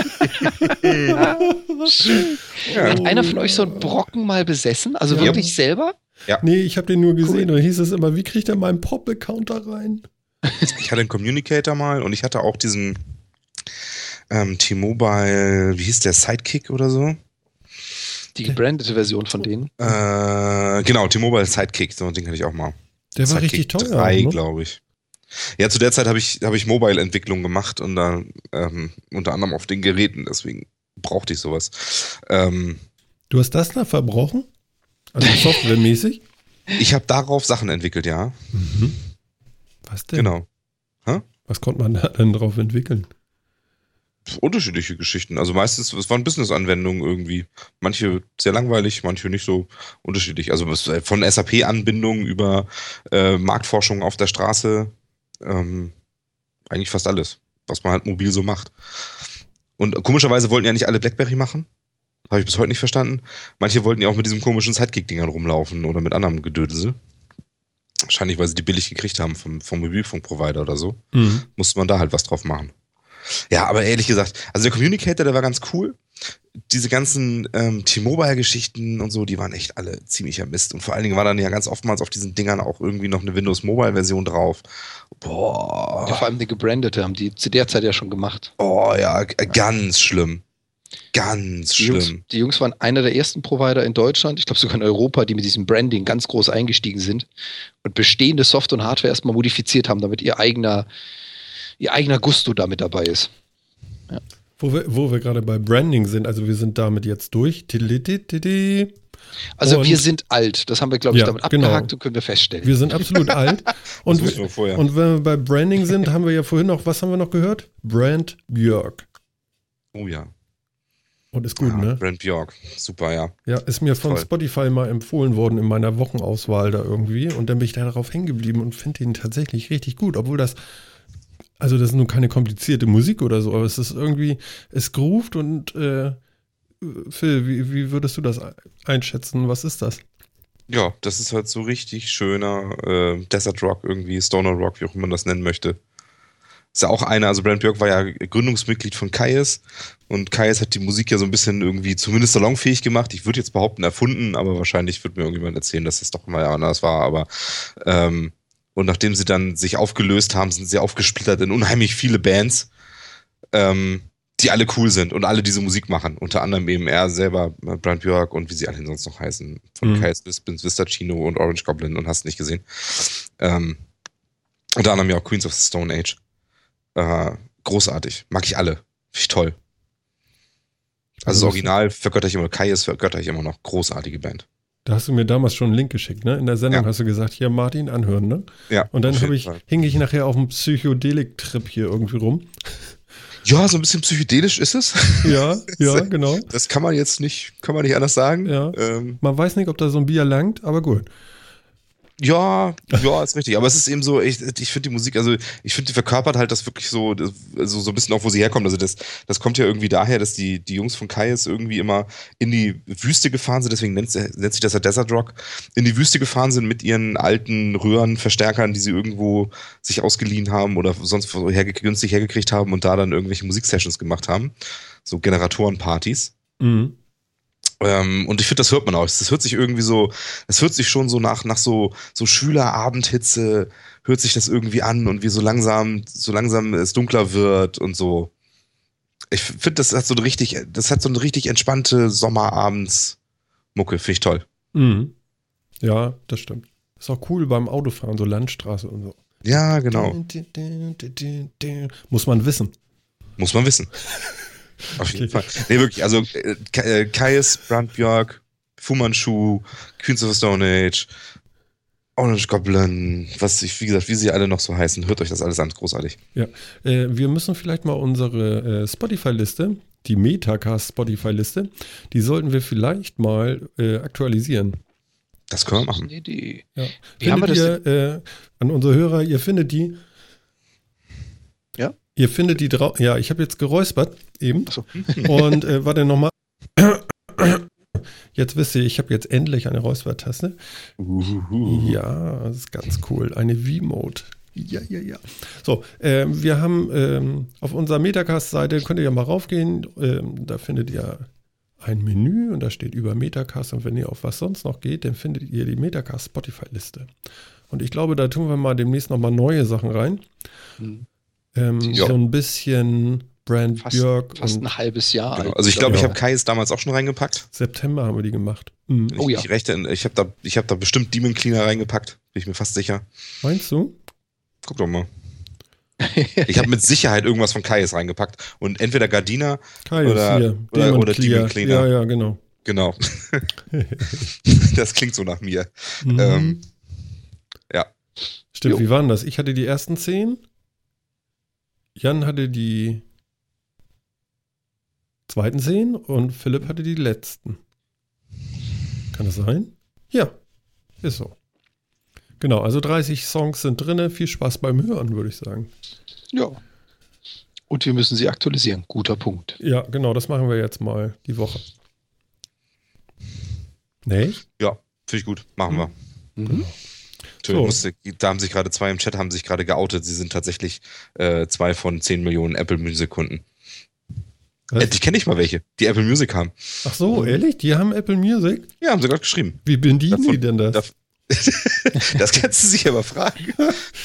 Speaker 3: Ja.
Speaker 2: Hat einer von euch so einen Brocken mal besessen? Also
Speaker 1: Ja.
Speaker 2: wirklich selber?
Speaker 1: Nee, ich habe den nur gesehen und hieß es immer, wie kriegt er meinen Pop-Account da rein?
Speaker 3: Ich hatte einen Communicator mal und ich hatte auch diesen T-Mobile, wie hieß der, Sidekick oder so?
Speaker 2: Die gebrandete Version von denen.
Speaker 3: Genau, T-Mobile Sidekick, so ein Ding hatte ich auch mal.
Speaker 1: Der war
Speaker 3: Sidekick
Speaker 1: richtig teuer.
Speaker 3: 3,
Speaker 1: ne?
Speaker 3: glaube ich. Ja, zu der Zeit habe ich Mobile-Entwicklung gemacht und da unter anderem auf den Geräten, deswegen brauchte ich sowas.
Speaker 1: Du hast das da verbrochen? Also softwaremäßig?
Speaker 3: Ich habe darauf Sachen entwickelt, ja.
Speaker 1: Was denn?
Speaker 3: Genau.
Speaker 1: Was konnte man da denn drauf entwickeln?
Speaker 3: Unterschiedliche Geschichten. Also meistens, es waren Business-Anwendungen irgendwie. Manche sehr langweilig, manche nicht so unterschiedlich. Also von SAP-Anbindungen über Marktforschung auf der Straße, eigentlich fast alles, was man halt mobil so macht. Und komischerweise wollten ja nicht alle BlackBerry machen. Habe ich bis heute nicht verstanden. Manche wollten ja auch mit diesem komischen Sidekick-Dingern rumlaufen oder mit anderem Gedödel. Wahrscheinlich, weil sie die billig gekriegt haben vom Mobilfunkprovider oder so. Musste man da halt was drauf machen. Ja, aber ehrlich gesagt, also der Communicator, der war ganz cool. Diese ganzen T-Mobile-Geschichten und so, die waren echt alle ziemlicher Mist. Und vor allen Dingen war dann ja ganz oftmals auf diesen Dingern auch irgendwie noch eine Windows-Mobile-Version drauf. Boah.
Speaker 2: Ja, vor allem die gebrandete haben die zu der Zeit ja schon gemacht.
Speaker 3: Oh ja, ganz schlimm. Ganz
Speaker 2: Die
Speaker 3: schlimm.
Speaker 2: Jungs waren einer der ersten Provider in Deutschland, ich glaube sogar in Europa, die mit diesem Branding ganz groß eingestiegen sind und bestehende Software und Hardware erstmal modifiziert haben, damit ihr eigener Gusto damit dabei ist. Ja.
Speaker 1: Wo wir gerade bei Branding sind, also wir sind damit jetzt durch.
Speaker 2: Also
Speaker 1: Und-
Speaker 2: wir sind alt, das haben wir, glaube ich,
Speaker 1: Ja,
Speaker 2: damit
Speaker 1: genau.
Speaker 2: abgehakt und können wir feststellen.
Speaker 1: Wir sind absolut alt. Und,
Speaker 3: wussten wir vorher.
Speaker 1: und wenn wir bei Branding sind, haben wir ja vorhin noch, was haben wir noch gehört? Brand Björk.
Speaker 3: Oh ja.
Speaker 1: Und ist gut, ne?
Speaker 3: Brand Björk. Super, ja.
Speaker 1: Ja, ist mir von
Speaker 3: Toll.
Speaker 1: Spotify mal empfohlen worden in meiner Wochenauswahl da irgendwie. Und dann bin ich da darauf hängen geblieben und finde den tatsächlich richtig gut. Obwohl das ist nun keine komplizierte Musik oder so, aber es ist irgendwie, es groovt und Phil, wie würdest du das einschätzen? Was ist das?
Speaker 3: Ja, das ist halt so richtig schöner Desert Rock irgendwie, Stoner Rock, wie auch immer man das nennen möchte. Ist ja auch einer, also Brand Björk war ja Gründungsmitglied von Kyuss und Kyuss hat die Musik ja so ein bisschen irgendwie zumindest salonfähig gemacht. Ich würde jetzt behaupten erfunden, aber wahrscheinlich wird mir irgendjemand erzählen, dass das doch mal anders war, aber und nachdem sie dann sich aufgelöst haben, sind sie aufgesplittert in unheimlich viele Bands, die alle cool sind und alle diese Musik machen. Unter anderem eben er selber, Brand Björk und wie sie alle sonst noch heißen. Von Kyuss bis Vistacino und Orange Goblin und hast nicht gesehen. Unter anderem ja auch Queens of the Stone Age. Großartig. Mag ich alle. Finde ich toll. Also das Original vergötter ich immer, Kyuss vergötter ich immer noch. Großartige Band.
Speaker 1: Da hast du mir damals schon einen Link geschickt, ne? In der Sendung
Speaker 3: Ja.
Speaker 1: hast du gesagt, hier Martin, anhören, ne?
Speaker 3: Ja.
Speaker 1: Und dann
Speaker 3: auf jeden Fall.
Speaker 1: hing ich nachher auf einem Psychedelik-Trip hier irgendwie rum.
Speaker 3: Ja, so ein bisschen psychedelisch ist es.
Speaker 1: Ja, ja, genau.
Speaker 3: Das kann man nicht anders sagen.
Speaker 1: Ja. Man weiß nicht, ob da so ein Bier langt, aber gut.
Speaker 3: Ja, ist richtig. Aber es ist eben so, ich finde die Musik, also ich finde, die verkörpert halt das wirklich so ein bisschen auch, wo sie herkommt. Also das kommt ja irgendwie daher, dass die Jungs von Kyuss irgendwie immer in die Wüste gefahren sind, deswegen nennt sich das ja Desert Rock, in die Wüste gefahren sind mit ihren alten Röhrenverstärkern, die sie irgendwo sich ausgeliehen haben oder sonst günstig hergekriegt haben und da dann irgendwelche Musiksessions gemacht haben. So Generatorenpartys.
Speaker 1: Mhm.
Speaker 3: Und ich finde, das hört man auch. Das hört sich irgendwie so, das hört sich schon so nach so Schülerabendhitze, hört sich das irgendwie an und wie so langsam es dunkler wird und so. Ich finde, das hat so eine richtig entspannte Sommerabendsmucke, finde ich toll.
Speaker 1: Mhm. Ja, das stimmt. Ist auch cool beim Autofahren, so Landstraße und so.
Speaker 3: Ja, genau.
Speaker 1: Muss man wissen.
Speaker 3: Muss man wissen. Auf jeden Fall. Nee, wirklich, also Kyuss, Brand Björk, Fu Manchu, Queens of the Stone Age, Orange Goblin, wie gesagt, wie sie alle noch so heißen, hört euch das alles an, großartig.
Speaker 1: Ja, wir müssen vielleicht mal unsere Spotify-Liste, die Metacast Spotify-Liste, die sollten wir vielleicht mal aktualisieren.
Speaker 3: Das können wir machen.
Speaker 2: Eine Idee.
Speaker 1: Ja.
Speaker 2: Wie haben wir
Speaker 1: Findet
Speaker 2: das
Speaker 1: ihr, an unsere Hörer, ihr findet die.
Speaker 2: Ja?
Speaker 1: Ihr findet die drauf. Ja, ich habe jetzt geräuspert eben.
Speaker 2: Ach so.
Speaker 1: Und warte nochmal. Jetzt wisst ihr, ich habe jetzt endlich eine Räuspertaste. Ja, das ist ganz cool. Eine V-Mode. Ja. So, wir haben auf unserer Metacast-Seite, könnt ihr ja mal raufgehen, da findet ihr ein Menü und da steht über Metacast und wenn ihr auf was sonst noch geht, dann findet ihr die Metacast Spotify-Liste. Und ich glaube, da tun wir mal demnächst nochmal neue Sachen rein.
Speaker 3: Ja.
Speaker 1: So ein bisschen Brand Björk
Speaker 2: Fast
Speaker 1: und
Speaker 2: ein halbes Jahr
Speaker 3: Genau.
Speaker 2: alt.
Speaker 3: Also ich glaube,
Speaker 1: Ja.
Speaker 3: ich habe Kyuss damals auch schon reingepackt.
Speaker 1: September haben wir die gemacht. Mhm.
Speaker 2: Oh ja.
Speaker 3: Ich habe da bestimmt Demon Cleaner reingepackt, bin ich mir fast sicher.
Speaker 1: Meinst du?
Speaker 3: Guck doch mal. Ich habe mit Sicherheit irgendwas von Kyuss reingepackt und entweder Gardina
Speaker 1: Kaius hier.
Speaker 3: oder Demon Cleaner.
Speaker 1: Ja, genau.
Speaker 3: Genau. Das klingt so nach mir.
Speaker 1: Mhm.
Speaker 3: Ja.
Speaker 1: Stimmt,
Speaker 2: Jo.
Speaker 1: wie waren das? Ich hatte die ersten 10. Jan hatte die zweiten 10 und Philipp hatte die letzten. Kann das sein? Ja, ist so. Genau, also 30 Songs sind drin. Viel Spaß beim Hören, würde ich sagen.
Speaker 2: Ja. Und wir müssen sie aktualisieren. Guter Punkt.
Speaker 1: Ja, genau, das machen wir jetzt mal die Woche. Nee?
Speaker 3: Ja, finde ich gut. Machen wir.
Speaker 2: Mhm.
Speaker 3: Da haben sich gerade zwei im Chat geoutet. Sie sind tatsächlich 2 von 10 Millionen Apple Music Kunden.
Speaker 1: Was?
Speaker 3: Ich kenne nicht mal welche, die Apple Music haben.
Speaker 1: Ach so, ehrlich? Die haben Apple Music?
Speaker 3: Ja, haben sie gerade geschrieben.
Speaker 1: Wie bedienen
Speaker 3: Davon-
Speaker 1: die denn das?
Speaker 3: Das kannst du sich aber fragen.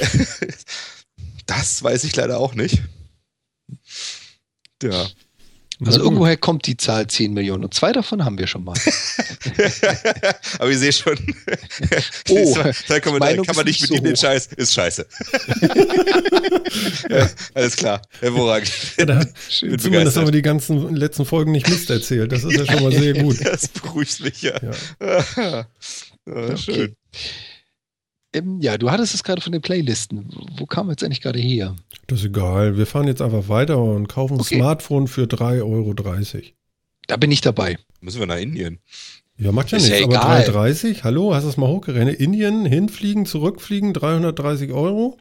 Speaker 3: Das weiß ich leider auch nicht. Ja.
Speaker 2: Also irgendwoher kommt die Zahl 10 Millionen und 2 davon haben wir schon mal.
Speaker 3: Aber ich sehe schon, da kann man nicht mit ihm den Scheiß, ist scheiße. Ja, alles klar, hervorragend.
Speaker 1: Ja, da hat zumindest haben wir die ganzen letzten Folgen nicht Mist erzählt. Das ist ja schon mal sehr gut.
Speaker 3: Das beruhigt mich ja.
Speaker 2: Okay. Schön. Ja, du hattest es gerade von den Playlisten. Wo kam jetzt eigentlich gerade her?
Speaker 1: Das ist egal. Wir fahren jetzt einfach weiter und kaufen ein Smartphone für 3,30 Euro.
Speaker 2: Da bin ich dabei.
Speaker 3: Müssen wir nach Indien?
Speaker 1: Ja, macht ja
Speaker 2: ist
Speaker 1: nichts.
Speaker 2: Ja
Speaker 1: aber 3,30? Hallo, hast du es mal hochgerechnet? Indien, hinfliegen, zurückfliegen, 330 Euro.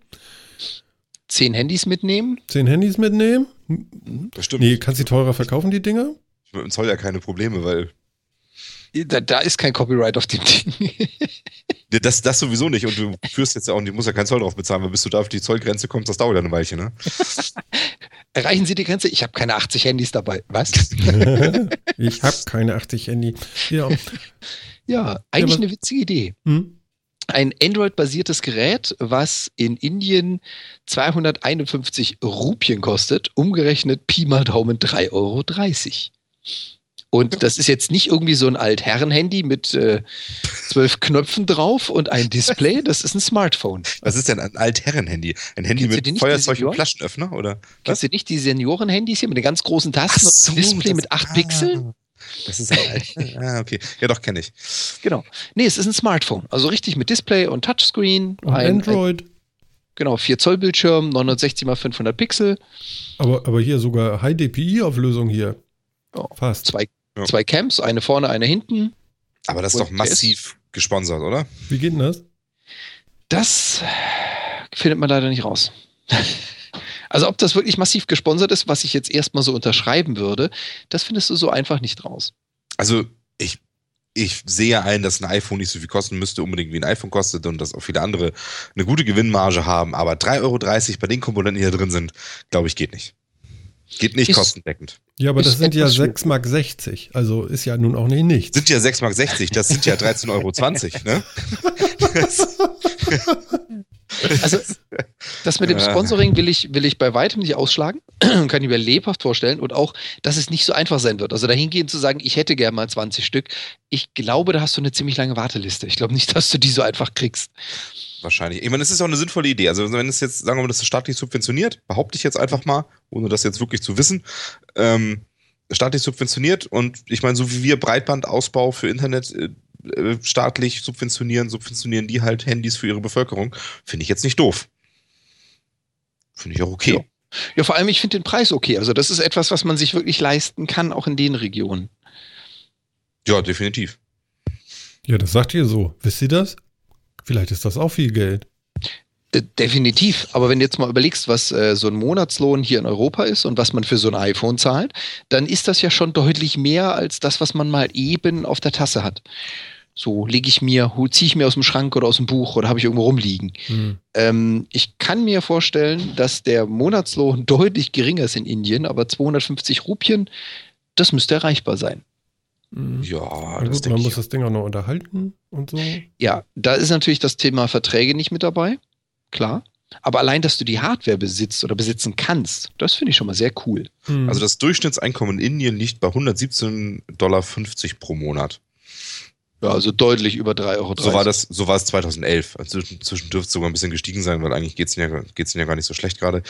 Speaker 2: 10 Handys mitnehmen.
Speaker 1: 10 Handys mitnehmen.
Speaker 3: Das stimmt.
Speaker 1: Nee, kannst du die teurer verkaufen, die Dinger?
Speaker 3: Ich habe mit dem Zoll ja keine Probleme, weil
Speaker 2: Da ist kein Copyright auf dem Ding.
Speaker 3: das sowieso nicht. Und du führst jetzt ja auch, du musst ja keinen Zoll drauf bezahlen, weil bis du da auf die Zollgrenze kommst, das dauert ja eine Weilchen, ne?
Speaker 2: Erreichen Sie die Grenze? Ich habe keine 80 Handys dabei. Was?
Speaker 1: Ich habe keine 80 Handy.
Speaker 2: Ja, eigentlich eine witzige Idee. Ein Android-basiertes Gerät, was in Indien 251 Rupien kostet, umgerechnet Pi mal Daumen 3,30 Euro. Und das ist jetzt nicht irgendwie so ein Altherren-Handy mit 12 Knöpfen drauf und ein Display, das ist ein Smartphone.
Speaker 3: Was ist denn ein Altherren-Handy? Ein Handy mit Feuerzeug und Flaschenöffner? Oder?
Speaker 2: Kennst du nicht die Senioren-Handys hier mit den ganz großen Tasten und einem Display mit 8 Pixeln?
Speaker 3: Das ist ein okay. Ja, doch, kenne ich.
Speaker 2: Genau. Nee, es ist ein Smartphone. Also richtig mit Display und Touchscreen.
Speaker 1: Und Android.
Speaker 2: Genau, 4 Zoll Bildschirm, 960 x 500 Pixel.
Speaker 1: Aber hier sogar High-DPI-Auflösung hier.
Speaker 2: Oh,
Speaker 1: fast.
Speaker 2: Zwei Cams, eine vorne, eine hinten.
Speaker 3: Aber das ist doch massiv gesponsert, oder?
Speaker 1: Wie geht denn das?
Speaker 2: Das findet man leider nicht raus. Also ob das wirklich massiv gesponsert ist, was ich jetzt erstmal so unterschreiben würde, das findest du so einfach nicht raus.
Speaker 3: Also ich sehe ein, dass ein iPhone nicht so viel kosten müsste, unbedingt wie ein iPhone kostet und dass auch viele andere eine gute Gewinnmarge haben. Aber 3,30 Euro bei den Komponenten, die da drin sind, glaube ich, geht nicht. Geht nicht kostendeckend.
Speaker 1: Ja, aber das sind ja 6,60 Mark. Also ist ja nun auch nicht nichts.
Speaker 3: Sind ja 6,60 Mark, das sind ja 13,20 Euro, ne?
Speaker 2: Also das mit dem Sponsoring will ich bei weitem nicht ausschlagen. Kann ich mir lebhaft vorstellen. Und auch, dass es nicht so einfach sein wird. Also dahingehend zu sagen, ich hätte gerne mal 20 Stück. Ich glaube, da hast du eine ziemlich lange Warteliste. Ich glaube nicht, dass du die so einfach kriegst.
Speaker 3: Wahrscheinlich. Ich meine, es ist auch eine sinnvolle Idee. Also wenn es jetzt, sagen wir mal, das ist staatlich subventioniert, behaupte ich jetzt einfach mal, ohne das jetzt wirklich zu wissen, staatlich subventioniert und ich meine, so wie wir Breitbandausbau für Internet staatlich subventionieren die halt Handys für ihre Bevölkerung. Finde ich jetzt nicht doof. Finde ich auch okay.
Speaker 2: Ja, vor allem, ich finde den Preis okay. Also das ist etwas, was man sich wirklich leisten kann, auch in den Regionen.
Speaker 3: Ja, definitiv.
Speaker 1: Ja, das sagt ihr so. Wisst ihr das? Vielleicht ist das auch viel Geld.
Speaker 2: Definitiv. Aber wenn du jetzt mal überlegst, was so ein Monatslohn hier in Europa ist und was man für so ein iPhone zahlt, dann ist das ja schon deutlich mehr als das, was man mal eben auf der Tasse hat. So ziehe ich mir aus dem Schrank oder aus dem Buch oder habe ich irgendwo rumliegen. Ich kann mir vorstellen, dass der Monatslohn deutlich geringer ist in Indien, aber 250 Rupien, das müsste erreichbar sein.
Speaker 3: Ja,
Speaker 1: gut, man muss das Ding auch noch unterhalten und so.
Speaker 2: Ja, da ist natürlich das Thema Verträge nicht mit dabei, klar. Aber allein, dass du die Hardware besitzt oder besitzen kannst, das finde ich schon mal sehr cool.
Speaker 3: Also das Durchschnittseinkommen in Indien liegt bei $117,50 pro Monat.
Speaker 2: Ja, also deutlich über 3,30 Euro.
Speaker 3: So war es 2011. Also inzwischen dürfte es sogar ein bisschen gestiegen sein, weil eigentlich geht's ihnen ja gar nicht so schlecht gerade.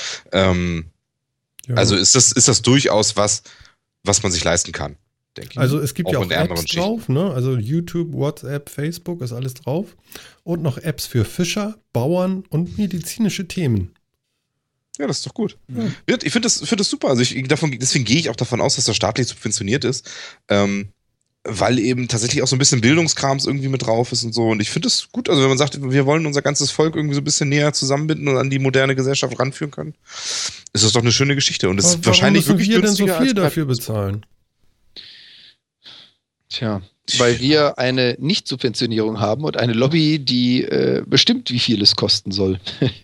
Speaker 3: Also ist das durchaus was man sich leisten kann.
Speaker 1: Also es gibt ja auch Apps drauf, ne? Also YouTube, WhatsApp, Facebook ist alles drauf. Und noch Apps für Fischer, Bauern und medizinische Themen.
Speaker 3: Ja, das ist doch gut. Ja. Ich finde das super. Also deswegen gehe ich auch davon aus, dass das staatlich subventioniert ist. Weil eben tatsächlich auch so ein bisschen Bildungskrams irgendwie mit drauf ist und so. Und ich finde es gut, also wenn man sagt, wir wollen unser ganzes Volk irgendwie so ein bisschen näher zusammenbinden und an die moderne Gesellschaft ranführen können, ist das doch eine schöne Geschichte. Und es ist wahrscheinlich wirklich günstiger.
Speaker 1: Warum müssen wir denn so viel dafür bezahlen?
Speaker 2: Tja, weil wir eine Nicht-Subventionierung haben und eine Lobby, die bestimmt, wie viel es kosten soll.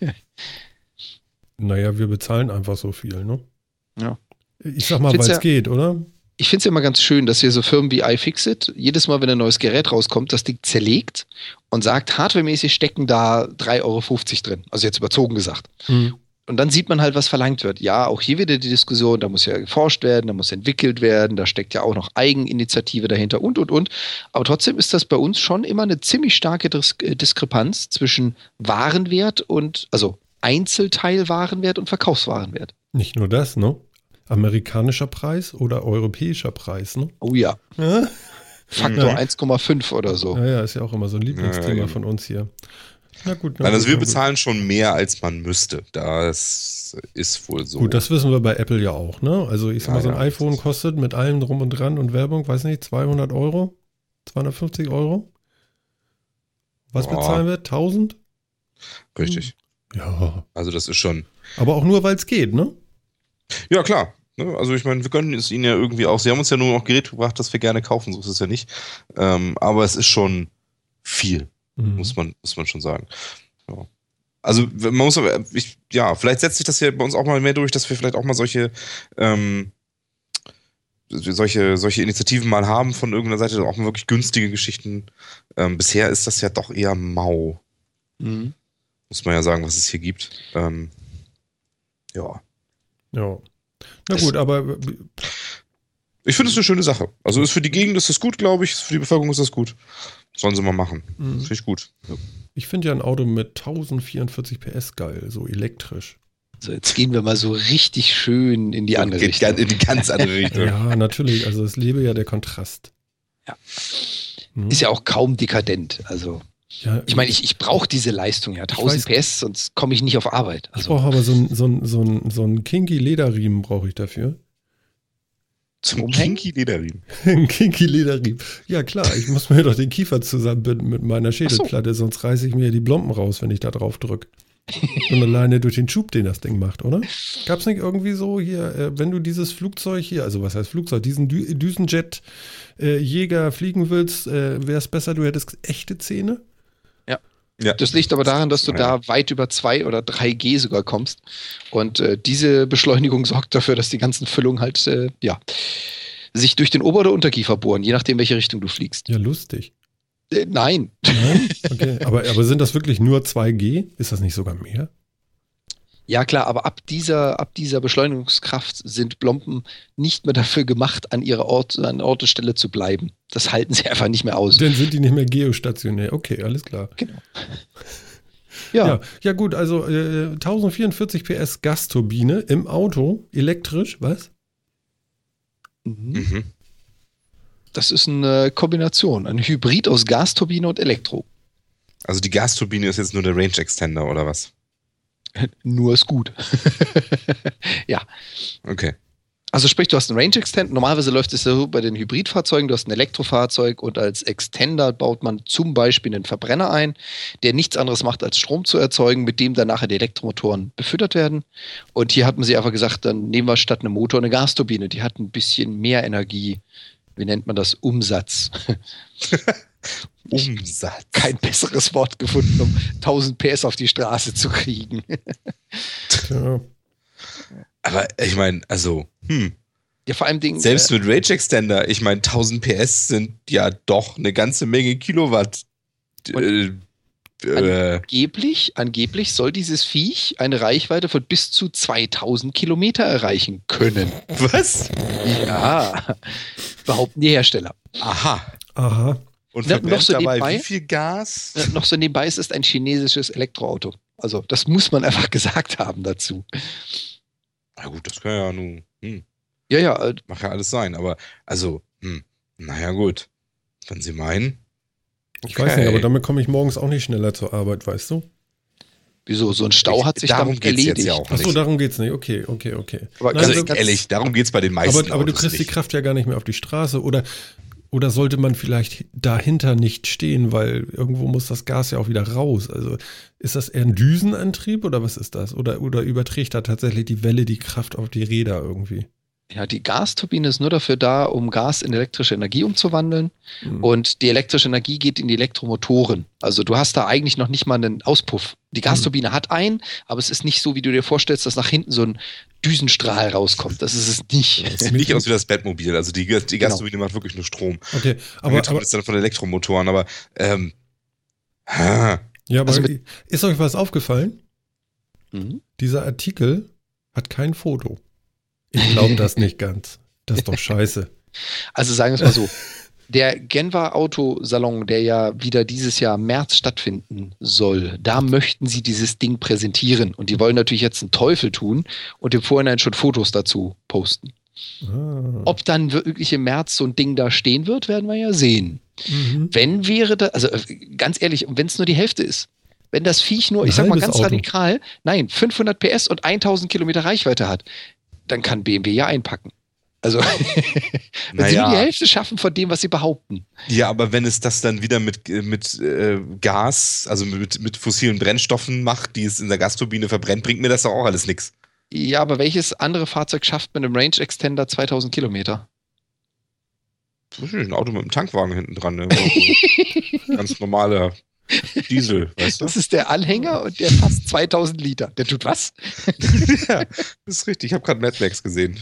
Speaker 1: Naja, wir bezahlen einfach so viel, ne?
Speaker 2: Ja.
Speaker 1: Ich sag mal, weil es geht, oder?
Speaker 2: Ich finde es ja immer ganz schön, dass hier so Firmen wie iFixit jedes Mal, wenn ein neues Gerät rauskommt, das Ding zerlegt und sagt, hardwaremäßig stecken da 3,50 Euro drin. Also jetzt überzogen gesagt. Und dann sieht man halt, was verlangt wird. Ja, auch hier wieder die Diskussion, da muss ja geforscht werden, da muss entwickelt werden, da steckt ja auch noch Eigeninitiative dahinter und. Aber trotzdem ist das bei uns schon immer eine ziemlich starke Diskrepanz zwischen Warenwert und, also Einzelteilwarenwert und Verkaufswarenwert.
Speaker 1: Nicht nur das, ne? Amerikanischer Preis oder europäischer Preis, ne?
Speaker 2: Oh ja.
Speaker 1: Ja,
Speaker 2: Faktor 1,5 oder so.
Speaker 1: ja, ist ja auch immer so ein Lieblingsthema
Speaker 3: Ja,
Speaker 1: von uns hier. Na gut.
Speaker 3: Nein, also wir
Speaker 1: na gut.
Speaker 3: bezahlen schon mehr, als man müsste. Das ist wohl so.
Speaker 1: Gut, das wissen wir bei Apple ja auch, ne? Also ich sag mal, so ein
Speaker 3: Ja.
Speaker 1: iPhone kostet mit allem drum und dran und Werbung, weiß nicht, 200 Euro? 250 Euro? Was
Speaker 3: Boah.
Speaker 1: bezahlen wir? 1000?
Speaker 3: Richtig.
Speaker 1: Ja,
Speaker 3: Also das ist schon.
Speaker 1: aber auch nur, weil es geht, ne?
Speaker 3: Ja, klar. Ne? Also ich meine, wir gönnen es ihnen ja irgendwie auch. Sie haben uns ja nur noch Gerät gebracht, das wir gerne kaufen, so ist es ja nicht. Aber es ist schon viel, muss man schon sagen. Ja. Also man muss aber, vielleicht setzt sich das ja bei uns auch mal mehr durch, dass wir vielleicht auch mal solche Initiativen mal haben von irgendeiner Seite, auch mal wirklich günstige Geschichten. Bisher ist das ja doch eher mau.
Speaker 2: Mhm.
Speaker 3: Muss man ja sagen, was es hier gibt. Ja.
Speaker 1: Ja. Na gut, aber
Speaker 3: Ich finde es eine schöne Sache. Also ist für die Gegend ist das gut, glaube ich. Für die Bevölkerung ist das gut. Sollen sie mal machen. Finde ich gut. Ja.
Speaker 1: ich finde ja ein Auto mit 1044 PS geil, so elektrisch.
Speaker 2: So, jetzt gehen wir mal so richtig schön in die andere
Speaker 3: Geht
Speaker 2: Richtung.
Speaker 3: in die ganz andere Richtung.
Speaker 1: Ja, natürlich, also es lebe ja der Kontrast.
Speaker 2: Ja.
Speaker 1: Hm?
Speaker 2: Ist ja auch kaum dekadent. Also,
Speaker 1: Ja,
Speaker 2: ich meine, ich brauche diese Leistung ja. 1000 PS, sonst komme ich nicht auf Arbeit.
Speaker 1: ich
Speaker 2: Also,
Speaker 1: brauche aber so einen kinky Lederriemen brauche ich dafür.
Speaker 3: Zum
Speaker 2: Umhängen?
Speaker 3: Kinky Lederriemen.
Speaker 1: Ein kinky Lederriemen. Ja klar, ich muss mir doch den Kiefer zusammenbinden mit meiner Schädelplatte, sonst reiße ich mir die Blomben raus, wenn ich da drauf drücke. Und alleine durch den Schub, den das Ding macht, oder? Gab es nicht irgendwie so hier, wenn du dieses Flugzeug hier, also was heißt Flugzeug, diesen Düsenjet-Jäger fliegen willst, wäre es besser, du hättest echte Zähne?
Speaker 3: Ja.
Speaker 2: das liegt aber daran, dass du
Speaker 3: Ja.
Speaker 2: da weit über 2 oder 3G sogar kommst. Und diese Beschleunigung sorgt dafür, dass die ganzen Füllungen halt, sich durch den Ober- oder Unterkiefer bohren, je nachdem, welche Richtung du fliegst.
Speaker 1: Ja, lustig.
Speaker 2: Nein.
Speaker 1: Nein? Okay. Aber sind das wirklich nur 2G? Ist das nicht sogar mehr?
Speaker 2: Ja, klar, aber ab dieser Beschleunigungskraft sind Blomben nicht mehr dafür gemacht, an Ort und Stelle zu bleiben. Das halten sie einfach nicht mehr aus.
Speaker 1: Dann sind die nicht mehr geostationär. Okay, alles klar.
Speaker 2: Genau.
Speaker 1: Ja, gut, also 1044 PS Gasturbine im Auto, elektrisch, was?
Speaker 2: Mhm.
Speaker 3: Mhm.
Speaker 2: Das ist eine Kombination, ein Hybrid aus Gasturbine und Elektro.
Speaker 3: Also die Gasturbine ist jetzt nur der Range Extender oder was?
Speaker 2: Nur ist gut. Ja.
Speaker 3: Okay.
Speaker 2: Also sprich, du hast einen Range Extender. Normalerweise läuft es ja so bei den Hybridfahrzeugen, du hast ein Elektrofahrzeug und als Extender baut man zum Beispiel einen Verbrenner ein, der nichts anderes macht, als Strom zu erzeugen, mit dem dann nachher die Elektromotoren befüttert werden. Und hier hat man sich einfach gesagt, dann nehmen wir statt einem Motor eine Gasturbine. Die hat ein bisschen mehr Energie. Wie nennt man das? Umsatz.
Speaker 3: Umsatz.
Speaker 2: Kein besseres Wort gefunden, um 1000 PS auf die Straße zu kriegen.
Speaker 1: Ja.
Speaker 3: Aber ich meine, also,
Speaker 2: Ja, vor allem Dingen,
Speaker 3: selbst mit Range Extender, ich meine, 1000 PS sind ja doch eine ganze Menge Kilowatt.
Speaker 2: angeblich soll dieses Viech eine Reichweite von bis zu 2000 Kilometer erreichen können.
Speaker 3: Was?
Speaker 2: Ja, behaupten die Hersteller.
Speaker 3: Aha. Und
Speaker 2: Na,
Speaker 3: verbrennt
Speaker 2: noch so
Speaker 3: dabei
Speaker 2: nebenbei?
Speaker 3: wie viel Gas?
Speaker 2: Noch so nebenbei, es ist ein chinesisches Elektroauto. Also das muss man einfach gesagt haben dazu.
Speaker 3: Na gut, das kann ja nun,
Speaker 2: Ja,
Speaker 3: mag ja alles sein, aber, also, naja gut. Wenn Sie meinen.
Speaker 1: Ich weiß nicht, aber damit komme ich morgens auch nicht schneller zur Arbeit, weißt du?
Speaker 2: wieso? So ein Stau hat sich
Speaker 3: Darum
Speaker 2: damit
Speaker 3: geht's jetzt
Speaker 2: erledigt.
Speaker 3: ja auch
Speaker 1: Achso,
Speaker 3: nicht.
Speaker 1: darum geht's nicht. Okay.
Speaker 2: Aber
Speaker 1: Nein,
Speaker 3: Also
Speaker 2: ganz-
Speaker 3: ehrlich, darum geht's bei den meisten
Speaker 1: aber du
Speaker 3: Autos
Speaker 1: kriegst die
Speaker 3: nicht.
Speaker 1: Kraft ja gar nicht mehr auf die Straße oder sollte man vielleicht dahinter nicht stehen, weil irgendwo muss das Gas ja auch wieder raus. Also ist das eher ein Düsenantrieb oder was ist das? Oder überträgt da tatsächlich die Welle die Kraft auf die Räder irgendwie?
Speaker 2: Ja, die Gasturbine ist nur dafür da, um Gas in elektrische Energie umzuwandeln.
Speaker 1: Mhm.
Speaker 2: Und die elektrische Energie geht in die Elektromotoren. Also du hast da eigentlich noch nicht mal einen Auspuff. Die Gasturbine hat einen, aber es ist nicht so, wie du dir vorstellst, dass nach hinten so ein Düsenstrahl rauskommt. Das ist es nicht.
Speaker 3: Sieht nicht aus wie das Batmobil. Also die Gasturbine macht wirklich nur Strom.
Speaker 1: Okay, aber
Speaker 3: Angetrieben ist dann von Elektromotoren, aber
Speaker 1: ja, aber
Speaker 2: also
Speaker 1: ist euch was aufgefallen? Dieser Artikel hat kein Foto. Ich glaube das nicht ganz. Das ist doch scheiße.
Speaker 2: Also sagen wir es mal so. Der Genfer Autosalon, der ja wieder dieses Jahr im März stattfinden soll, da möchten sie dieses Ding präsentieren. Und die wollen natürlich jetzt einen Teufel tun und im Vorhinein schon Fotos dazu posten. Ob dann wirklich im März so ein Ding da stehen wird, werden wir ja sehen. Wenn wäre da, also ganz ehrlich, wenn es nur die Hälfte ist, wenn das Viech nur, ich sag mal ganz radikal, 500 PS und 1000 Kilometer Reichweite hat, dann kann BMW ja einpacken. Also, wenn sie nur die Hälfte schaffen von dem, was sie behaupten.
Speaker 3: Ja, aber wenn es das dann wieder mit Gas, also mit fossilen Brennstoffen macht, die es in der Gasturbine verbrennt, bringt mir das doch auch alles nichts.
Speaker 2: Ja, aber welches andere Fahrzeug schafft mit einem Range Extender 2000 Kilometer?
Speaker 3: Ein Auto mit einem Tankwagen hinten dran. Ne? Ganz normaler Diesel, weißt du?
Speaker 2: Das ist der Anhänger und der fasst 2000 Liter. Der tut was?
Speaker 3: Ja, das ist richtig. Ich habe gerade Mad Max gesehen.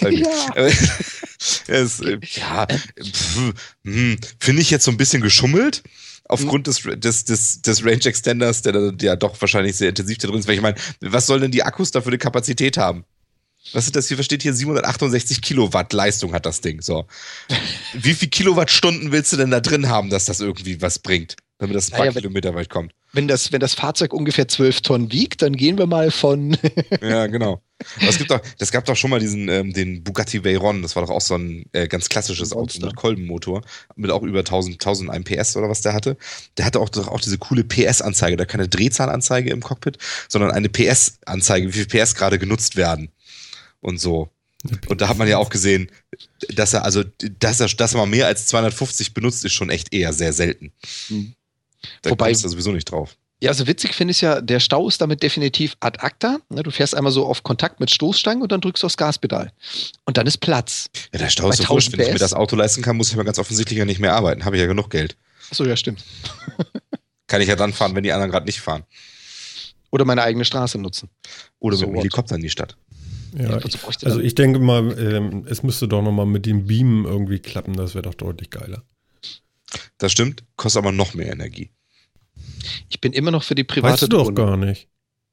Speaker 3: Finde ich jetzt so ein bisschen geschummelt. Aufgrund des Range Extenders, der dann ja doch wahrscheinlich sehr intensiv da drin ist. Weil ich meine, was sollen denn die Akkus da für eine Kapazität haben? Was ist das hier? Versteht hier 768 Kilowatt Leistung hat das Ding. So. Wie viel Kilowattstunden willst du denn da drin haben, dass das irgendwie was bringt? Damit das ein paar Kilometer weit kommt.
Speaker 2: Wenn das Fahrzeug ungefähr 12 Tonnen wiegt, dann gehen wir mal von.
Speaker 3: Ja, genau. Aber es gab doch schon mal den Bugatti Veyron, das war doch auch so ein ganz klassisches Auto mit Kolbenmotor, mit auch über 1001 PS oder was der hatte. Der hatte auch diese coole PS-Anzeige, da keine Drehzahlanzeige im Cockpit, sondern eine PS-Anzeige, wie viel PS gerade genutzt werden und so. Und da hat man ja auch gesehen, dass er mal mehr als 250 benutzt, ist schon echt eher sehr selten. Da kommst du sowieso nicht drauf.
Speaker 2: Ja, also witzig finde ich ja, der Stau ist damit definitiv ad acta. Du fährst einmal so auf Kontakt mit Stoßstangen und dann drückst du aufs Gaspedal. Und dann ist Platz.
Speaker 3: Ja, der Stau ist so wurscht. Wenn ich mir das Auto leisten kann, muss ich aber ganz offensichtlich ja nicht mehr arbeiten. Habe ich ja genug Geld.
Speaker 2: Achso, ja, stimmt.
Speaker 3: Kann ich ja dann fahren, wenn die anderen gerade nicht fahren.
Speaker 2: Oder meine eigene Straße nutzen.
Speaker 3: Oder mit dem Helikopter in die Stadt.
Speaker 1: Ja, also ich denke mal, es müsste doch nochmal mit dem Beamen irgendwie klappen. Das wäre doch deutlich geiler.
Speaker 3: Das stimmt, kostet aber noch mehr Energie.
Speaker 2: Ich bin immer noch für die private
Speaker 1: Weißt du doch gar nicht.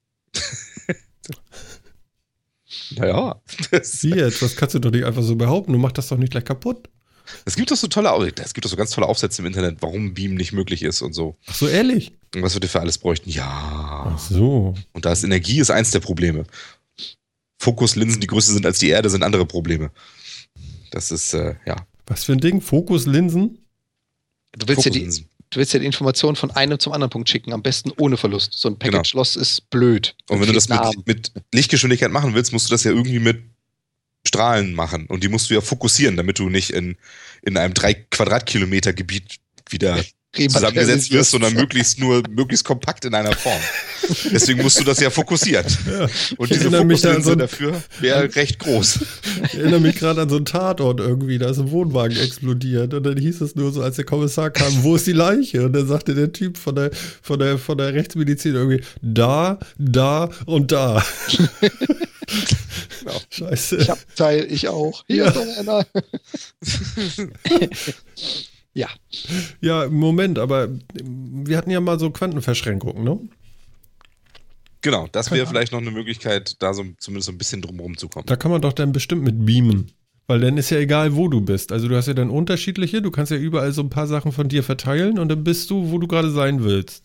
Speaker 3: Naja.
Speaker 1: Wie jetzt? Das kannst du doch nicht einfach so behaupten. Du machst das doch nicht gleich kaputt.
Speaker 3: Es gibt doch so ganz tolle Aufsätze im Internet, warum Beam nicht möglich ist und so.
Speaker 1: Ach so, ehrlich?
Speaker 3: Und was wir dafür alles bräuchten. Ja.
Speaker 1: Ach so.
Speaker 3: Und da ist Energie ist eins der Probleme. Fokuslinsen, die größer sind als die Erde, sind andere Probleme. Das ist, ja.
Speaker 1: Was für ein Ding? Fokuslinsen?
Speaker 2: Du willst ja die Informationen von einem zum anderen Punkt schicken, am besten ohne Verlust. So ein Package Loss ist blöd.
Speaker 3: Und wenn du das mit Lichtgeschwindigkeit machen willst, musst du das ja irgendwie mit Strahlen machen. Und die musst du ja fokussieren, damit du nicht in einem 3 Quadratkilometer Gebiet wieder zusammengesetzt wirst, sondern möglichst kompakt in einer Form. Deswegen musst du das ja fokussieren. Ja. Und diese Fokuslinse dafür wäre recht groß.
Speaker 1: Ich erinnere mich gerade an so einen Tatort irgendwie, da ist ein Wohnwagen explodiert und dann hieß es nur so, als der Kommissar kam, wo ist die Leiche? Und dann sagte der Typ von der Rechtsmedizin irgendwie, da und da.
Speaker 3: Genau.
Speaker 2: Scheiße. Ich hab Teil, ich auch. Hier ist noch einer. Ja.
Speaker 1: Ja, Moment, aber wir hatten ja mal so Quantenverschränkungen, ne?
Speaker 3: Genau, das wäre vielleicht noch eine Möglichkeit, da so zumindest so ein bisschen drumherum zu kommen.
Speaker 1: Da kann man doch dann bestimmt mit beamen. Weil dann ist ja egal, wo du bist. Also du hast ja dann unterschiedliche, du kannst ja überall so ein paar Sachen von dir verteilen und dann bist du, wo du gerade sein willst.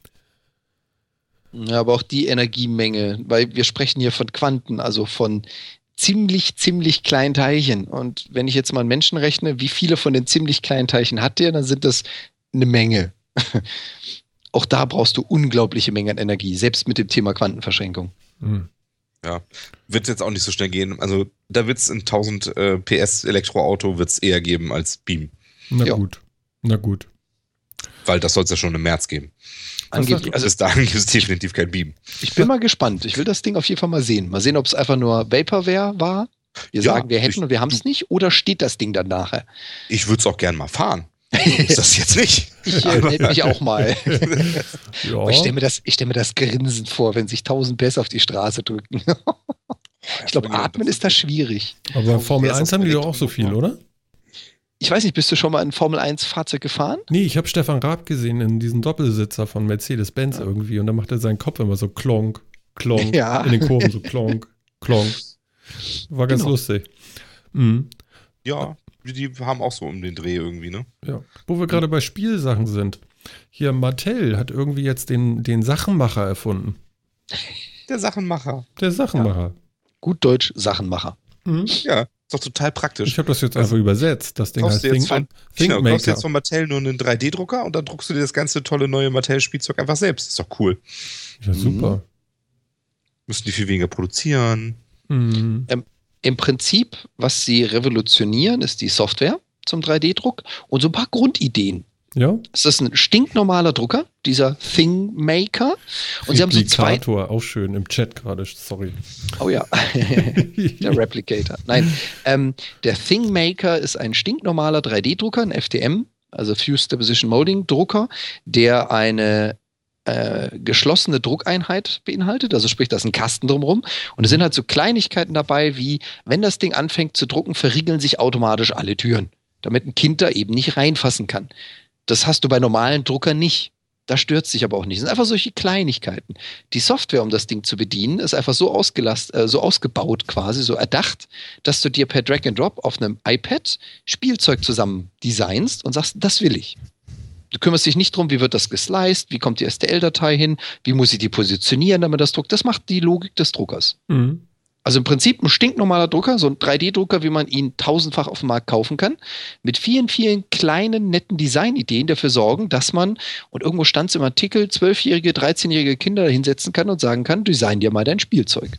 Speaker 2: Ja, aber auch die Energiemenge, weil wir sprechen hier von Quanten, also von ziemlich kleinen Teilchen. Und wenn ich jetzt mal einen Menschen rechne, wie viele von den ziemlich kleinen Teilchen hat der, dann sind das eine Menge. Auch da brauchst du unglaubliche Mengen an Energie, selbst mit dem Thema Quantenverschränkung.
Speaker 3: Ja, wird es jetzt auch nicht so schnell gehen. Also da wird es ein 1000 PS Elektroauto wird's eher geben als Beam.
Speaker 1: Na gut.
Speaker 3: Weil das soll es ja schon im März geben.
Speaker 2: Angeblich,
Speaker 3: also bis dahin gibt es definitiv kein Beam.
Speaker 2: Ich bin mal gespannt. Ich will das Ding auf jeden Fall mal sehen. Mal sehen, ob es einfach nur Vaporware war. Wir sagen, wir hätten und wir haben es nicht. Oder steht das Ding dann nachher?
Speaker 3: Ich würde es auch gern mal fahren. Ist das jetzt nicht?
Speaker 2: Ich melde mich auch mal.
Speaker 1: Ja.
Speaker 2: Aber ich stell mir das Grinsen vor, wenn sich 1000 PS auf die Straße drücken. Ich glaube, atmen ist da schwierig.
Speaker 1: Aber Formel 1 haben die doch auch so viel, oder?
Speaker 2: Ich weiß nicht, bist du schon mal ein Formel-1-Fahrzeug gefahren?
Speaker 1: Nee, ich habe Stefan Raab gesehen in diesem Doppelsitzer von Mercedes-Benz irgendwie und da macht er seinen Kopf immer so klonk. klonk.
Speaker 2: Ja.
Speaker 1: In den Kurven so klonk, klonk. War ganz lustig. Mhm.
Speaker 3: Ja, die haben auch so um den Dreh irgendwie, ne?
Speaker 1: Ja. Wo wir gerade bei Spielsachen sind. Hier, Mattel hat irgendwie jetzt den Sachenmacher erfunden.
Speaker 3: Der Sachenmacher.
Speaker 1: Der Sachenmacher.
Speaker 2: Gut Deutsch, Sachenmacher.
Speaker 1: Mhm.
Speaker 3: Ja, ist doch total praktisch.
Speaker 1: Ich habe das jetzt einfach übersetzt. Das Ding heißt
Speaker 3: Kaufst du jetzt kaufst du
Speaker 1: ThinkMaker.
Speaker 3: jetzt von Mattel nur einen 3D-Drucker und dann druckst du dir das ganze tolle neue Mattel-Spielzeug einfach selbst. Ist doch cool.
Speaker 1: Ja, super.
Speaker 3: Müssen die viel weniger produzieren.
Speaker 1: Mhm.
Speaker 2: Im Prinzip, was sie revolutionieren, ist die Software zum 3D-Druck und so ein paar Grundideen.
Speaker 1: Ja.
Speaker 2: Es ist ein stinknormaler Drucker, dieser ThinkMaker. Und sie haben so zwei.
Speaker 1: Replikator, auch schön im Chat gerade, sorry.
Speaker 2: Oh ja, der Replicator. Nein, der ThinkMaker ist ein stinknormaler 3D-Drucker, ein FDM, also Fused Deposition Molding Drucker, der eine geschlossene Druckeinheit beinhaltet, also sprich, da ist ein Kasten drumherum und es sind halt so Kleinigkeiten dabei, wie wenn das Ding anfängt zu drucken, verriegeln sich automatisch alle Türen, damit ein Kind da eben nicht reinfassen kann. Das hast du bei normalen Druckern nicht. Da stört es sich aber auch nicht. Das sind einfach solche Kleinigkeiten. Die Software, um das Ding zu bedienen, ist einfach so so ausgebaut quasi, so erdacht, dass du dir per Drag and Drop auf einem iPad Spielzeug zusammen designst und sagst, das will ich. Du kümmerst dich nicht drum, wie wird das gesliced, wie kommt die STL-Datei hin, wie muss ich die positionieren, damit das druckt. Das macht die Logik des Druckers.
Speaker 1: Mhm.
Speaker 2: Also im Prinzip ein stinknormaler Drucker, so ein 3D-Drucker, wie man ihn tausendfach auf dem Markt kaufen kann, mit vielen, vielen kleinen, netten Designideen dafür sorgen, dass man, und irgendwo stand es im Artikel, 12-jährige, 13-jährige Kinder hinsetzen kann und sagen kann, design dir mal dein Spielzeug.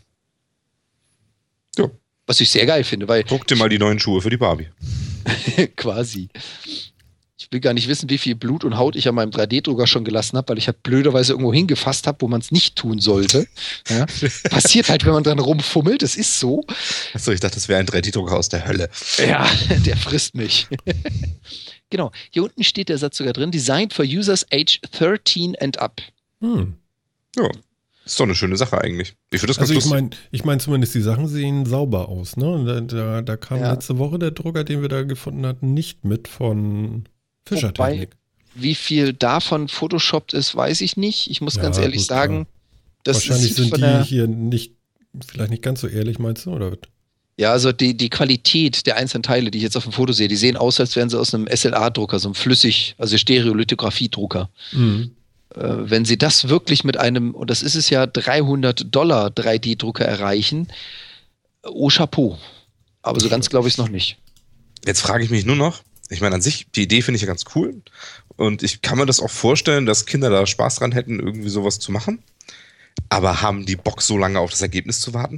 Speaker 3: Ja.
Speaker 2: Was ich sehr geil finde, weil...
Speaker 3: Druck dir mal die neuen Schuhe für die Barbie.
Speaker 2: Quasi. Ich will gar nicht wissen, wie viel Blut und Haut ich an meinem 3D-Drucker schon gelassen habe, weil ich halt blöderweise irgendwo hingefasst habe, wo man es nicht tun sollte. Ja? Passiert halt, wenn man dran rumfummelt, das ist so.
Speaker 3: Achso, ich dachte, das wäre ein 3D-Drucker aus der Hölle.
Speaker 2: Ja, der frisst mich. Genau, hier unten steht der Satz sogar drin, designed for users age 13 and up.
Speaker 1: Hm.
Speaker 3: Ja, ist doch eine schöne Sache eigentlich. Ich finde das ganz
Speaker 1: Also
Speaker 3: lustig.
Speaker 1: ich meine zumindest, die Sachen sehen sauber aus. Ne? Da kam letzte Woche der Drucker, den wir da gefunden hatten, nicht mit von Fischertechnik.
Speaker 2: Wie viel davon Photoshoppt ist, weiß ich nicht. Ich muss ganz ehrlich sagen, das
Speaker 1: wahrscheinlich sind die hier vielleicht nicht ganz so ehrlich, meinst du? Oder?
Speaker 2: Ja, also die Qualität der einzelnen Teile, die ich jetzt auf dem Foto sehe, die sehen aus, als wären sie aus einem SLA-Drucker, so einem also Stereolithografie-Drucker. Mhm. Wenn sie das wirklich mit einem, und das ist es ja, $300 3D-Drucker erreichen, oh Chapeau. Aber so ganz glaube ich es noch nicht.
Speaker 3: Jetzt frage ich mich nur noch, ich meine, an sich, die Idee finde ich ja ganz cool. Und ich kann mir das auch vorstellen, dass Kinder da Spaß dran hätten, irgendwie sowas zu machen. Aber haben die Bock, so lange auf das Ergebnis zu warten?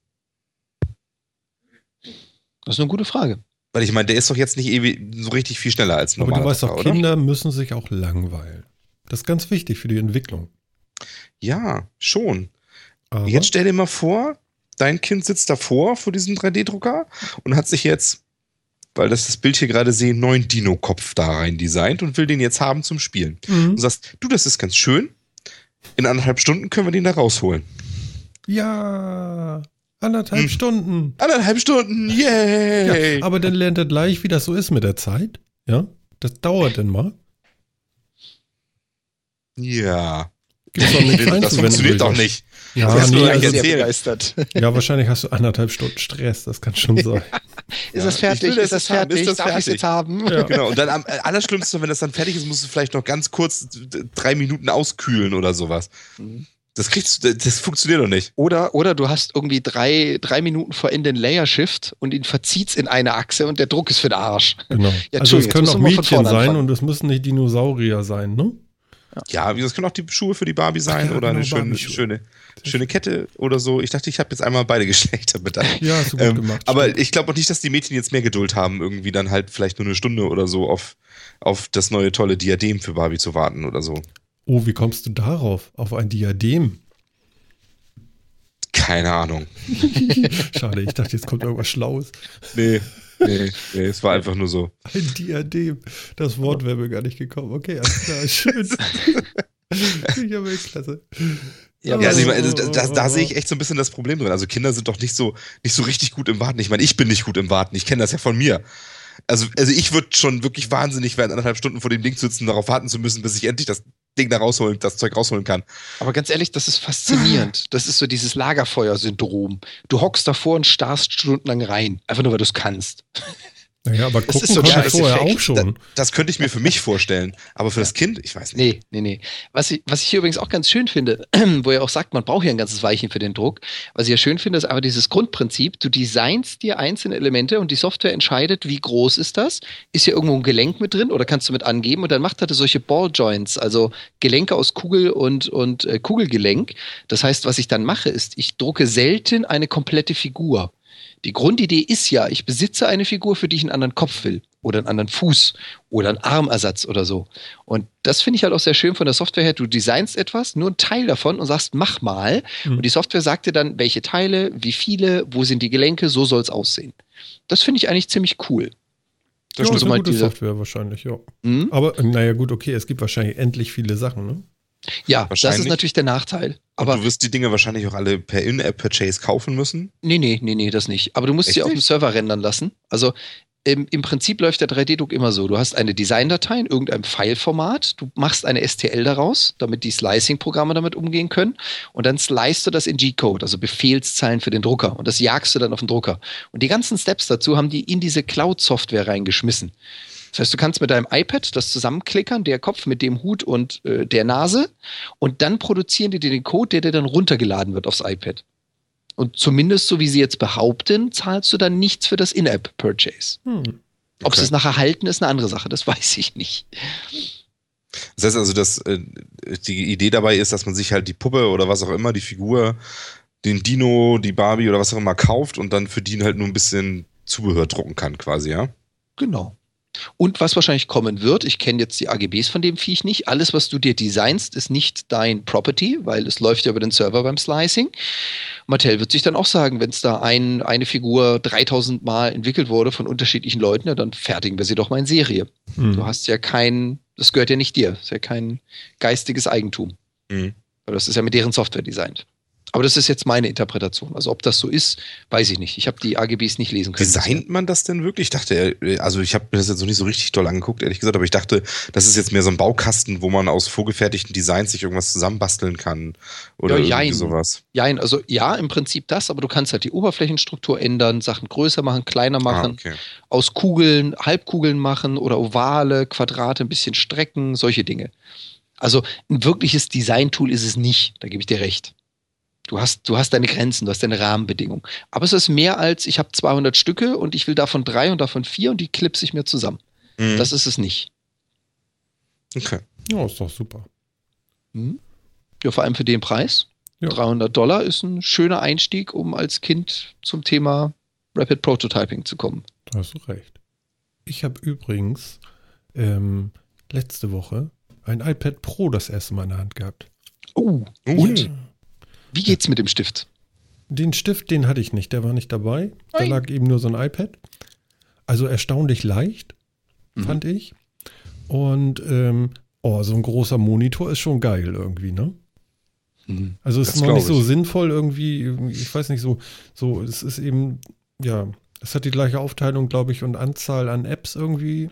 Speaker 2: Das ist eine gute Frage.
Speaker 3: Weil ich meine, der ist doch jetzt nicht ewig so richtig viel schneller als normal.
Speaker 1: Aber du weißt doch, Kinder müssen sich auch langweilen. Das ist ganz wichtig für die Entwicklung.
Speaker 3: Ja, schon.
Speaker 1: Aber
Speaker 3: jetzt stell dir mal vor, dein Kind sitzt davor vor diesem 3D-Drucker und hat sich jetzt, weil das Bild hier gerade sehe, einen neuen Dino-Kopf da rein designt und will den jetzt haben zum Spielen. Mhm. Und sagst, du, das ist ganz schön. In 1,5 Stunden können wir den da rausholen.
Speaker 1: Ja, 1,5 Stunden.
Speaker 3: 1,5 Stunden, yay!
Speaker 1: Ja, aber dann lernt er gleich, wie das so ist mit der Zeit. Ja, das dauert dann mal.
Speaker 3: Ja.
Speaker 1: Das
Speaker 3: funktioniert doch nicht.
Speaker 1: Ja,
Speaker 3: das
Speaker 1: nee,
Speaker 3: also
Speaker 2: begeistert.
Speaker 1: Ja, wahrscheinlich hast du 1,5 Stunden Stress, das kann schon sein.
Speaker 2: Ist das fertig? Ist das fertig? Darf ich es jetzt haben?
Speaker 3: Ja. Genau, und dann am allerschlimmsten, wenn das dann fertig ist, musst du vielleicht noch ganz kurz 3 Minuten auskühlen oder sowas. Das funktioniert doch nicht.
Speaker 2: Oder du hast irgendwie 3 Minuten vor Ende den Layer Shift und ihn verzieht's in eine Achse und der Druck ist für den Arsch.
Speaker 1: Genau. Ja, also es können auch Mädchen sein und es müssen nicht Dinosaurier sein, ne?
Speaker 3: Ja, das können auch die Schuhe für die Barbie sein oder eine schöne Kette oder so. Ich dachte, ich habe jetzt einmal beide Geschlechter bedacht.
Speaker 1: Ja, hast du gut gemacht.
Speaker 3: Aber ich glaube auch nicht, dass die Mädchen jetzt mehr Geduld haben, irgendwie dann halt vielleicht nur eine Stunde oder so auf das neue tolle Diadem für Barbie zu warten oder so.
Speaker 1: Oh, wie kommst du darauf? Auf ein Diadem?
Speaker 3: Keine Ahnung.
Speaker 1: Schade, ich dachte, jetzt kommt irgendwas Schlaues.
Speaker 3: Nee, es war einfach nur so.
Speaker 1: Ein Diadem. Das Wort wäre mir gar nicht gekommen. Okay, alles klar, schön. Ich habe klasse.
Speaker 3: Ja, also ich meine, da sehe ich echt so ein bisschen das Problem drin. Also Kinder sind doch nicht so richtig gut im Warten. Ich meine, ich bin nicht gut im Warten. Ich kenne das ja von mir. Also ich würde schon wirklich wahnsinnig werden, 1,5 Stunden vor dem Ding zu sitzen, darauf warten zu müssen, bis ich endlich Ding da rausholen, das Zeug rausholen kann.
Speaker 2: Aber ganz ehrlich, das ist faszinierend. Das ist so dieses Lagerfeuer-Syndrom. Du hockst davor und starrst stundenlang rein. Einfach nur, weil du es kannst.
Speaker 1: Naja, aber
Speaker 2: Das ist
Speaker 1: gucken
Speaker 2: so
Speaker 1: konnte
Speaker 2: geil,
Speaker 1: ich vorher
Speaker 2: Effekt.
Speaker 1: auch schon.
Speaker 3: Das könnte ich mir für mich vorstellen. Aber für das Kind, ich weiß nicht.
Speaker 2: Nee. Was ich hier übrigens auch ganz schön finde, wo er auch sagt, man braucht hier ein ganzes Weilchen für den Druck. Was ich ja schön finde, ist aber dieses Grundprinzip. Du designst dir einzelne Elemente und die Software entscheidet, wie groß ist das? Ist hier irgendwo ein Gelenk mit drin oder kannst du mit angeben? Und dann macht er solche Balljoints, also Gelenke aus Kugel und Kugelgelenk. Das heißt, was ich dann mache, ist, ich drucke selten eine komplette Figur. Die Grundidee ist ja, ich besitze eine Figur, für die ich einen anderen Kopf will oder einen anderen Fuß oder einen Armersatz oder so. Und das finde ich halt auch sehr schön von der Software her. Du designst etwas, nur einen Teil davon und sagst, mach mal. Und die Software sagt dir dann, welche Teile, wie viele, wo sind die Gelenke, so soll es aussehen. Das finde ich eigentlich ziemlich cool.
Speaker 1: Das ist eine gute Software wahrscheinlich, ja.
Speaker 2: Mhm.
Speaker 1: Aber naja gut, okay, es gibt wahrscheinlich endlich viele Sachen, ne?
Speaker 2: Ja, das ist natürlich der Nachteil. Aber
Speaker 3: du wirst die Dinge wahrscheinlich auch alle per In-App-Purchase kaufen müssen?
Speaker 2: Nee, das nicht. Aber du musst sie auf dem Server rendern lassen. Also im Prinzip läuft der 3D-Druck immer so. Du hast eine Designdatei in irgendeinem Fileformat, du machst eine STL daraus, damit die Slicing-Programme damit umgehen können und dann slicest du das in G-Code, also Befehlszeilen für den Drucker und das jagst du dann auf den Drucker. Und die ganzen Steps dazu haben die in diese Cloud-Software reingeschmissen. Das heißt, du kannst mit deinem iPad das zusammenklickern, der Kopf mit dem Hut und der Nase und dann produzieren die dir den Code, der dir dann runtergeladen wird aufs iPad. Und zumindest, so wie sie jetzt behaupten, zahlst du dann nichts für das In-App-Purchase. Ob sie es nachher halten, ist eine andere Sache, das weiß ich nicht.
Speaker 3: Das heißt also, die Idee dabei ist, dass man sich halt die Puppe oder was auch immer, die Figur, den Dino, die Barbie oder was auch immer kauft und dann für die halt nur ein bisschen Zubehör drucken kann quasi, ja?
Speaker 2: Genau. Und was wahrscheinlich kommen wird, ich kenne jetzt die AGBs von dem Viech nicht, alles, was du dir designst, ist nicht dein Property, weil es läuft ja über den Server beim Slicing. Mattel wird sich dann auch sagen, wenn es da eine Figur 3000 Mal entwickelt wurde von unterschiedlichen Leuten, ja, dann fertigen wir sie doch mal in Serie. Du hast ja das gehört ja nicht dir, das ist ja kein geistiges Eigentum. Weil das ist ja mit deren Software designt. Aber das ist jetzt meine Interpretation. Also ob das so ist, weiß ich nicht. Ich habe die AGBs nicht lesen können.
Speaker 3: Designt man das denn wirklich? Ich dachte, also ich habe mir das jetzt noch nicht so richtig doll angeguckt, ehrlich gesagt, aber ich dachte, das ist jetzt mehr so ein Baukasten, wo man aus vorgefertigten Designs sich irgendwas zusammenbasteln kann oder irgendwie sowas.
Speaker 2: Also ja, im Prinzip das, aber du kannst halt die Oberflächenstruktur ändern, Sachen größer machen, kleiner machen, aus Kugeln, Halbkugeln machen oder Ovale, Quadrate ein bisschen strecken, solche Dinge. Also ein wirkliches Design-Tool ist es nicht, da gebe ich dir recht. Du hast deine Grenzen, du hast deine Rahmenbedingungen. Aber es ist mehr als, ich habe 200 Stücke und ich will davon 3 und davon 4 und die klipse ich mir zusammen. Das ist es nicht.
Speaker 3: Okay.
Speaker 1: Ja, ist doch super.
Speaker 2: Ja, vor allem für den Preis. Ja. $300 ist ein schöner Einstieg, um als Kind zum Thema Rapid Prototyping zu kommen.
Speaker 1: Da hast du recht. Ich habe übrigens letzte Woche ein iPad Pro das erste Mal in der Hand gehabt.
Speaker 2: Und? Wie geht's mit dem Stift?
Speaker 1: Den Stift, den hatte ich nicht, der war nicht dabei. Da lag eben nur so ein iPad. Also erstaunlich leicht, fand ich. Und so ein großer Monitor ist schon geil irgendwie, ne? Also es ist noch nicht so sinnvoll irgendwie, ich weiß nicht, so, es ist eben, ja, es hat die gleiche Aufteilung, glaube ich, und Anzahl an Apps irgendwie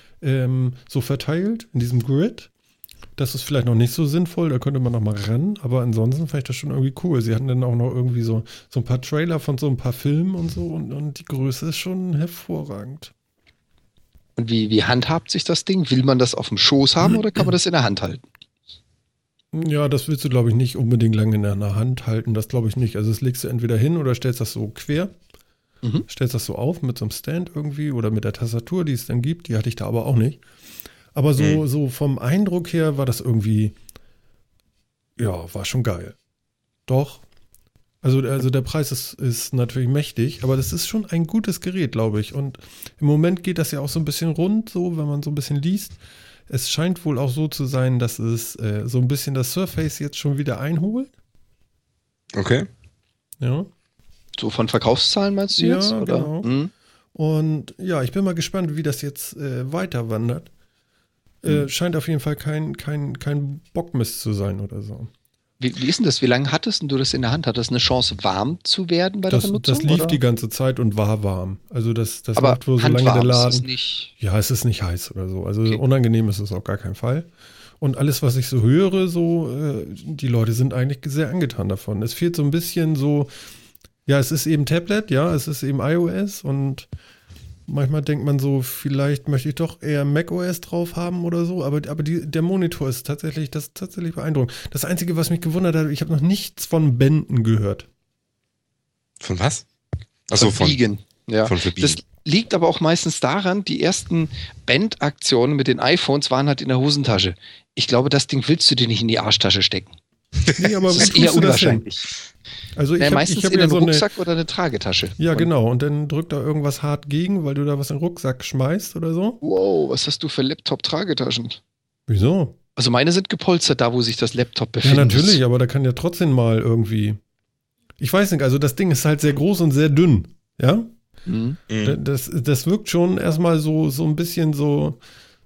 Speaker 1: so verteilt in diesem Grid. Das ist vielleicht noch nicht so sinnvoll, da könnte man noch mal ran, aber ansonsten fand ich das schon irgendwie cool. Sie hatten dann auch noch irgendwie so ein paar Trailer von so ein paar Filmen und so und die Größe ist schon hervorragend.
Speaker 2: Und wie handhabt sich das Ding? Will man das auf dem Schoß haben oder kann man das in der Hand halten?
Speaker 1: Ja, das willst du, glaube ich, nicht unbedingt lange in der Hand halten, das glaube ich nicht. Also das legst du entweder hin oder stellst das so quer, stellst das so auf mit so einem Stand irgendwie oder mit der Tastatur, die es dann gibt, die hatte ich da aber auch nicht. Aber so vom Eindruck her war das irgendwie, ja, war schon geil. Doch. Also der Preis ist natürlich mächtig, aber das ist schon ein gutes Gerät, glaube ich. Und im Moment geht das ja auch so ein bisschen rund, so, wenn man so ein bisschen liest. Es scheint wohl auch so zu sein, dass es so ein bisschen das Surface jetzt schon wieder einholt.
Speaker 3: Okay.
Speaker 1: Ja.
Speaker 2: So von Verkaufszahlen meinst du jetzt?
Speaker 1: Ja,
Speaker 2: oder?
Speaker 1: Genau. Und ja, ich bin mal gespannt, wie das jetzt weiter wandert. Scheint auf jeden Fall kein Bockmist zu sein oder so.
Speaker 2: Wie ist denn das? Wie lange hattest du das in der Hand? Hat das eine Chance, warm zu werden bei der Benutzung?
Speaker 1: Das lief
Speaker 2: oder?
Speaker 1: die ganze Zeit und war warm. Also das
Speaker 2: aber
Speaker 1: macht wohl so lange der Laden.
Speaker 2: ist es nicht.
Speaker 1: Ja, es ist nicht heiß oder so. Also unangenehm ist es auf gar keinen Fall. Und alles, was ich so höre, die Leute sind eigentlich sehr angetan davon. Es fehlt so ein bisschen so, ja, es ist eben Tablet, ja, es ist eben iOS und manchmal denkt man so, vielleicht möchte ich doch eher macOS drauf haben oder so, aber der Monitor ist tatsächlich beeindruckend. Das Einzige, was mich gewundert hat, ich habe noch nichts von Bänden gehört.
Speaker 3: Von was? Achso, von
Speaker 2: Biegen. Ja.
Speaker 3: Von verbiegen.
Speaker 2: Das liegt aber auch meistens daran, die ersten Bandaktionen mit den iPhones waren halt in der Hosentasche. Ich glaube, das Ding willst du dir nicht in die Arschtasche stecken.
Speaker 1: Nee, aber
Speaker 2: Das
Speaker 1: wo
Speaker 2: ist
Speaker 1: tust
Speaker 2: eher
Speaker 1: du das hin?
Speaker 2: unwahrscheinlich.
Speaker 1: Also
Speaker 2: Meistens in den Rucksack oder eine Tragetasche.
Speaker 1: Ja, genau. Und dann drückt da irgendwas hart gegen, weil du da was in den Rucksack schmeißt oder so.
Speaker 2: Wow, was hast du für Laptop-Tragetaschen?
Speaker 1: Wieso?
Speaker 2: Also meine sind gepolstert, da wo sich das Laptop
Speaker 1: Ja,
Speaker 2: befindet.
Speaker 1: natürlich, aber da kann ja trotzdem mal irgendwie. Ich weiß nicht, also das Ding ist halt sehr groß und sehr dünn. Ja?
Speaker 2: Mhm.
Speaker 1: Das wirkt schon erstmal so ein bisschen so,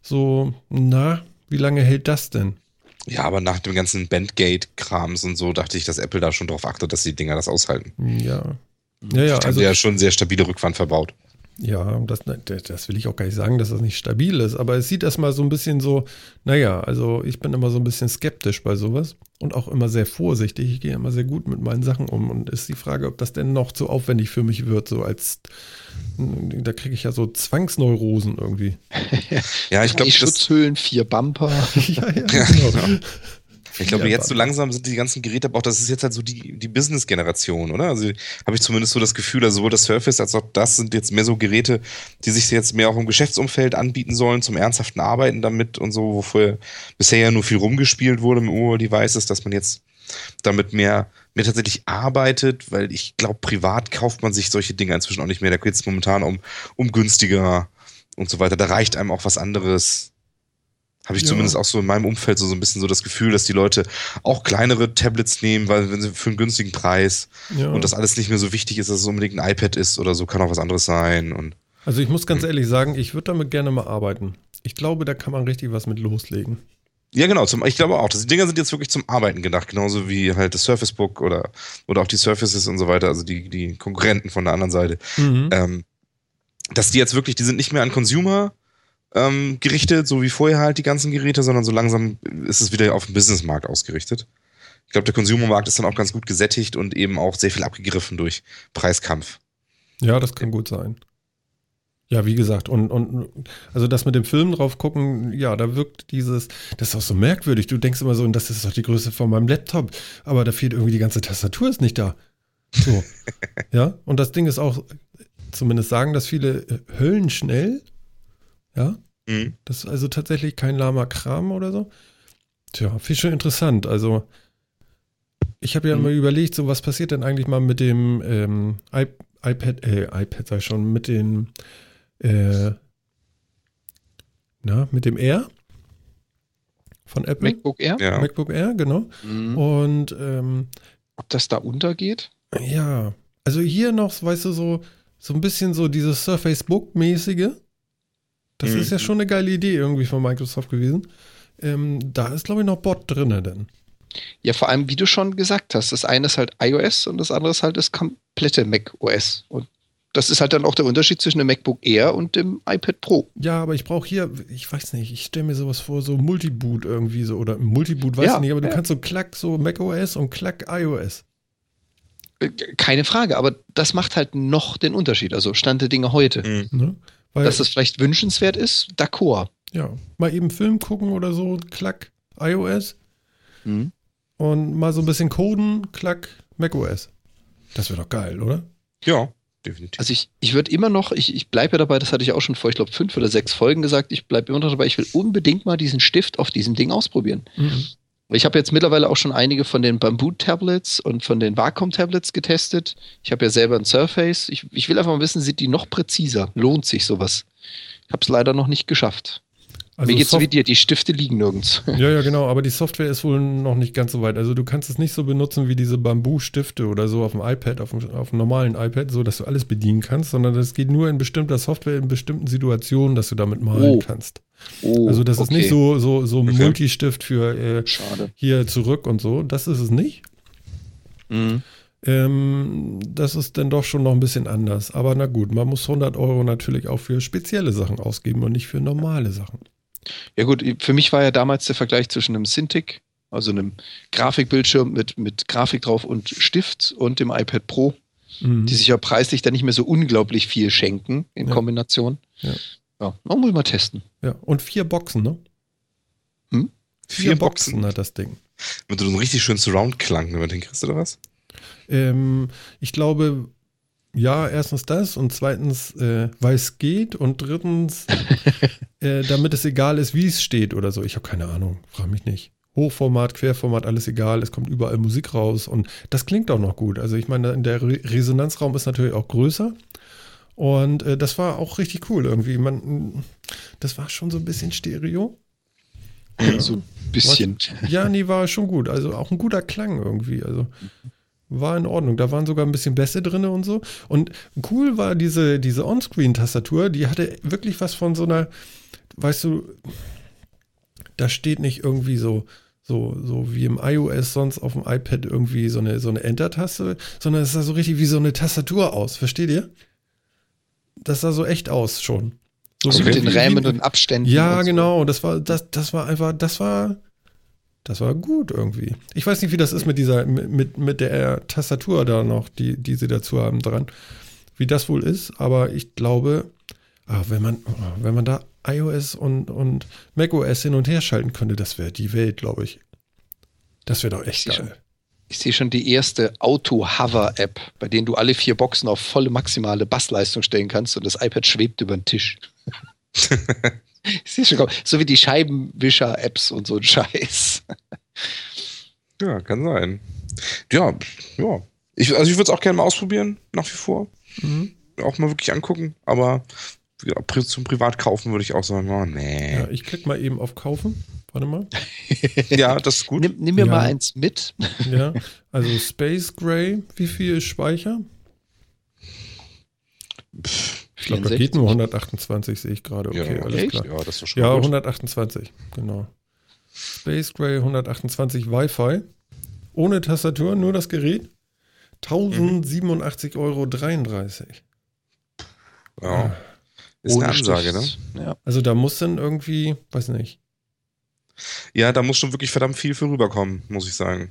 Speaker 1: na, wie lange hält das denn?
Speaker 3: Ja, aber nach dem ganzen Bandgate-Krams und so dachte ich, dass Apple da schon drauf achtet, dass die Dinger das aushalten.
Speaker 1: Ja.
Speaker 3: Vielleicht haben die ja schon sehr stabile Rückwand verbaut.
Speaker 1: Ja, das will ich auch gar nicht sagen, dass das nicht stabil ist, aber es sieht erstmal so ein bisschen so, naja, also ich bin immer so ein bisschen skeptisch bei sowas und auch immer sehr vorsichtig. Ich gehe immer sehr gut mit meinen Sachen um und ist die Frage, ob das denn noch zu aufwendig für mich wird, da kriege ich ja so Zwangsneurosen irgendwie.
Speaker 3: Ja, ich glaube,
Speaker 2: Schutzhüllen, 4 Bumper.
Speaker 1: Ja,
Speaker 3: genau. Ich glaube, jetzt so langsam sind die ganzen Geräte, aber auch das ist jetzt halt so die Business-Generation, oder? Also habe ich zumindest so das Gefühl, also sowohl das Surface als auch das sind jetzt mehr so Geräte, die sich jetzt mehr auch im Geschäftsumfeld anbieten sollen, zum ernsthaften Arbeiten damit und so, wo vorher bisher ja nur viel rumgespielt wurde mit Mobile-Devices, dass man jetzt damit mehr tatsächlich arbeitet, weil ich glaube, privat kauft man sich solche Dinge inzwischen auch nicht mehr. Da geht es momentan um günstiger und so weiter. Da reicht einem auch was anderes. Habe ich zumindest auch so in meinem Umfeld so ein bisschen so das Gefühl, dass die Leute auch kleinere Tablets nehmen, weil wenn sie für einen günstigen Preis und das alles nicht mehr so wichtig ist, dass es unbedingt ein iPad ist oder so, kann auch was anderes sein. Und
Speaker 1: also ich muss ganz ehrlich sagen, ich würde damit gerne mal arbeiten. Ich glaube, da kann man richtig was mit loslegen.
Speaker 3: Ja, genau. Ich glaube auch, die Dinger sind jetzt wirklich zum Arbeiten gedacht, genauso wie halt das Surface Book oder auch die Surfaces und so weiter, also die Konkurrenten von der anderen Seite. Dass die jetzt wirklich, die sind nicht mehr an Consumer gerichtet, so wie vorher halt die ganzen Geräte, sondern so langsam ist es wieder auf den Businessmarkt ausgerichtet. Ich glaube, der Consumermarkt ist dann auch ganz gut gesättigt und eben auch sehr viel abgegriffen durch Preiskampf.
Speaker 1: Ja, das kann gut sein. Ja, wie gesagt, und also das mit dem Film drauf gucken, ja, da wirkt das ist auch so merkwürdig. Du denkst immer so, und das ist doch die Größe von meinem Laptop, aber da fehlt irgendwie die ganze Tastatur, ist nicht da. So. Ja, und das Ding ist auch, zumindest sagen das viele, höllenschnell. Ja, das ist also tatsächlich kein lahmer Kram oder so. Tja, viel schon interessant. Also, ich habe ja immer überlegt, so was passiert denn eigentlich mal mit dem iPad sag ich schon, mit dem mit dem Air von Apple.
Speaker 2: MacBook Air?
Speaker 3: Ja.
Speaker 1: MacBook Air, genau. Und
Speaker 2: ob das da untergeht?
Speaker 1: Ja, also hier noch, weißt du, so ein bisschen so dieses Surface Book-mäßige. Das ist ja schon eine geile Idee irgendwie von Microsoft gewesen. Da ist, glaube ich, noch Bot drin denn.
Speaker 2: Ja, vor allem, wie du schon gesagt hast, das eine ist halt iOS und das andere ist halt das komplette macOS. Und das ist halt dann auch der Unterschied zwischen dem MacBook Air und dem iPad Pro.
Speaker 1: Ja, aber ich brauche hier, ich weiß nicht, ich stelle mir sowas vor, so Multiboot irgendwie so, oder Multiboot, weiß ich nicht, aber du kannst so Klack, so macOS und Klack iOS.
Speaker 2: Keine Frage, aber das macht halt noch den Unterschied, also Stand der Dinge heute.
Speaker 1: Ne? Weil,
Speaker 2: dass das vielleicht wünschenswert ist, d'accord.
Speaker 1: Ja, mal eben Film gucken oder so, Klack, iOS. Und mal so ein bisschen coden, Klack, macOS. Das wäre doch geil, oder?
Speaker 3: Ja, definitiv.
Speaker 2: Also ich würde immer noch, ich bleibe ja dabei, das hatte ich auch schon vor, ich glaube 5 oder 6 Folgen gesagt, ich bleibe immer noch dabei, ich will unbedingt mal diesen Stift auf diesem Ding ausprobieren. Ich habe jetzt mittlerweile auch schon einige von den Bamboo-Tablets und von den Wacom-Tablets getestet. Ich habe ja selber ein Surface. Ich will einfach mal wissen, sind die noch präziser? Lohnt sich sowas? Ich habe es leider noch nicht geschafft.
Speaker 1: Also
Speaker 2: mir geht's so wie dir, die Stifte liegen nirgends.
Speaker 1: Ja, genau, aber die Software ist wohl noch nicht ganz so weit. Also du kannst es nicht so benutzen wie diese Bamboo-Stifte oder so auf dem iPad, auf dem normalen iPad, so dass du alles bedienen kannst, sondern das geht nur in bestimmter Software, in bestimmten Situationen, dass du damit malen kannst. Also das ist nicht so Multistift für hier zurück und so. Das ist es nicht. Das ist dann doch schon noch ein bisschen anders. Aber na gut, man muss 100 € natürlich auch für spezielle Sachen ausgeben und nicht für normale Sachen.
Speaker 2: Ja gut, für mich war ja damals der Vergleich zwischen einem Cintiq, also einem Grafikbildschirm mit Grafik drauf und Stift und dem iPad Pro, die sich ja preislich dann nicht mehr so unglaublich viel schenken in Kombination. Ja, man muss mal testen.
Speaker 1: Ja, und 4 Boxen, ne?
Speaker 3: 4 Boxen
Speaker 1: hat das Ding.
Speaker 3: Mit so einem richtig schönen Surround-Klang, wenn du den kriegst, oder was?
Speaker 1: Ich glaube, ja, erstens das und zweitens, weil es geht und drittens, damit es egal ist, wie es steht oder so. Ich habe keine Ahnung, frag mich nicht. Hochformat, Querformat, alles egal, es kommt überall Musik raus und das klingt auch noch gut. Also ich meine, der Resonanzraum ist natürlich auch größer und das war auch richtig cool irgendwie. Das war schon so ein bisschen Stereo.
Speaker 2: Ja, so ein bisschen.
Speaker 1: Ja, nee, war schon gut. Also auch ein guter Klang irgendwie. Also war in Ordnung. Da waren sogar ein bisschen Bässe drin und so. Und cool war diese On-Screen-Tastatur, die hatte wirklich was von so einer, weißt du, da steht nicht irgendwie so wie im iOS sonst auf dem iPad irgendwie so eine Enter-Taste, sondern es sah so richtig wie so eine Tastatur aus. Versteht ihr? Das sah so echt aus schon. So
Speaker 2: also mit den Rämen und Abständen.
Speaker 1: Ja,
Speaker 2: und so.
Speaker 1: genau. Das war gut irgendwie. Ich weiß nicht, wie das ist mit der Tastatur da noch, die sie dazu haben dran. Wie das wohl ist, aber ich glaube, wenn man da iOS und macOS hin und her schalten könnte, das wäre die Welt, glaube ich. Das wäre doch echt geil.
Speaker 2: Ich sehe schon die erste Auto-Hover-App, bei denen du alle 4 Boxen auf volle maximale Bassleistung stellen kannst und das iPad schwebt über den Tisch. Ich sehe schon, so wie die Scheibenwischer-Apps und so ein Scheiß.
Speaker 3: Ja, kann sein. Ja. Ich würde es auch gerne mal ausprobieren, nach wie vor. Auch mal wirklich angucken, aber zum Privatkaufen würde ich auch sagen, oh nee.
Speaker 1: Ja, ich klicke mal eben auf Kaufen. Warte mal.
Speaker 3: Ja, das ist gut.
Speaker 2: Nimm mir mal eins mit.
Speaker 1: Ja, also Space Gray, wie viel ist Speicher? Ich glaube, da geht nur 128, sehe ich gerade. Okay,
Speaker 3: ja,
Speaker 1: alles klar.
Speaker 3: Ja, das ist schon
Speaker 1: ja
Speaker 3: gut.
Speaker 1: 128, genau. Space Gray 128 Wi-Fi. Ohne Tastatur, nur das Gerät. 1087,33 €.
Speaker 3: Ja. Ist eine Ansage, ne?
Speaker 2: Ja.
Speaker 1: Also da muss dann irgendwie, weiß nicht.
Speaker 3: Ja, da muss schon wirklich verdammt viel für rüberkommen, muss ich sagen.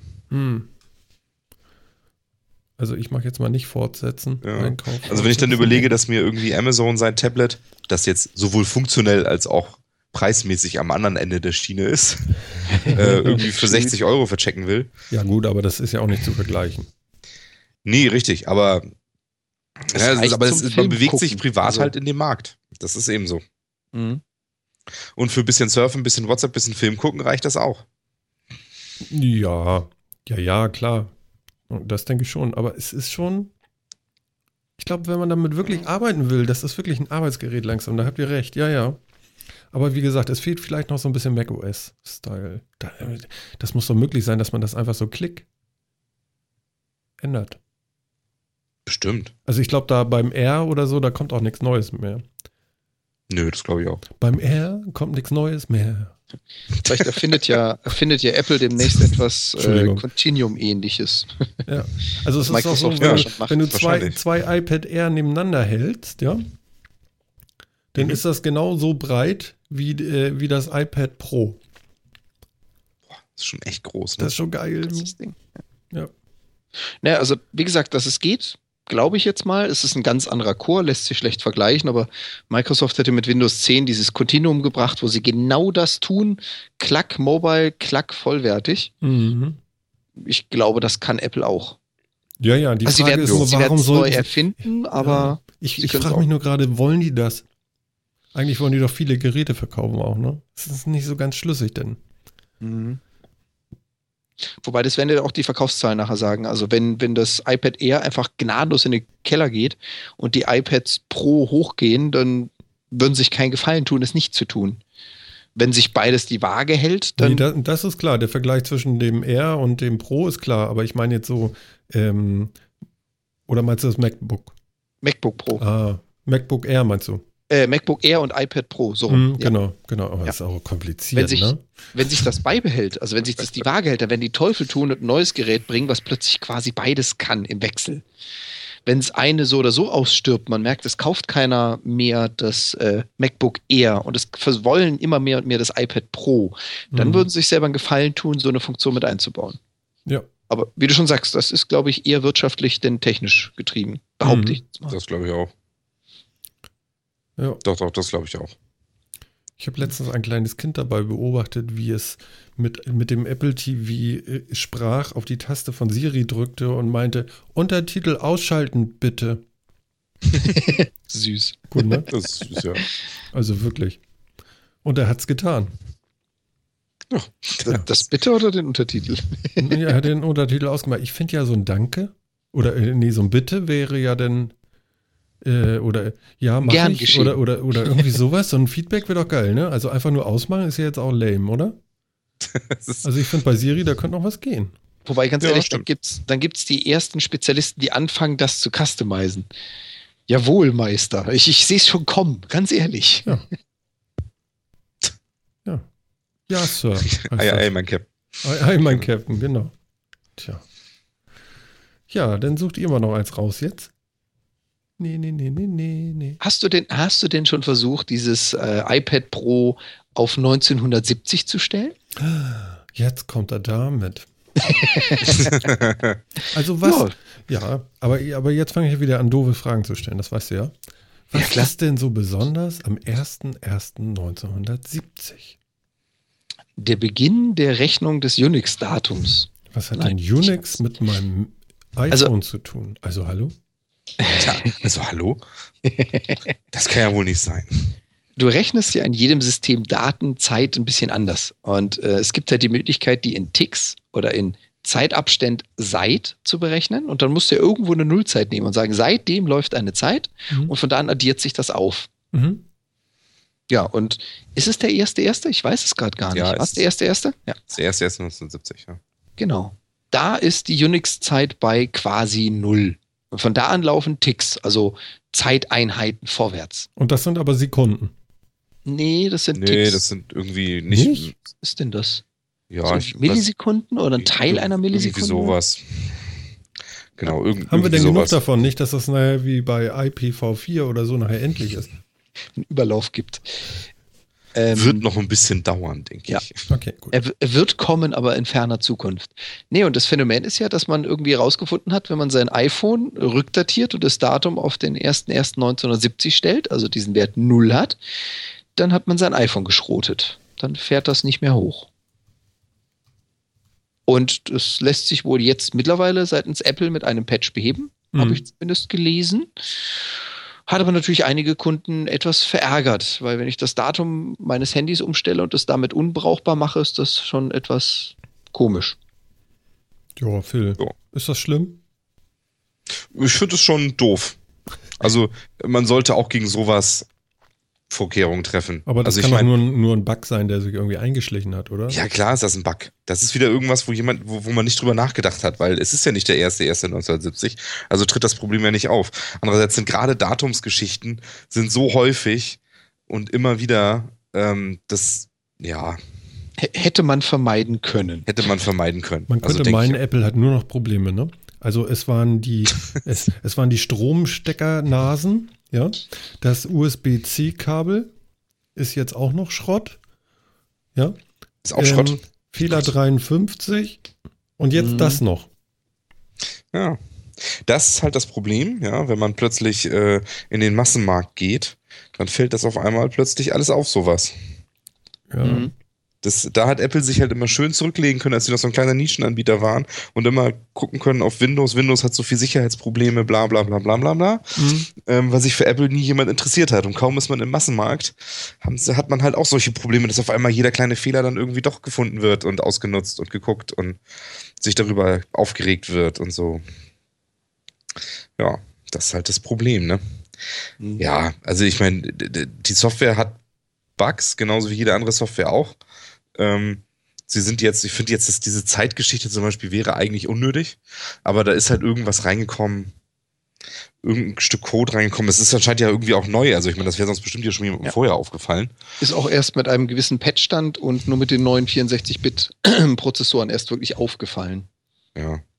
Speaker 1: Also ich mache jetzt mal nicht fortsetzen.
Speaker 3: Ja.
Speaker 1: Einkaufen.
Speaker 3: Also wenn ich dann überlege, dass mir irgendwie Amazon sein Tablet, das jetzt sowohl funktionell als auch preismäßig am anderen Ende der Schiene ist, irgendwie für 60 € verchecken will.
Speaker 1: Ja gut, aber das ist ja auch nicht zu vergleichen.
Speaker 3: Nee, richtig, aber man bewegt sich privat
Speaker 2: also
Speaker 3: halt in dem Markt. Das ist eben so.
Speaker 2: Mhm.
Speaker 3: Und für ein bisschen Surfen, ein bisschen WhatsApp, ein bisschen Film gucken reicht das auch.
Speaker 1: Ja, klar. Das denke ich schon. Aber es ist schon, ich glaube, wenn man damit wirklich arbeiten will, das ist wirklich ein Arbeitsgerät langsam. Da habt ihr recht. Ja. Aber wie gesagt, es fehlt vielleicht noch so ein bisschen macOS-Style. Das muss doch möglich sein, dass man das einfach so klick ändert.
Speaker 3: Bestimmt.
Speaker 1: Also ich glaube, da beim R oder so, da kommt auch nichts Neues mehr.
Speaker 3: Nö, das glaube ich auch.
Speaker 1: Beim R kommt nichts Neues mehr.
Speaker 2: Vielleicht erfindet ja Apple demnächst etwas Continuum-ähnliches.
Speaker 1: Ja, also es ist auch so, wenn du zwei iPad Air nebeneinander hältst, ja, dann ist das genau so breit wie das iPad Pro.
Speaker 3: Boah, das ist schon echt groß. Ne?
Speaker 1: Das ist schon geil.
Speaker 2: Das ist das Ding.
Speaker 1: Ja.
Speaker 2: Naja, also wie gesagt, dass es geht, glaube ich jetzt mal. Es ist ein ganz anderer Core, lässt sich schlecht vergleichen, aber Microsoft hätte mit Windows 10 dieses Continuum gebracht, wo sie genau das tun. Klack Mobile, Klack vollwertig.
Speaker 1: Mhm.
Speaker 2: Ich glaube, das kann Apple auch.
Speaker 1: Ja, die Frage ist nur, warum
Speaker 2: sie
Speaker 1: sollen
Speaker 2: neu erfinden, aber
Speaker 1: ich frage mich nur gerade, wollen die das? Eigentlich wollen die doch viele Geräte verkaufen auch, ne? Das ist nicht so ganz schlüssig denn.
Speaker 2: Mhm. Wobei, das werden ja auch die Verkaufszahlen nachher sagen. Also wenn das iPad Air einfach gnadenlos in den Keller geht und die iPads Pro hochgehen, dann würden sich keinen Gefallen tun, es nicht zu tun. Wenn sich beides die Waage hält, dann...
Speaker 1: Nee, das ist klar. Der Vergleich zwischen dem Air und dem Pro ist klar. Aber ich meine jetzt so, oder meinst du das MacBook?
Speaker 2: MacBook Pro.
Speaker 1: MacBook Air meinst du?
Speaker 2: MacBook Air und iPad Pro, so.
Speaker 1: Genau. Aber das ist auch kompliziert,
Speaker 2: wenn sich das beibehält, also wenn sich das die Waage hält, dann werden die Teufel tun und ein neues Gerät bringen, was plötzlich quasi beides kann im Wechsel. wenn es eine so oder so ausstirbt, man merkt, es kauft keiner mehr das MacBook Air und es wollen immer mehr und mehr das iPad Pro, dann würden sie sich selber einen Gefallen tun, so eine Funktion mit einzubauen.
Speaker 1: Ja.
Speaker 2: Aber wie du schon sagst, das ist, glaube ich, eher wirtschaftlich denn technisch getrieben. Behaupte ich jetzt mal.
Speaker 3: Das glaube ich auch.
Speaker 1: Ja.
Speaker 3: Doch, das glaube ich auch.
Speaker 1: Ich habe letztens ein kleines Kind dabei beobachtet, wie es mit dem Apple TV sprach, auf die Taste von Siri drückte und meinte, Untertitel ausschalten, bitte.
Speaker 2: Süß.
Speaker 1: Gut, ne?
Speaker 3: Das ist süß, ja.
Speaker 1: Also wirklich. Und er hat's getan.
Speaker 2: Das bitte oder den Untertitel?
Speaker 1: Er hat den Untertitel ausgemacht. Ich finde ja so ein Danke oder so ein Bitte wäre ja dann oder ja, mach
Speaker 2: Gern
Speaker 1: ich
Speaker 2: geschehen.
Speaker 1: oder irgendwie sowas. So ein Feedback wäre doch geil, ne? Also einfach nur ausmachen ist ja jetzt auch lame, oder? Also ich finde bei Siri, da könnte noch was gehen.
Speaker 2: Wobei, ganz
Speaker 3: Ja,
Speaker 2: ehrlich,
Speaker 3: stimmt.
Speaker 2: dann gibt's die ersten Spezialisten, die anfangen, das zu customizen. Jawohl, Meister. Ich sehe es schon kommen, ganz ehrlich.
Speaker 1: Ja. Ja, Sir.
Speaker 3: Ei, mein Cap.
Speaker 1: Ei, mein Captain, genau. Tja. Ja, dann sucht ihr mal noch eins raus jetzt. Nee.
Speaker 2: Hast du denn schon versucht, dieses iPad Pro auf 1970 zu stellen?
Speaker 1: Jetzt kommt er damit. Also was? Ja, aber jetzt fange ich wieder an, doofe Fragen zu stellen, das weißt du ja. Was
Speaker 2: klar.
Speaker 1: ist denn so besonders am 01.01.1970?
Speaker 2: Der Beginn der Rechnung des Unix-Datums.
Speaker 1: Was hat
Speaker 2: Nein,
Speaker 1: denn Unix mit meinem iPhone zu tun? Also hallo?
Speaker 3: Tja, also hallo? Das kann ja wohl nicht sein.
Speaker 2: Du rechnest ja in jedem System Daten, Zeit ein bisschen anders. Und es gibt halt die Möglichkeit, die in Ticks oder in Zeitabständ seit zu berechnen. Und dann musst du ja irgendwo eine Nullzeit nehmen und sagen, seitdem läuft eine Zeit und von da an addiert sich das auf.
Speaker 1: Mhm.
Speaker 2: Ja, und ist es der 1.1.? Ich weiß es gerade gar nicht.
Speaker 3: Ja,
Speaker 2: Was, der 1.1.? Ja,
Speaker 3: Das erste 1970, ja.
Speaker 2: genau. Da ist die Unix-Zeit bei quasi 0. Und von da an laufen Ticks, also Zeiteinheiten vorwärts.
Speaker 1: Und das sind aber Sekunden.
Speaker 2: Nee, das sind
Speaker 3: Nee,
Speaker 2: Ticks.
Speaker 3: das sind irgendwie nicht.
Speaker 1: Nicht?
Speaker 2: Was ist denn das?
Speaker 3: Ja,
Speaker 2: So
Speaker 3: ich
Speaker 2: Millisekunden oder ein Teil einer Millisekunde?
Speaker 3: Irgendwie sowas. Genau,
Speaker 1: Haben wir denn
Speaker 3: irgendwie
Speaker 1: genug
Speaker 3: sowas.
Speaker 1: davon? Nicht, dass das nachher wie bei IPv4 oder so nachher endlich ist.
Speaker 2: Einen Überlauf gibt.
Speaker 3: Wird noch ein bisschen dauern, denke
Speaker 2: Ja.
Speaker 3: ich.
Speaker 1: Okay, gut.
Speaker 2: Er wird kommen, aber in ferner Zukunft. Nee, und das Phänomen ist ja, dass man irgendwie herausgefunden hat, wenn man sein iPhone rückdatiert und das Datum auf den 01.01.1970 stellt, also diesen Wert 0 hat, dann hat man sein iPhone geschrotet. Dann fährt das nicht mehr hoch. Und das lässt sich wohl jetzt mittlerweile seitens Apple mit einem Patch beheben, habe ich zumindest gelesen. Hat aber natürlich einige Kunden etwas verärgert, weil wenn ich das Datum meines Handys umstelle und es damit unbrauchbar mache, ist das schon etwas komisch.
Speaker 1: Ja, Phil,
Speaker 3: Ja.
Speaker 1: ist das schlimm?
Speaker 3: Ich finde es schon doof. Also, man sollte auch gegen sowas Vorkehrungen treffen.
Speaker 1: Aber das
Speaker 3: also
Speaker 1: kann
Speaker 3: ich
Speaker 1: doch
Speaker 3: mein,
Speaker 1: nur ein Bug sein, der sich irgendwie eingeschlichen hat, oder?
Speaker 3: ja, klar ist das ein Bug. Das ist wieder irgendwas, wo man nicht drüber nachgedacht hat, weil es ist ja nicht der 1.1.1970, also tritt das Problem ja nicht auf. Andererseits sind gerade Datumsgeschichten sind so häufig und immer wieder, das, ja,
Speaker 2: Hätte man vermeiden können.
Speaker 3: hätte man vermeiden können.
Speaker 1: Man könnte
Speaker 3: denk
Speaker 1: meinen,
Speaker 3: ich,
Speaker 1: Apple hat nur noch Probleme, ne? Also es waren die Stromsteckernasen, ja. Das USB-C-Kabel ist jetzt auch noch Schrott, ja.
Speaker 3: ist auch Schrott.
Speaker 1: Fehler 53 und jetzt das noch.
Speaker 3: Ja. Das ist halt das Problem, ja, wenn man plötzlich in den Massenmarkt geht, dann fällt das auf einmal plötzlich alles auf sowas.
Speaker 1: Ja.
Speaker 3: Da hat Apple sich halt immer schön zurücklegen können, als sie noch so ein kleiner Nischenanbieter waren und immer gucken können auf Windows. Windows hat so viel Sicherheitsprobleme, bla bla bla bla bla bla, weil sich für Apple nie jemand interessiert hat. Und kaum ist man im Massenmarkt, hat man halt auch solche Probleme, dass auf einmal jeder kleine Fehler dann irgendwie doch gefunden wird und ausgenutzt und geguckt und sich darüber aufgeregt wird und so. Ja, das ist halt das Problem, ne? Ja, also ich meine, die Software hat Bugs, genauso wie jede andere Software auch. Ich finde jetzt, dass diese Zeitgeschichte zum Beispiel wäre eigentlich unnötig, aber da ist halt irgendwas reingekommen, irgendein Stück Code reingekommen. Das ist anscheinend ja irgendwie auch neu, also ich meine, das wäre sonst bestimmt ja schon jemandem vorher aufgefallen.
Speaker 2: Ist auch erst mit einem gewissen Patchstand und nur mit den neuen 64-Bit-Prozessoren erst wirklich aufgefallen.
Speaker 3: Ja.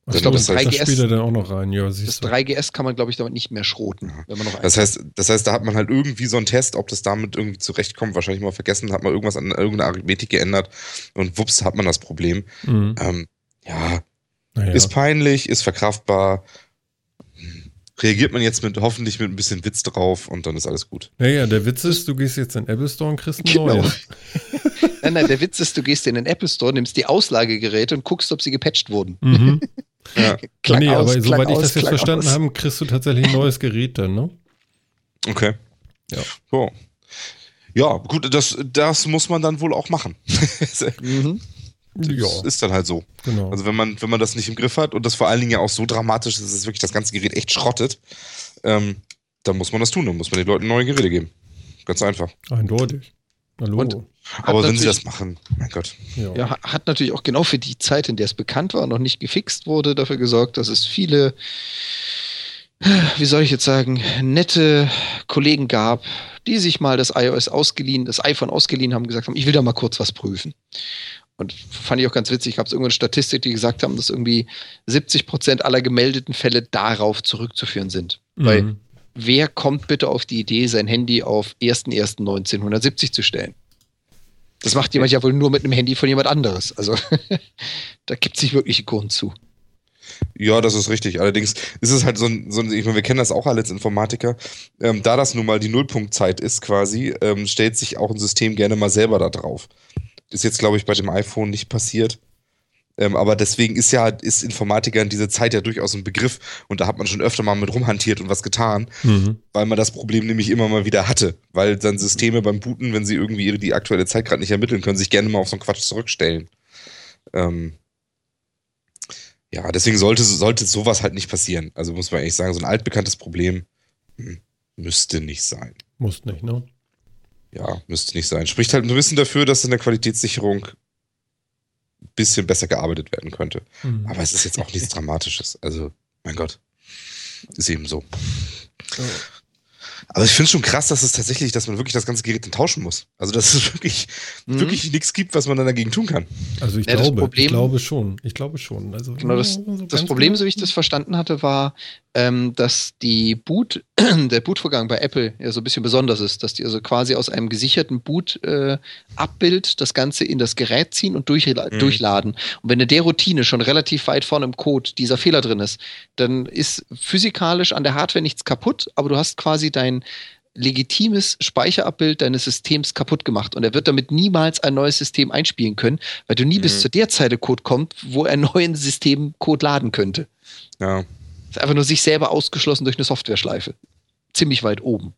Speaker 1: Ach,
Speaker 2: Ich glaube, das
Speaker 1: das
Speaker 2: 3GS
Speaker 1: spielt er dann auch noch rein. Ja,
Speaker 2: Das
Speaker 1: siehst du.
Speaker 2: 3GS kann man, glaube ich, damit nicht mehr schroten. Wenn man noch
Speaker 3: Das heißt, da hat man halt irgendwie so einen Test, ob das damit irgendwie zurechtkommt, wahrscheinlich mal vergessen, hat man irgendwas an irgendeiner Arithmetik geändert und wups, hat man das Problem. Ja,
Speaker 1: Naja.
Speaker 3: ist peinlich, ist verkraftbar. Reagiert man jetzt hoffentlich mit ein bisschen Witz drauf und dann ist alles gut.
Speaker 1: Naja, der Witz ist, du gehst jetzt in den Apple Store und kriegst ein
Speaker 2: Genau.
Speaker 1: neues.
Speaker 2: Nein, der Witz ist, du gehst in den Apple Store, nimmst die Auslagegeräte und guckst, ob sie gepatcht wurden.
Speaker 1: Mhm.
Speaker 3: Ja,
Speaker 2: Klang
Speaker 1: aber
Speaker 2: aus,
Speaker 1: soweit ich
Speaker 2: Klang
Speaker 1: das jetzt
Speaker 2: aus,
Speaker 1: verstanden
Speaker 2: Klang
Speaker 1: habe, kriegst du tatsächlich ein neues Gerät dann, ne?
Speaker 3: okay.
Speaker 1: Ja.
Speaker 3: So. Ja, gut, das muss man dann wohl auch machen.
Speaker 2: Mhm.
Speaker 3: Das ist dann halt so.
Speaker 1: Genau.
Speaker 3: Also wenn man das nicht im Griff hat und das vor allen Dingen ja auch so dramatisch ist, dass es wirklich das ganze Gerät echt schrottet, dann muss man das tun. Dann muss man den Leuten neue Geräte geben. Ganz einfach.
Speaker 1: Eindeutig. Hallo.
Speaker 2: Und-
Speaker 3: Aber wenn sie
Speaker 2: natürlich-
Speaker 3: das machen, mein Gott.
Speaker 2: Ja, hat natürlich auch genau für die Zeit, in der es bekannt war und noch nicht gefixt wurde, dafür gesorgt, dass es viele, wie soll ich jetzt sagen, nette Kollegen gab, die sich mal das iPhone ausgeliehen haben, gesagt haben, ich will da mal kurz was prüfen. Und fand ich auch ganz witzig, gab es irgendwo eine Statistik, die gesagt haben, dass irgendwie 70% aller gemeldeten Fälle darauf zurückzuführen sind. Weil
Speaker 1: Mhm.
Speaker 2: wer kommt bitte auf die Idee, sein Handy auf 1.1.1970 zu stellen? Das macht jemand ja wohl nur mit einem Handy von jemand anderes. Also da gibt es nicht wirklich einen Grund zu.
Speaker 3: Ja, das ist richtig. Allerdings ist es halt so ein ich meine, wir kennen das auch alle als Informatiker. Da das nun mal die Nullpunktzeit ist quasi, stellt sich auch ein System gerne mal selber da drauf. Ist jetzt, glaube ich, bei dem iPhone nicht passiert. Aber deswegen ist Informatiker in dieser Zeit ja durchaus ein Begriff und da hat man schon öfter mal mit rumhantiert und was getan, weil man das Problem nämlich immer mal wieder hatte. Weil dann Systeme beim Booten, wenn sie irgendwie die aktuelle Zeit gerade nicht ermitteln können, sich gerne mal auf so einen Quatsch zurückstellen. Ja, deswegen sollte sowas halt nicht passieren. Also muss man ehrlich sagen, so ein altbekanntes Problem müsste nicht sein.
Speaker 1: Muss nicht, ne?
Speaker 3: Ja, müsste nicht sein. Spricht halt ein bisschen dafür, dass in der Qualitätssicherung ein bisschen besser gearbeitet werden könnte.
Speaker 1: Mhm.
Speaker 3: Aber es ist jetzt auch nichts Dramatisches. Also, mein Gott. Ist eben so.
Speaker 1: Ja.
Speaker 3: Aber ich finde es schon krass, dass man wirklich das ganze Gerät dann tauschen muss. Also, dass es wirklich nichts gibt, was man dann dagegen tun kann.
Speaker 1: Also ich
Speaker 2: Ja, das
Speaker 1: glaube
Speaker 2: Problem-
Speaker 1: schon. Also,
Speaker 2: Genau, das
Speaker 1: ganz
Speaker 2: Problem,
Speaker 1: genau.
Speaker 2: so wie ich das verstanden hatte, war, dass der Bootvorgang bei Apple ja so ein bisschen besonders ist, dass die also quasi aus einem gesicherten Boot-Abbild das Ganze in das Gerät ziehen und durchladen. Und wenn in der Routine schon relativ weit vorne im Code dieser Fehler drin ist, dann ist physikalisch an der Hardware nichts kaputt, aber du hast quasi dein legitimes Speicherabbild deines Systems kaputt gemacht und er wird damit niemals ein neues System einspielen können, weil du nie bis zu der Zeile Code kommt, wo er neuen System Code laden könnte.
Speaker 3: Ja.
Speaker 2: Ist einfach nur sich selber ausgeschlossen durch eine Softwareschleife. Ziemlich weit oben.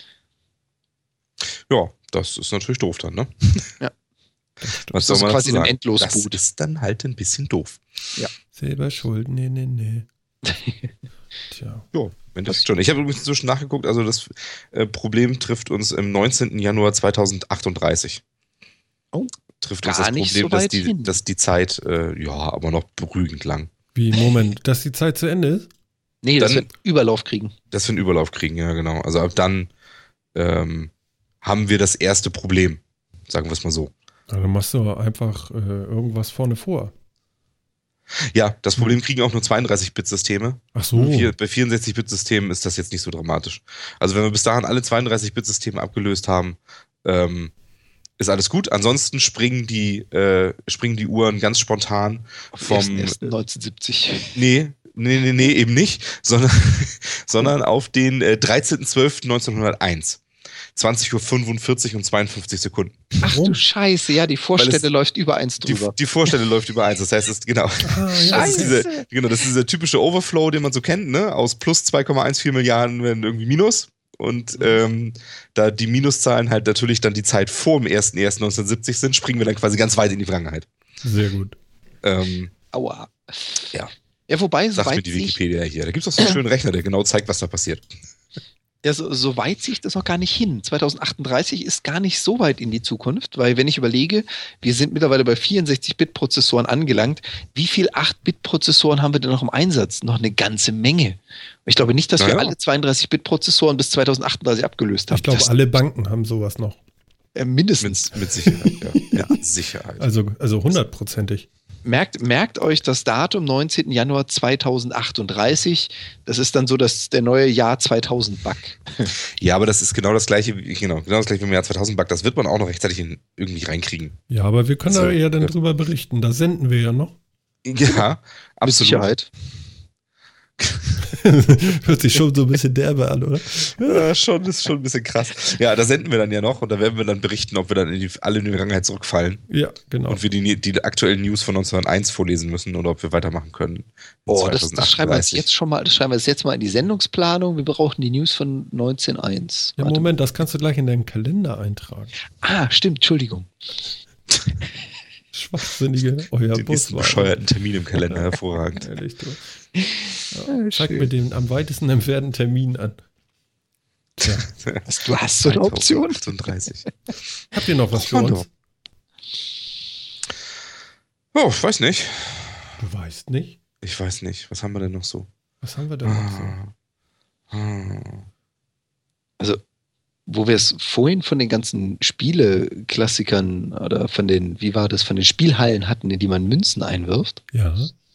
Speaker 3: Ja, das ist natürlich doof dann, ne?
Speaker 2: Ja.
Speaker 3: Was
Speaker 2: Das ist
Speaker 3: soll man
Speaker 2: quasi
Speaker 3: dazu
Speaker 2: ein
Speaker 3: sagen?
Speaker 2: Endlosboot.
Speaker 3: Das ist dann halt ein bisschen doof.
Speaker 1: Selber schuld, nee. Tja.
Speaker 3: Ja, wenn das schon. Ich habe übrigens inzwischen nachgeguckt, also das Problem trifft uns im 19. Januar 2038.
Speaker 2: Oh,
Speaker 3: trifft
Speaker 2: gar
Speaker 3: uns das
Speaker 2: nicht
Speaker 3: Problem,
Speaker 2: so weit hin.
Speaker 3: dass die Zeit, aber noch beruhigend lang.
Speaker 1: Wie, Moment, dass die Zeit zu Ende ist?
Speaker 2: Nee, das
Speaker 3: Dann-
Speaker 2: wird Überlauf kriegen.
Speaker 3: Dass wir einen Überlauf kriegen, ja genau. Also ab dann haben wir das erste Problem, sagen wir es mal so.
Speaker 1: Ja, dann machst du einfach irgendwas vorne vor.
Speaker 3: Ja, das Problem kriegen auch nur 32-Bit-Systeme.
Speaker 1: Ach so.
Speaker 3: Bei 64-Bit-Systemen ist das jetzt nicht so dramatisch. Also wenn wir bis dahin alle 32-Bit-Systeme abgelöst haben, ist alles gut. Ansonsten springen die Uhren ganz spontan vom
Speaker 2: 1.1.1970.
Speaker 3: Nee, eben nicht, sondern auf den 13.12.1901. 20:45 und 52 Sekunden.
Speaker 2: Ach du Scheiße, ja, die Vorstelle läuft über eins drüber.
Speaker 3: Die Vorstelle läuft über 1. Das heißt, es ist genau. Das ist dieser typische Overflow, den man so kennt, ne? Aus plus 2,14 Milliarden werden irgendwie Minus. Und da die Minuszahlen halt natürlich dann die Zeit vor dem 1.1.1970 sind, springen wir dann quasi ganz weit in die Vergangenheit.
Speaker 1: Sehr gut.
Speaker 2: Aua.
Speaker 3: Ja.
Speaker 2: Ja, wobei,
Speaker 3: Sagt mir die Wikipedia hier. Da gibt es auch so einen schönen Rechner, der genau zeigt, was da passiert.
Speaker 2: so weit sehe ich das noch gar nicht hin. 2038 ist gar nicht so weit in die Zukunft, weil wenn ich überlege, wir sind mittlerweile bei 64-Bit-Prozessoren angelangt. Wie viel 8-Bit-Prozessoren haben wir denn noch im Einsatz? Noch eine ganze Menge. Ich glaube nicht, dass wir alle 32-Bit-Prozessoren bis 2038 abgelöst haben.
Speaker 1: Ich glaube, alle Banken haben sowas noch.
Speaker 2: Mindestens.
Speaker 3: Mit Sicherheit, ja. Mit Sicherheit.
Speaker 1: Also 100%ig.
Speaker 2: Merkt euch das Datum 19. Januar 2038. Das ist dann so der neue Jahr 2000-Bug.
Speaker 3: Ja, aber das ist genau das gleiche wie im Jahr 2000-Bug. Das wird man auch noch rechtzeitig irgendwie reinkriegen.
Speaker 1: Ja, aber wir können
Speaker 3: Also,
Speaker 1: da eher dann drüber berichten. Da senden wir ja noch.
Speaker 3: Ja, absolut.
Speaker 2: Mit Sicherheit.
Speaker 1: Hört sich schon so ein bisschen derbe an, oder?
Speaker 3: Ja, ist schon ein bisschen krass. Ja, da senden wir dann ja noch und da werden wir dann berichten, ob wir dann alle in die Vergangenheit zurückfallen.
Speaker 1: Ja, genau.
Speaker 3: Und wir die aktuellen News von 1901 vorlesen müssen oder ob wir weitermachen können.
Speaker 2: Oh, das schreiben wir jetzt mal in die Sendungsplanung. Wir brauchen die News von 1901.
Speaker 1: Ja, Moment, das kannst du gleich in deinen Kalender eintragen.
Speaker 2: Ah, stimmt, Entschuldigung.
Speaker 1: Schwachsinnige, euer
Speaker 3: Den nächsten bescheuerten Termin im Kalender, hervorragend.
Speaker 1: Ehrlich, du. Ja, zeig mir den am weitesten entfernten Termin an.
Speaker 2: Ja. Du hast so eine Option.
Speaker 3: 38.
Speaker 1: Habt ihr noch was für uns?
Speaker 3: Oh, ich weiß nicht.
Speaker 1: Du weißt nicht?
Speaker 3: Ich weiß nicht. Was haben wir denn noch so?
Speaker 1: Was haben wir denn noch so?
Speaker 2: Also, wo wir es vorhin von den ganzen Spiele-Klassikern oder von den Spielhallen hatten, in die man Münzen einwirft.
Speaker 1: Ja.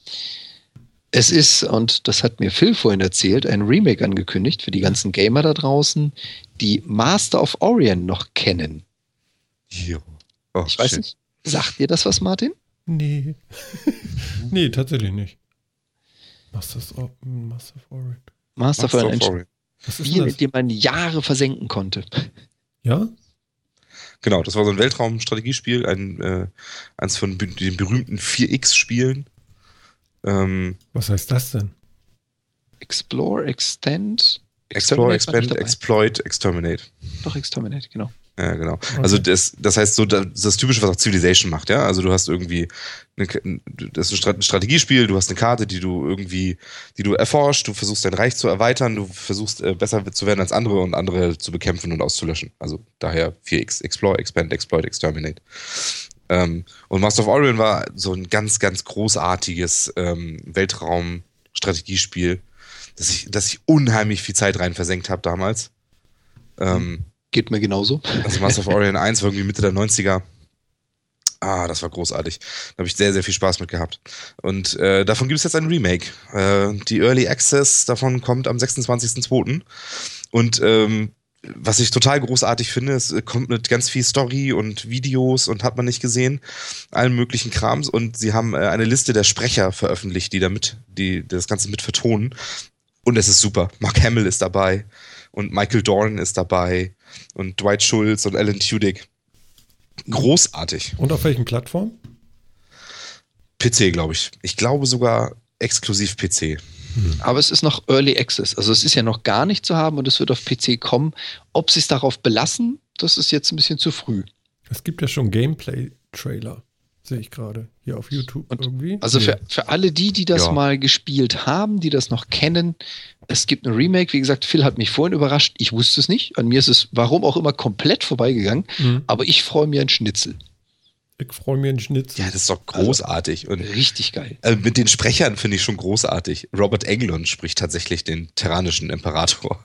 Speaker 2: Es ist, und das hat mir Phil vorhin erzählt, ein Remake angekündigt für die ganzen Gamer da draußen, die Master of Orion noch kennen.
Speaker 3: Jo. Oh,
Speaker 2: ich weiß nicht, sagt dir das was, Martin?
Speaker 1: Nee. Nee, tatsächlich nicht. Master of Orion.
Speaker 2: Master of Orion.
Speaker 1: Was ist
Speaker 2: Spiel,
Speaker 1: das?
Speaker 2: in dem man Jahre versenken konnte.
Speaker 1: Ja?
Speaker 3: Genau, das war so ein Weltraumstrategiespiel, eins von den berühmten 4X-Spielen.
Speaker 1: Was heißt das denn?
Speaker 2: Explore, Expand,
Speaker 3: Exploit, Exterminate.
Speaker 2: Doch, Exterminate, genau.
Speaker 3: Ja, genau.
Speaker 1: Okay.
Speaker 3: Also das heißt so, das Typische, was auch Civilization macht, ja. Also du hast irgendwie, das ist ein Strategiespiel, du hast eine Karte, die du erforscht, du versuchst dein Reich zu erweitern, du versuchst besser zu werden als andere und andere zu bekämpfen und auszulöschen. Also daher 4X, Explore, Expand, Exploit, Exterminate. Und Master of Orion war so ein ganz, ganz großartiges Weltraum-Strategiespiel, dass ich unheimlich viel Zeit rein versenkt habe damals.
Speaker 2: Geht mir genauso.
Speaker 3: Also Master of Orion 1 war irgendwie Mitte der 90er. Das war großartig. Da habe ich sehr, sehr viel Spaß mit gehabt. Und davon gibt es jetzt ein Remake. Die Early Access davon kommt am 26.02. Und was ich total großartig finde, es kommt mit ganz viel Story und Videos und hat man nicht gesehen, allen möglichen Krams. Und sie haben eine Liste der Sprecher veröffentlicht, die das Ganze mit vertonen. Und es ist super. Mark Hamill ist dabei und Michael Dorn ist dabei und Dwight Schultz und Alan Tudyk. Großartig.
Speaker 1: Und auf welchen Plattformen?
Speaker 3: PC, glaube ich. Ich glaube sogar exklusiv PC.
Speaker 2: Aber es ist noch Early Access. Also es ist ja noch gar nicht zu haben und es wird auf PC kommen. Ob sie es darauf belassen, das ist jetzt ein bisschen zu früh.
Speaker 1: Es gibt ja schon Gameplay-Trailer, sehe ich gerade hier auf YouTube
Speaker 2: und
Speaker 1: irgendwie.
Speaker 2: Also für alle die das mal gespielt haben, die das noch kennen, es gibt ein Remake. Wie gesagt, Phil hat mich vorhin überrascht. Ich wusste es nicht. An mir ist es, warum auch immer, komplett vorbeigegangen. Aber ich freue mir ein Schnitzel.
Speaker 1: Ich freue mich ein Schnitzel.
Speaker 3: Ja, das ist doch großartig.
Speaker 2: Also, richtig geil.
Speaker 3: Mit den Sprechern finde ich schon großartig. Robert Englund spricht tatsächlich den terranischen Imperator.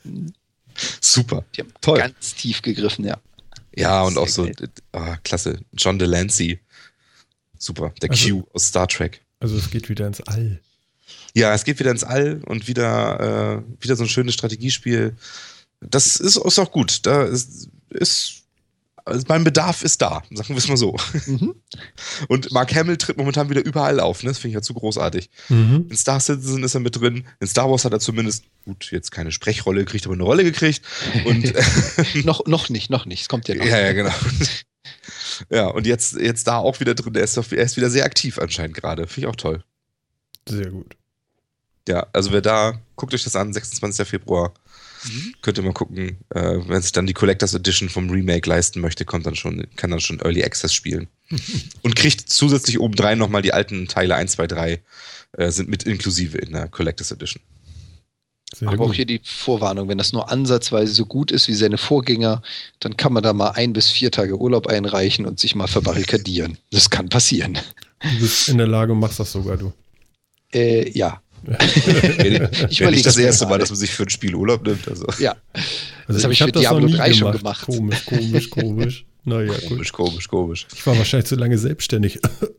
Speaker 3: Super.
Speaker 2: Die haben
Speaker 3: toll.
Speaker 2: Ganz tief gegriffen, ja.
Speaker 3: Ja, und
Speaker 2: sehr
Speaker 3: auch so, klasse. John Delancey. Super. Der Q aus Star Trek.
Speaker 1: Also es geht wieder ins All.
Speaker 3: Ja, es geht wieder ins All und wieder so ein schönes Strategiespiel. Das ist auch gut. Da ist also mein Bedarf ist da, sagen wir es mal so. Und Mark Hamill tritt momentan wieder überall auf, ne? Das finde ich ja zu großartig. In Star Citizen ist er mit drin, in Star Wars hat er zumindest, gut, jetzt keine Sprechrolle gekriegt, aber eine Rolle gekriegt. Und
Speaker 2: noch nicht, es kommt ja noch.
Speaker 3: Ja, genau. Ja, und jetzt da auch wieder drin, er ist wieder sehr aktiv anscheinend gerade, finde ich auch toll.
Speaker 1: Sehr gut.
Speaker 3: Ja, also guckt euch das an, 26. Februar. Könnt ihr mal gucken, wenn sich dann die Collectors Edition vom Remake leisten möchte, kann dann schon Early Access spielen. Und kriegt zusätzlich obendrein nochmal die alten Teile 1, 2, 3 sind mit inklusive in der Collectors Edition.
Speaker 2: Aber auch hier die Vorwarnung, wenn das nur ansatzweise so gut ist wie seine Vorgänger, dann kann man da mal 1 bis 4 Tage Urlaub einreichen und sich mal verbarrikadieren. Das kann passieren.
Speaker 1: Du bist in der Lage und machst das sogar, du.
Speaker 2: Ja.
Speaker 3: Ich überlege nicht das erste Mal, dass man sich für ein Spiel Urlaub nimmt. Also.
Speaker 2: Ja.
Speaker 1: Also
Speaker 2: das habe ich für Diablo 3 schon gemacht.
Speaker 1: Komisch. Naja, gut.
Speaker 3: Komisch.
Speaker 1: Ich war wahrscheinlich zu lange selbstständig.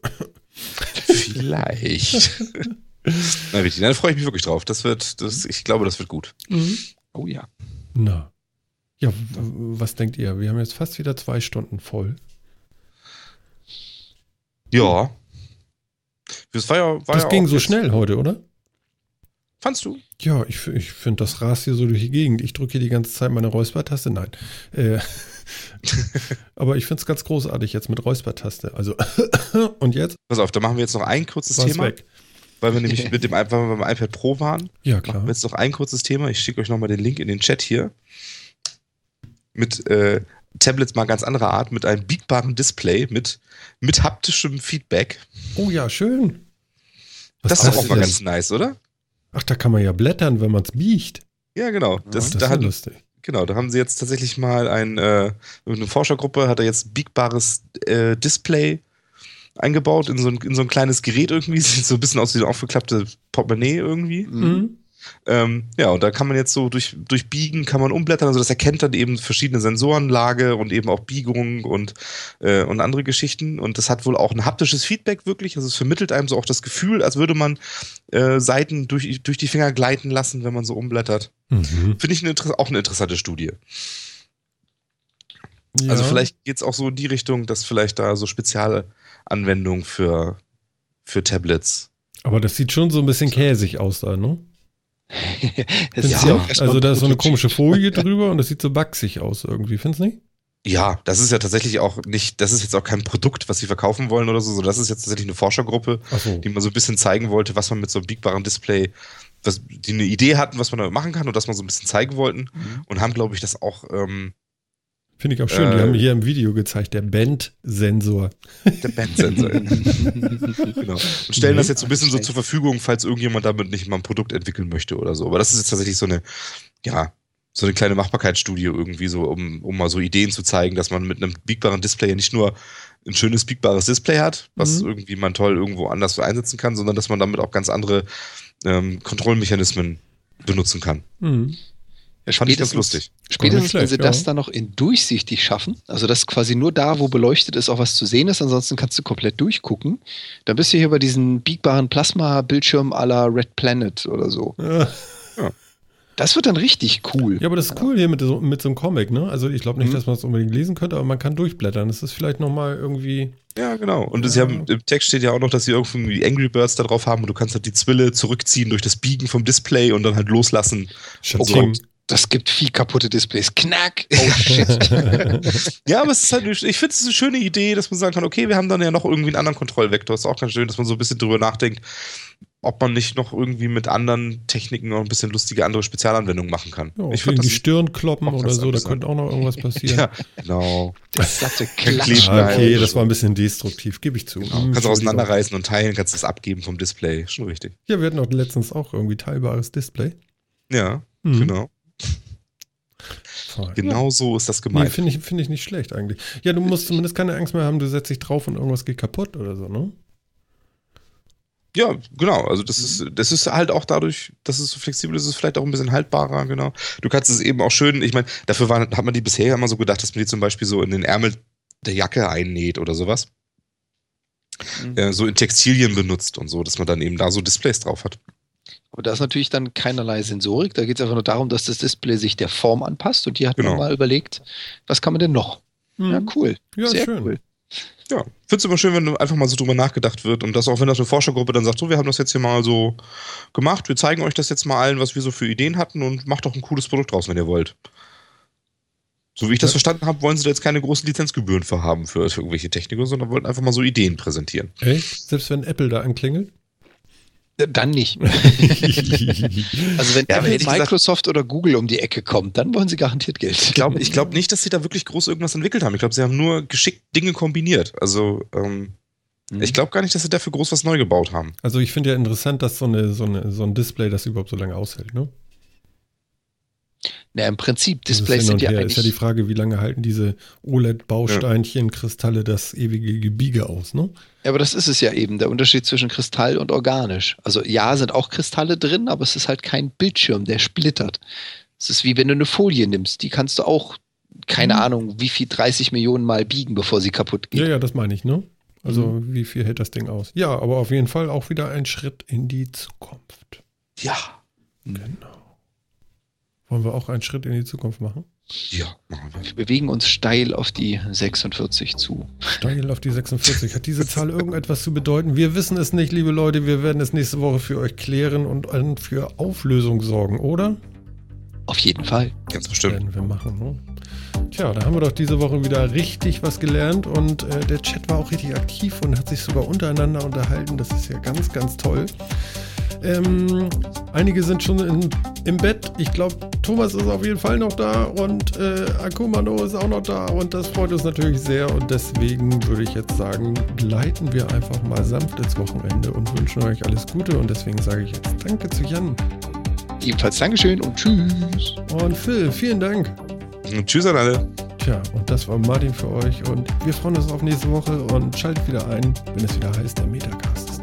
Speaker 3: Vielleicht. Na, richtig, dann freue ich mich wirklich drauf. Ich glaube, das wird gut.
Speaker 2: Oh ja.
Speaker 1: Na. Ja, was denkt ihr? Wir haben jetzt fast wieder 2 Stunden voll.
Speaker 3: Ja. Das
Speaker 1: ging so schnell heute, oder?
Speaker 3: Fandst du?
Speaker 1: Ja, ich finde, das rast hier so durch die Gegend. Ich drücke hier die ganze Zeit meine Räuspertaste. Nein. Aber ich finde es ganz großartig jetzt mit Räuspertaste. Also, und jetzt?
Speaker 3: Pass auf, da machen wir jetzt noch ein kurzes
Speaker 1: War's
Speaker 3: Thema.
Speaker 1: Weg.
Speaker 3: Weil wir nämlich weil wir beim iPad Pro waren.
Speaker 1: Ja, klar.
Speaker 3: Machen wir jetzt noch ein kurzes Thema. Ich schicke euch nochmal den Link in den Chat hier. Mit Tablets mal ganz anderer Art, mit einem biegbaren Display, mit haptischem Feedback.
Speaker 1: Oh ja, schön.
Speaker 3: Das ist doch auch mal ganz nice, oder?
Speaker 1: Ach, da kann man ja blättern, wenn man es biegt.
Speaker 3: Ja, genau.
Speaker 1: Das ist ja lustig.
Speaker 3: Genau, da haben sie jetzt tatsächlich mal eine Forschergruppe, hat er jetzt bigbares Display eingebaut in so ein kleines Gerät irgendwie. Sieht so ein bisschen aus wie ein aufgeklappte Portemonnaie irgendwie.
Speaker 1: Mhm.
Speaker 3: Ja, und da kann man jetzt so durch Biegen kann man umblättern, also das erkennt dann eben verschiedene Sensorenlage und eben auch Biegung und andere Geschichten. Und das hat wohl auch ein haptisches Feedback wirklich, also es vermittelt einem so auch das Gefühl, als würde man Seiten durch die Finger gleiten lassen, wenn man so umblättert.
Speaker 1: Mhm.
Speaker 3: Finde ich auch eine interessante Studie.
Speaker 1: Ja.
Speaker 3: Also vielleicht geht es auch so in die Richtung, dass vielleicht da so spezielle Anwendungen für Tablets.
Speaker 1: Aber das sieht schon so ein bisschen käsig aus da, ne?
Speaker 2: Das
Speaker 1: Findest
Speaker 2: ist
Speaker 1: du
Speaker 2: ja
Speaker 1: auch? Also da ist so eine komische Folie drüber und das sieht so baxig aus irgendwie, findest du nicht?
Speaker 3: Ja, das ist ja tatsächlich auch nicht, das ist jetzt auch kein Produkt, was sie verkaufen wollen oder so, sondern das ist jetzt tatsächlich eine Forschergruppe,
Speaker 1: Ach so.
Speaker 3: die mal so ein bisschen zeigen wollte, was man mit so einem biegbaren Display, die eine Idee hatten, was man damit machen kann und das mal so ein bisschen zeigen wollten und haben, glaube ich, das auch
Speaker 1: Finde ich auch schön, die haben hier im Video gezeigt, der Band-Sensor.
Speaker 3: Der Bandsensor. Genau. Und stellen das jetzt so ein bisschen so zur Verfügung, falls irgendjemand damit nicht mal ein Produkt entwickeln möchte oder so. Aber das ist jetzt tatsächlich so eine kleine Machbarkeitsstudie irgendwie so, um mal so Ideen zu zeigen, dass man mit einem biegbaren Display ja nicht nur ein schönes biegbares Display hat, was irgendwie man toll irgendwo anders einsetzen kann, sondern dass man damit auch ganz andere Kontrollmechanismen benutzen kann.
Speaker 1: Mhm.
Speaker 2: Ja,
Speaker 3: Fand ich ganz lustig.
Speaker 2: Spätestens, wenn sie
Speaker 1: ja.
Speaker 2: das dann noch in durchsichtig schaffen, also dass quasi nur da, wo beleuchtet ist, auch was zu sehen ist, ansonsten kannst du komplett durchgucken, dann bist du hier bei diesen biegbaren Plasma-Bildschirmen à la Red Planet oder so.
Speaker 1: Ja.
Speaker 2: Das wird dann richtig cool.
Speaker 1: Ja, aber das ist cool hier mit so einem Comic, ne? Also ich glaube nicht, dass man es unbedingt lesen könnte, aber man kann durchblättern. Das ist vielleicht nochmal irgendwie...
Speaker 3: Ja, genau. Und sie haben, im Text steht ja auch noch, dass sie irgendwie Angry Birds da drauf haben und du kannst halt die Zwille zurückziehen durch das Biegen vom Display und dann halt loslassen.
Speaker 1: Schatting.
Speaker 2: Das gibt viel kaputte Displays. Knack! Oh shit.
Speaker 3: Ja, aber es ist halt, ich finde es eine schöne Idee, dass man sagen kann, okay, wir haben dann ja noch irgendwie einen anderen Kontrollvektor. Ist auch ganz schön, dass man so ein bisschen drüber nachdenkt, ob man nicht noch irgendwie mit anderen Techniken noch ein bisschen lustige andere Spezialanwendungen machen kann.
Speaker 1: Ja,
Speaker 3: ich
Speaker 1: gegen
Speaker 3: fand
Speaker 1: die
Speaker 3: das
Speaker 1: Stirn kloppen
Speaker 3: auch
Speaker 1: oder
Speaker 3: ganz
Speaker 1: so, da
Speaker 3: amüsant.
Speaker 1: könnte auch noch irgendwas passieren.
Speaker 3: ja, genau.
Speaker 2: Das satte
Speaker 3: Kleben.
Speaker 2: Klatsch.
Speaker 1: Okay,
Speaker 3: Nein.
Speaker 1: das war ein bisschen destruktiv, gebe ich zu.
Speaker 3: Kannst du auseinanderreißen und teilen, kannst das abgeben vom Display. Schon richtig.
Speaker 1: Ja, wir hatten auch letztens auch irgendwie teilbares Display.
Speaker 3: Ja,
Speaker 1: Mhm.
Speaker 3: genau.
Speaker 1: Fein.
Speaker 3: Genau so ist das
Speaker 1: Nee,
Speaker 3: gemeint.
Speaker 1: finde ich nicht schlecht eigentlich. Ja, du musst zumindest keine Angst mehr haben, du setzt dich drauf und irgendwas geht kaputt oder so, ne?
Speaker 3: Ja, genau. Also das ist halt auch dadurch, dass es so flexibel ist, ist es vielleicht auch ein bisschen haltbarer, genau. Du kannst es eben auch schön, ich meine, dafür hat man die bisher immer so gedacht, dass man die zum Beispiel so in den Ärmel der Jacke einnäht oder sowas. So in Textilien benutzt und so, dass man dann eben da so Displays drauf hat.
Speaker 2: Aber da ist natürlich dann keinerlei Sensorik. Da geht es einfach nur darum, dass das Display sich der Form anpasst. Und hier hat man
Speaker 3: Genau.
Speaker 2: mal überlegt, was kann man denn noch? Ja, cool.
Speaker 1: Ja,
Speaker 2: Sehr
Speaker 1: schön.
Speaker 2: cool.
Speaker 3: Ja, finde es immer schön, wenn einfach mal so drüber nachgedacht wird und das auch, wenn das eine Forschergruppe dann sagt, so, wir haben das jetzt hier mal so gemacht, wir zeigen euch das jetzt mal allen, was wir so für Ideen hatten und macht doch ein cooles Produkt draus, wenn ihr wollt. So wie ich das verstanden habe, wollen sie da jetzt keine großen Lizenzgebühren für haben für irgendwelche Techniken, sondern wollten einfach mal so Ideen präsentieren.
Speaker 1: Echt? Selbst wenn Apple da anklingelt?
Speaker 2: Dann nicht. Also wenn
Speaker 3: Ja, aber
Speaker 2: Apple,
Speaker 3: ehrlich gesagt-
Speaker 2: Microsoft oder Google um die Ecke kommt, dann wollen sie garantiert Geld.
Speaker 3: Ich glaube nicht, dass sie da wirklich groß irgendwas entwickelt haben. Ich glaube, sie haben nur geschickt Dinge kombiniert. Also, ich glaube gar nicht, dass sie dafür groß was neu gebaut haben.
Speaker 1: Also ich finde ja interessant, dass so ein Display das überhaupt so lange aushält, ne?
Speaker 2: Na, im Prinzip,
Speaker 1: Dieses
Speaker 2: Displays
Speaker 1: Hin und
Speaker 2: sind ja
Speaker 1: Her.
Speaker 2: eigentlich...
Speaker 1: Ist ja die Frage, wie lange halten diese OLED-Bausteinchen, Kristalle das ewige Gebiege aus, ne?
Speaker 2: Ja, aber das ist es ja eben, der Unterschied zwischen Kristall und organisch. Also ja, sind auch Kristalle drin, aber es ist halt kein Bildschirm, der splittert. Es ist wie wenn du eine Folie nimmst, die kannst du auch keine Ahnung, wie viel 30 Millionen Mal biegen, bevor sie kaputt geht.
Speaker 1: Ja, das meine ich, ne? Also wie viel hält das Ding aus? Ja, aber auf jeden Fall auch wieder ein Schritt in die Zukunft.
Speaker 3: Ja.
Speaker 1: Genau. Wollen wir auch einen Schritt in die Zukunft machen?
Speaker 3: Ja, machen wir.
Speaker 2: Wir bewegen uns steil auf die 46 zu.
Speaker 1: Steil auf die 46. Hat diese Zahl irgendetwas zu bedeuten? Wir wissen es nicht, liebe Leute. Wir werden es nächste Woche für euch klären und für Auflösung sorgen, oder?
Speaker 2: Auf jeden Fall.
Speaker 3: Ganz bestimmt.
Speaker 1: Werden wir machen, ne? Tja, da haben wir doch diese Woche wieder richtig was gelernt und der Chat war auch richtig aktiv und hat sich sogar untereinander unterhalten. Das ist ja ganz, ganz toll. Einige sind schon im Bett. Ich glaube, Thomas ist auf jeden Fall noch da und Akumano ist auch noch da und das freut uns natürlich sehr und deswegen würde ich jetzt sagen, gleiten wir einfach mal sanft ins Wochenende und wünschen euch alles Gute und deswegen sage ich jetzt Danke zu Jan.
Speaker 2: Ebenfalls Dankeschön und tschüss.
Speaker 1: Und Phil, vielen Dank.
Speaker 3: Und tschüss an alle.
Speaker 1: Tja, und das war Martin für euch und wir freuen uns auf nächste Woche und schaltet wieder ein, wenn es wieder heißt, der Metacast.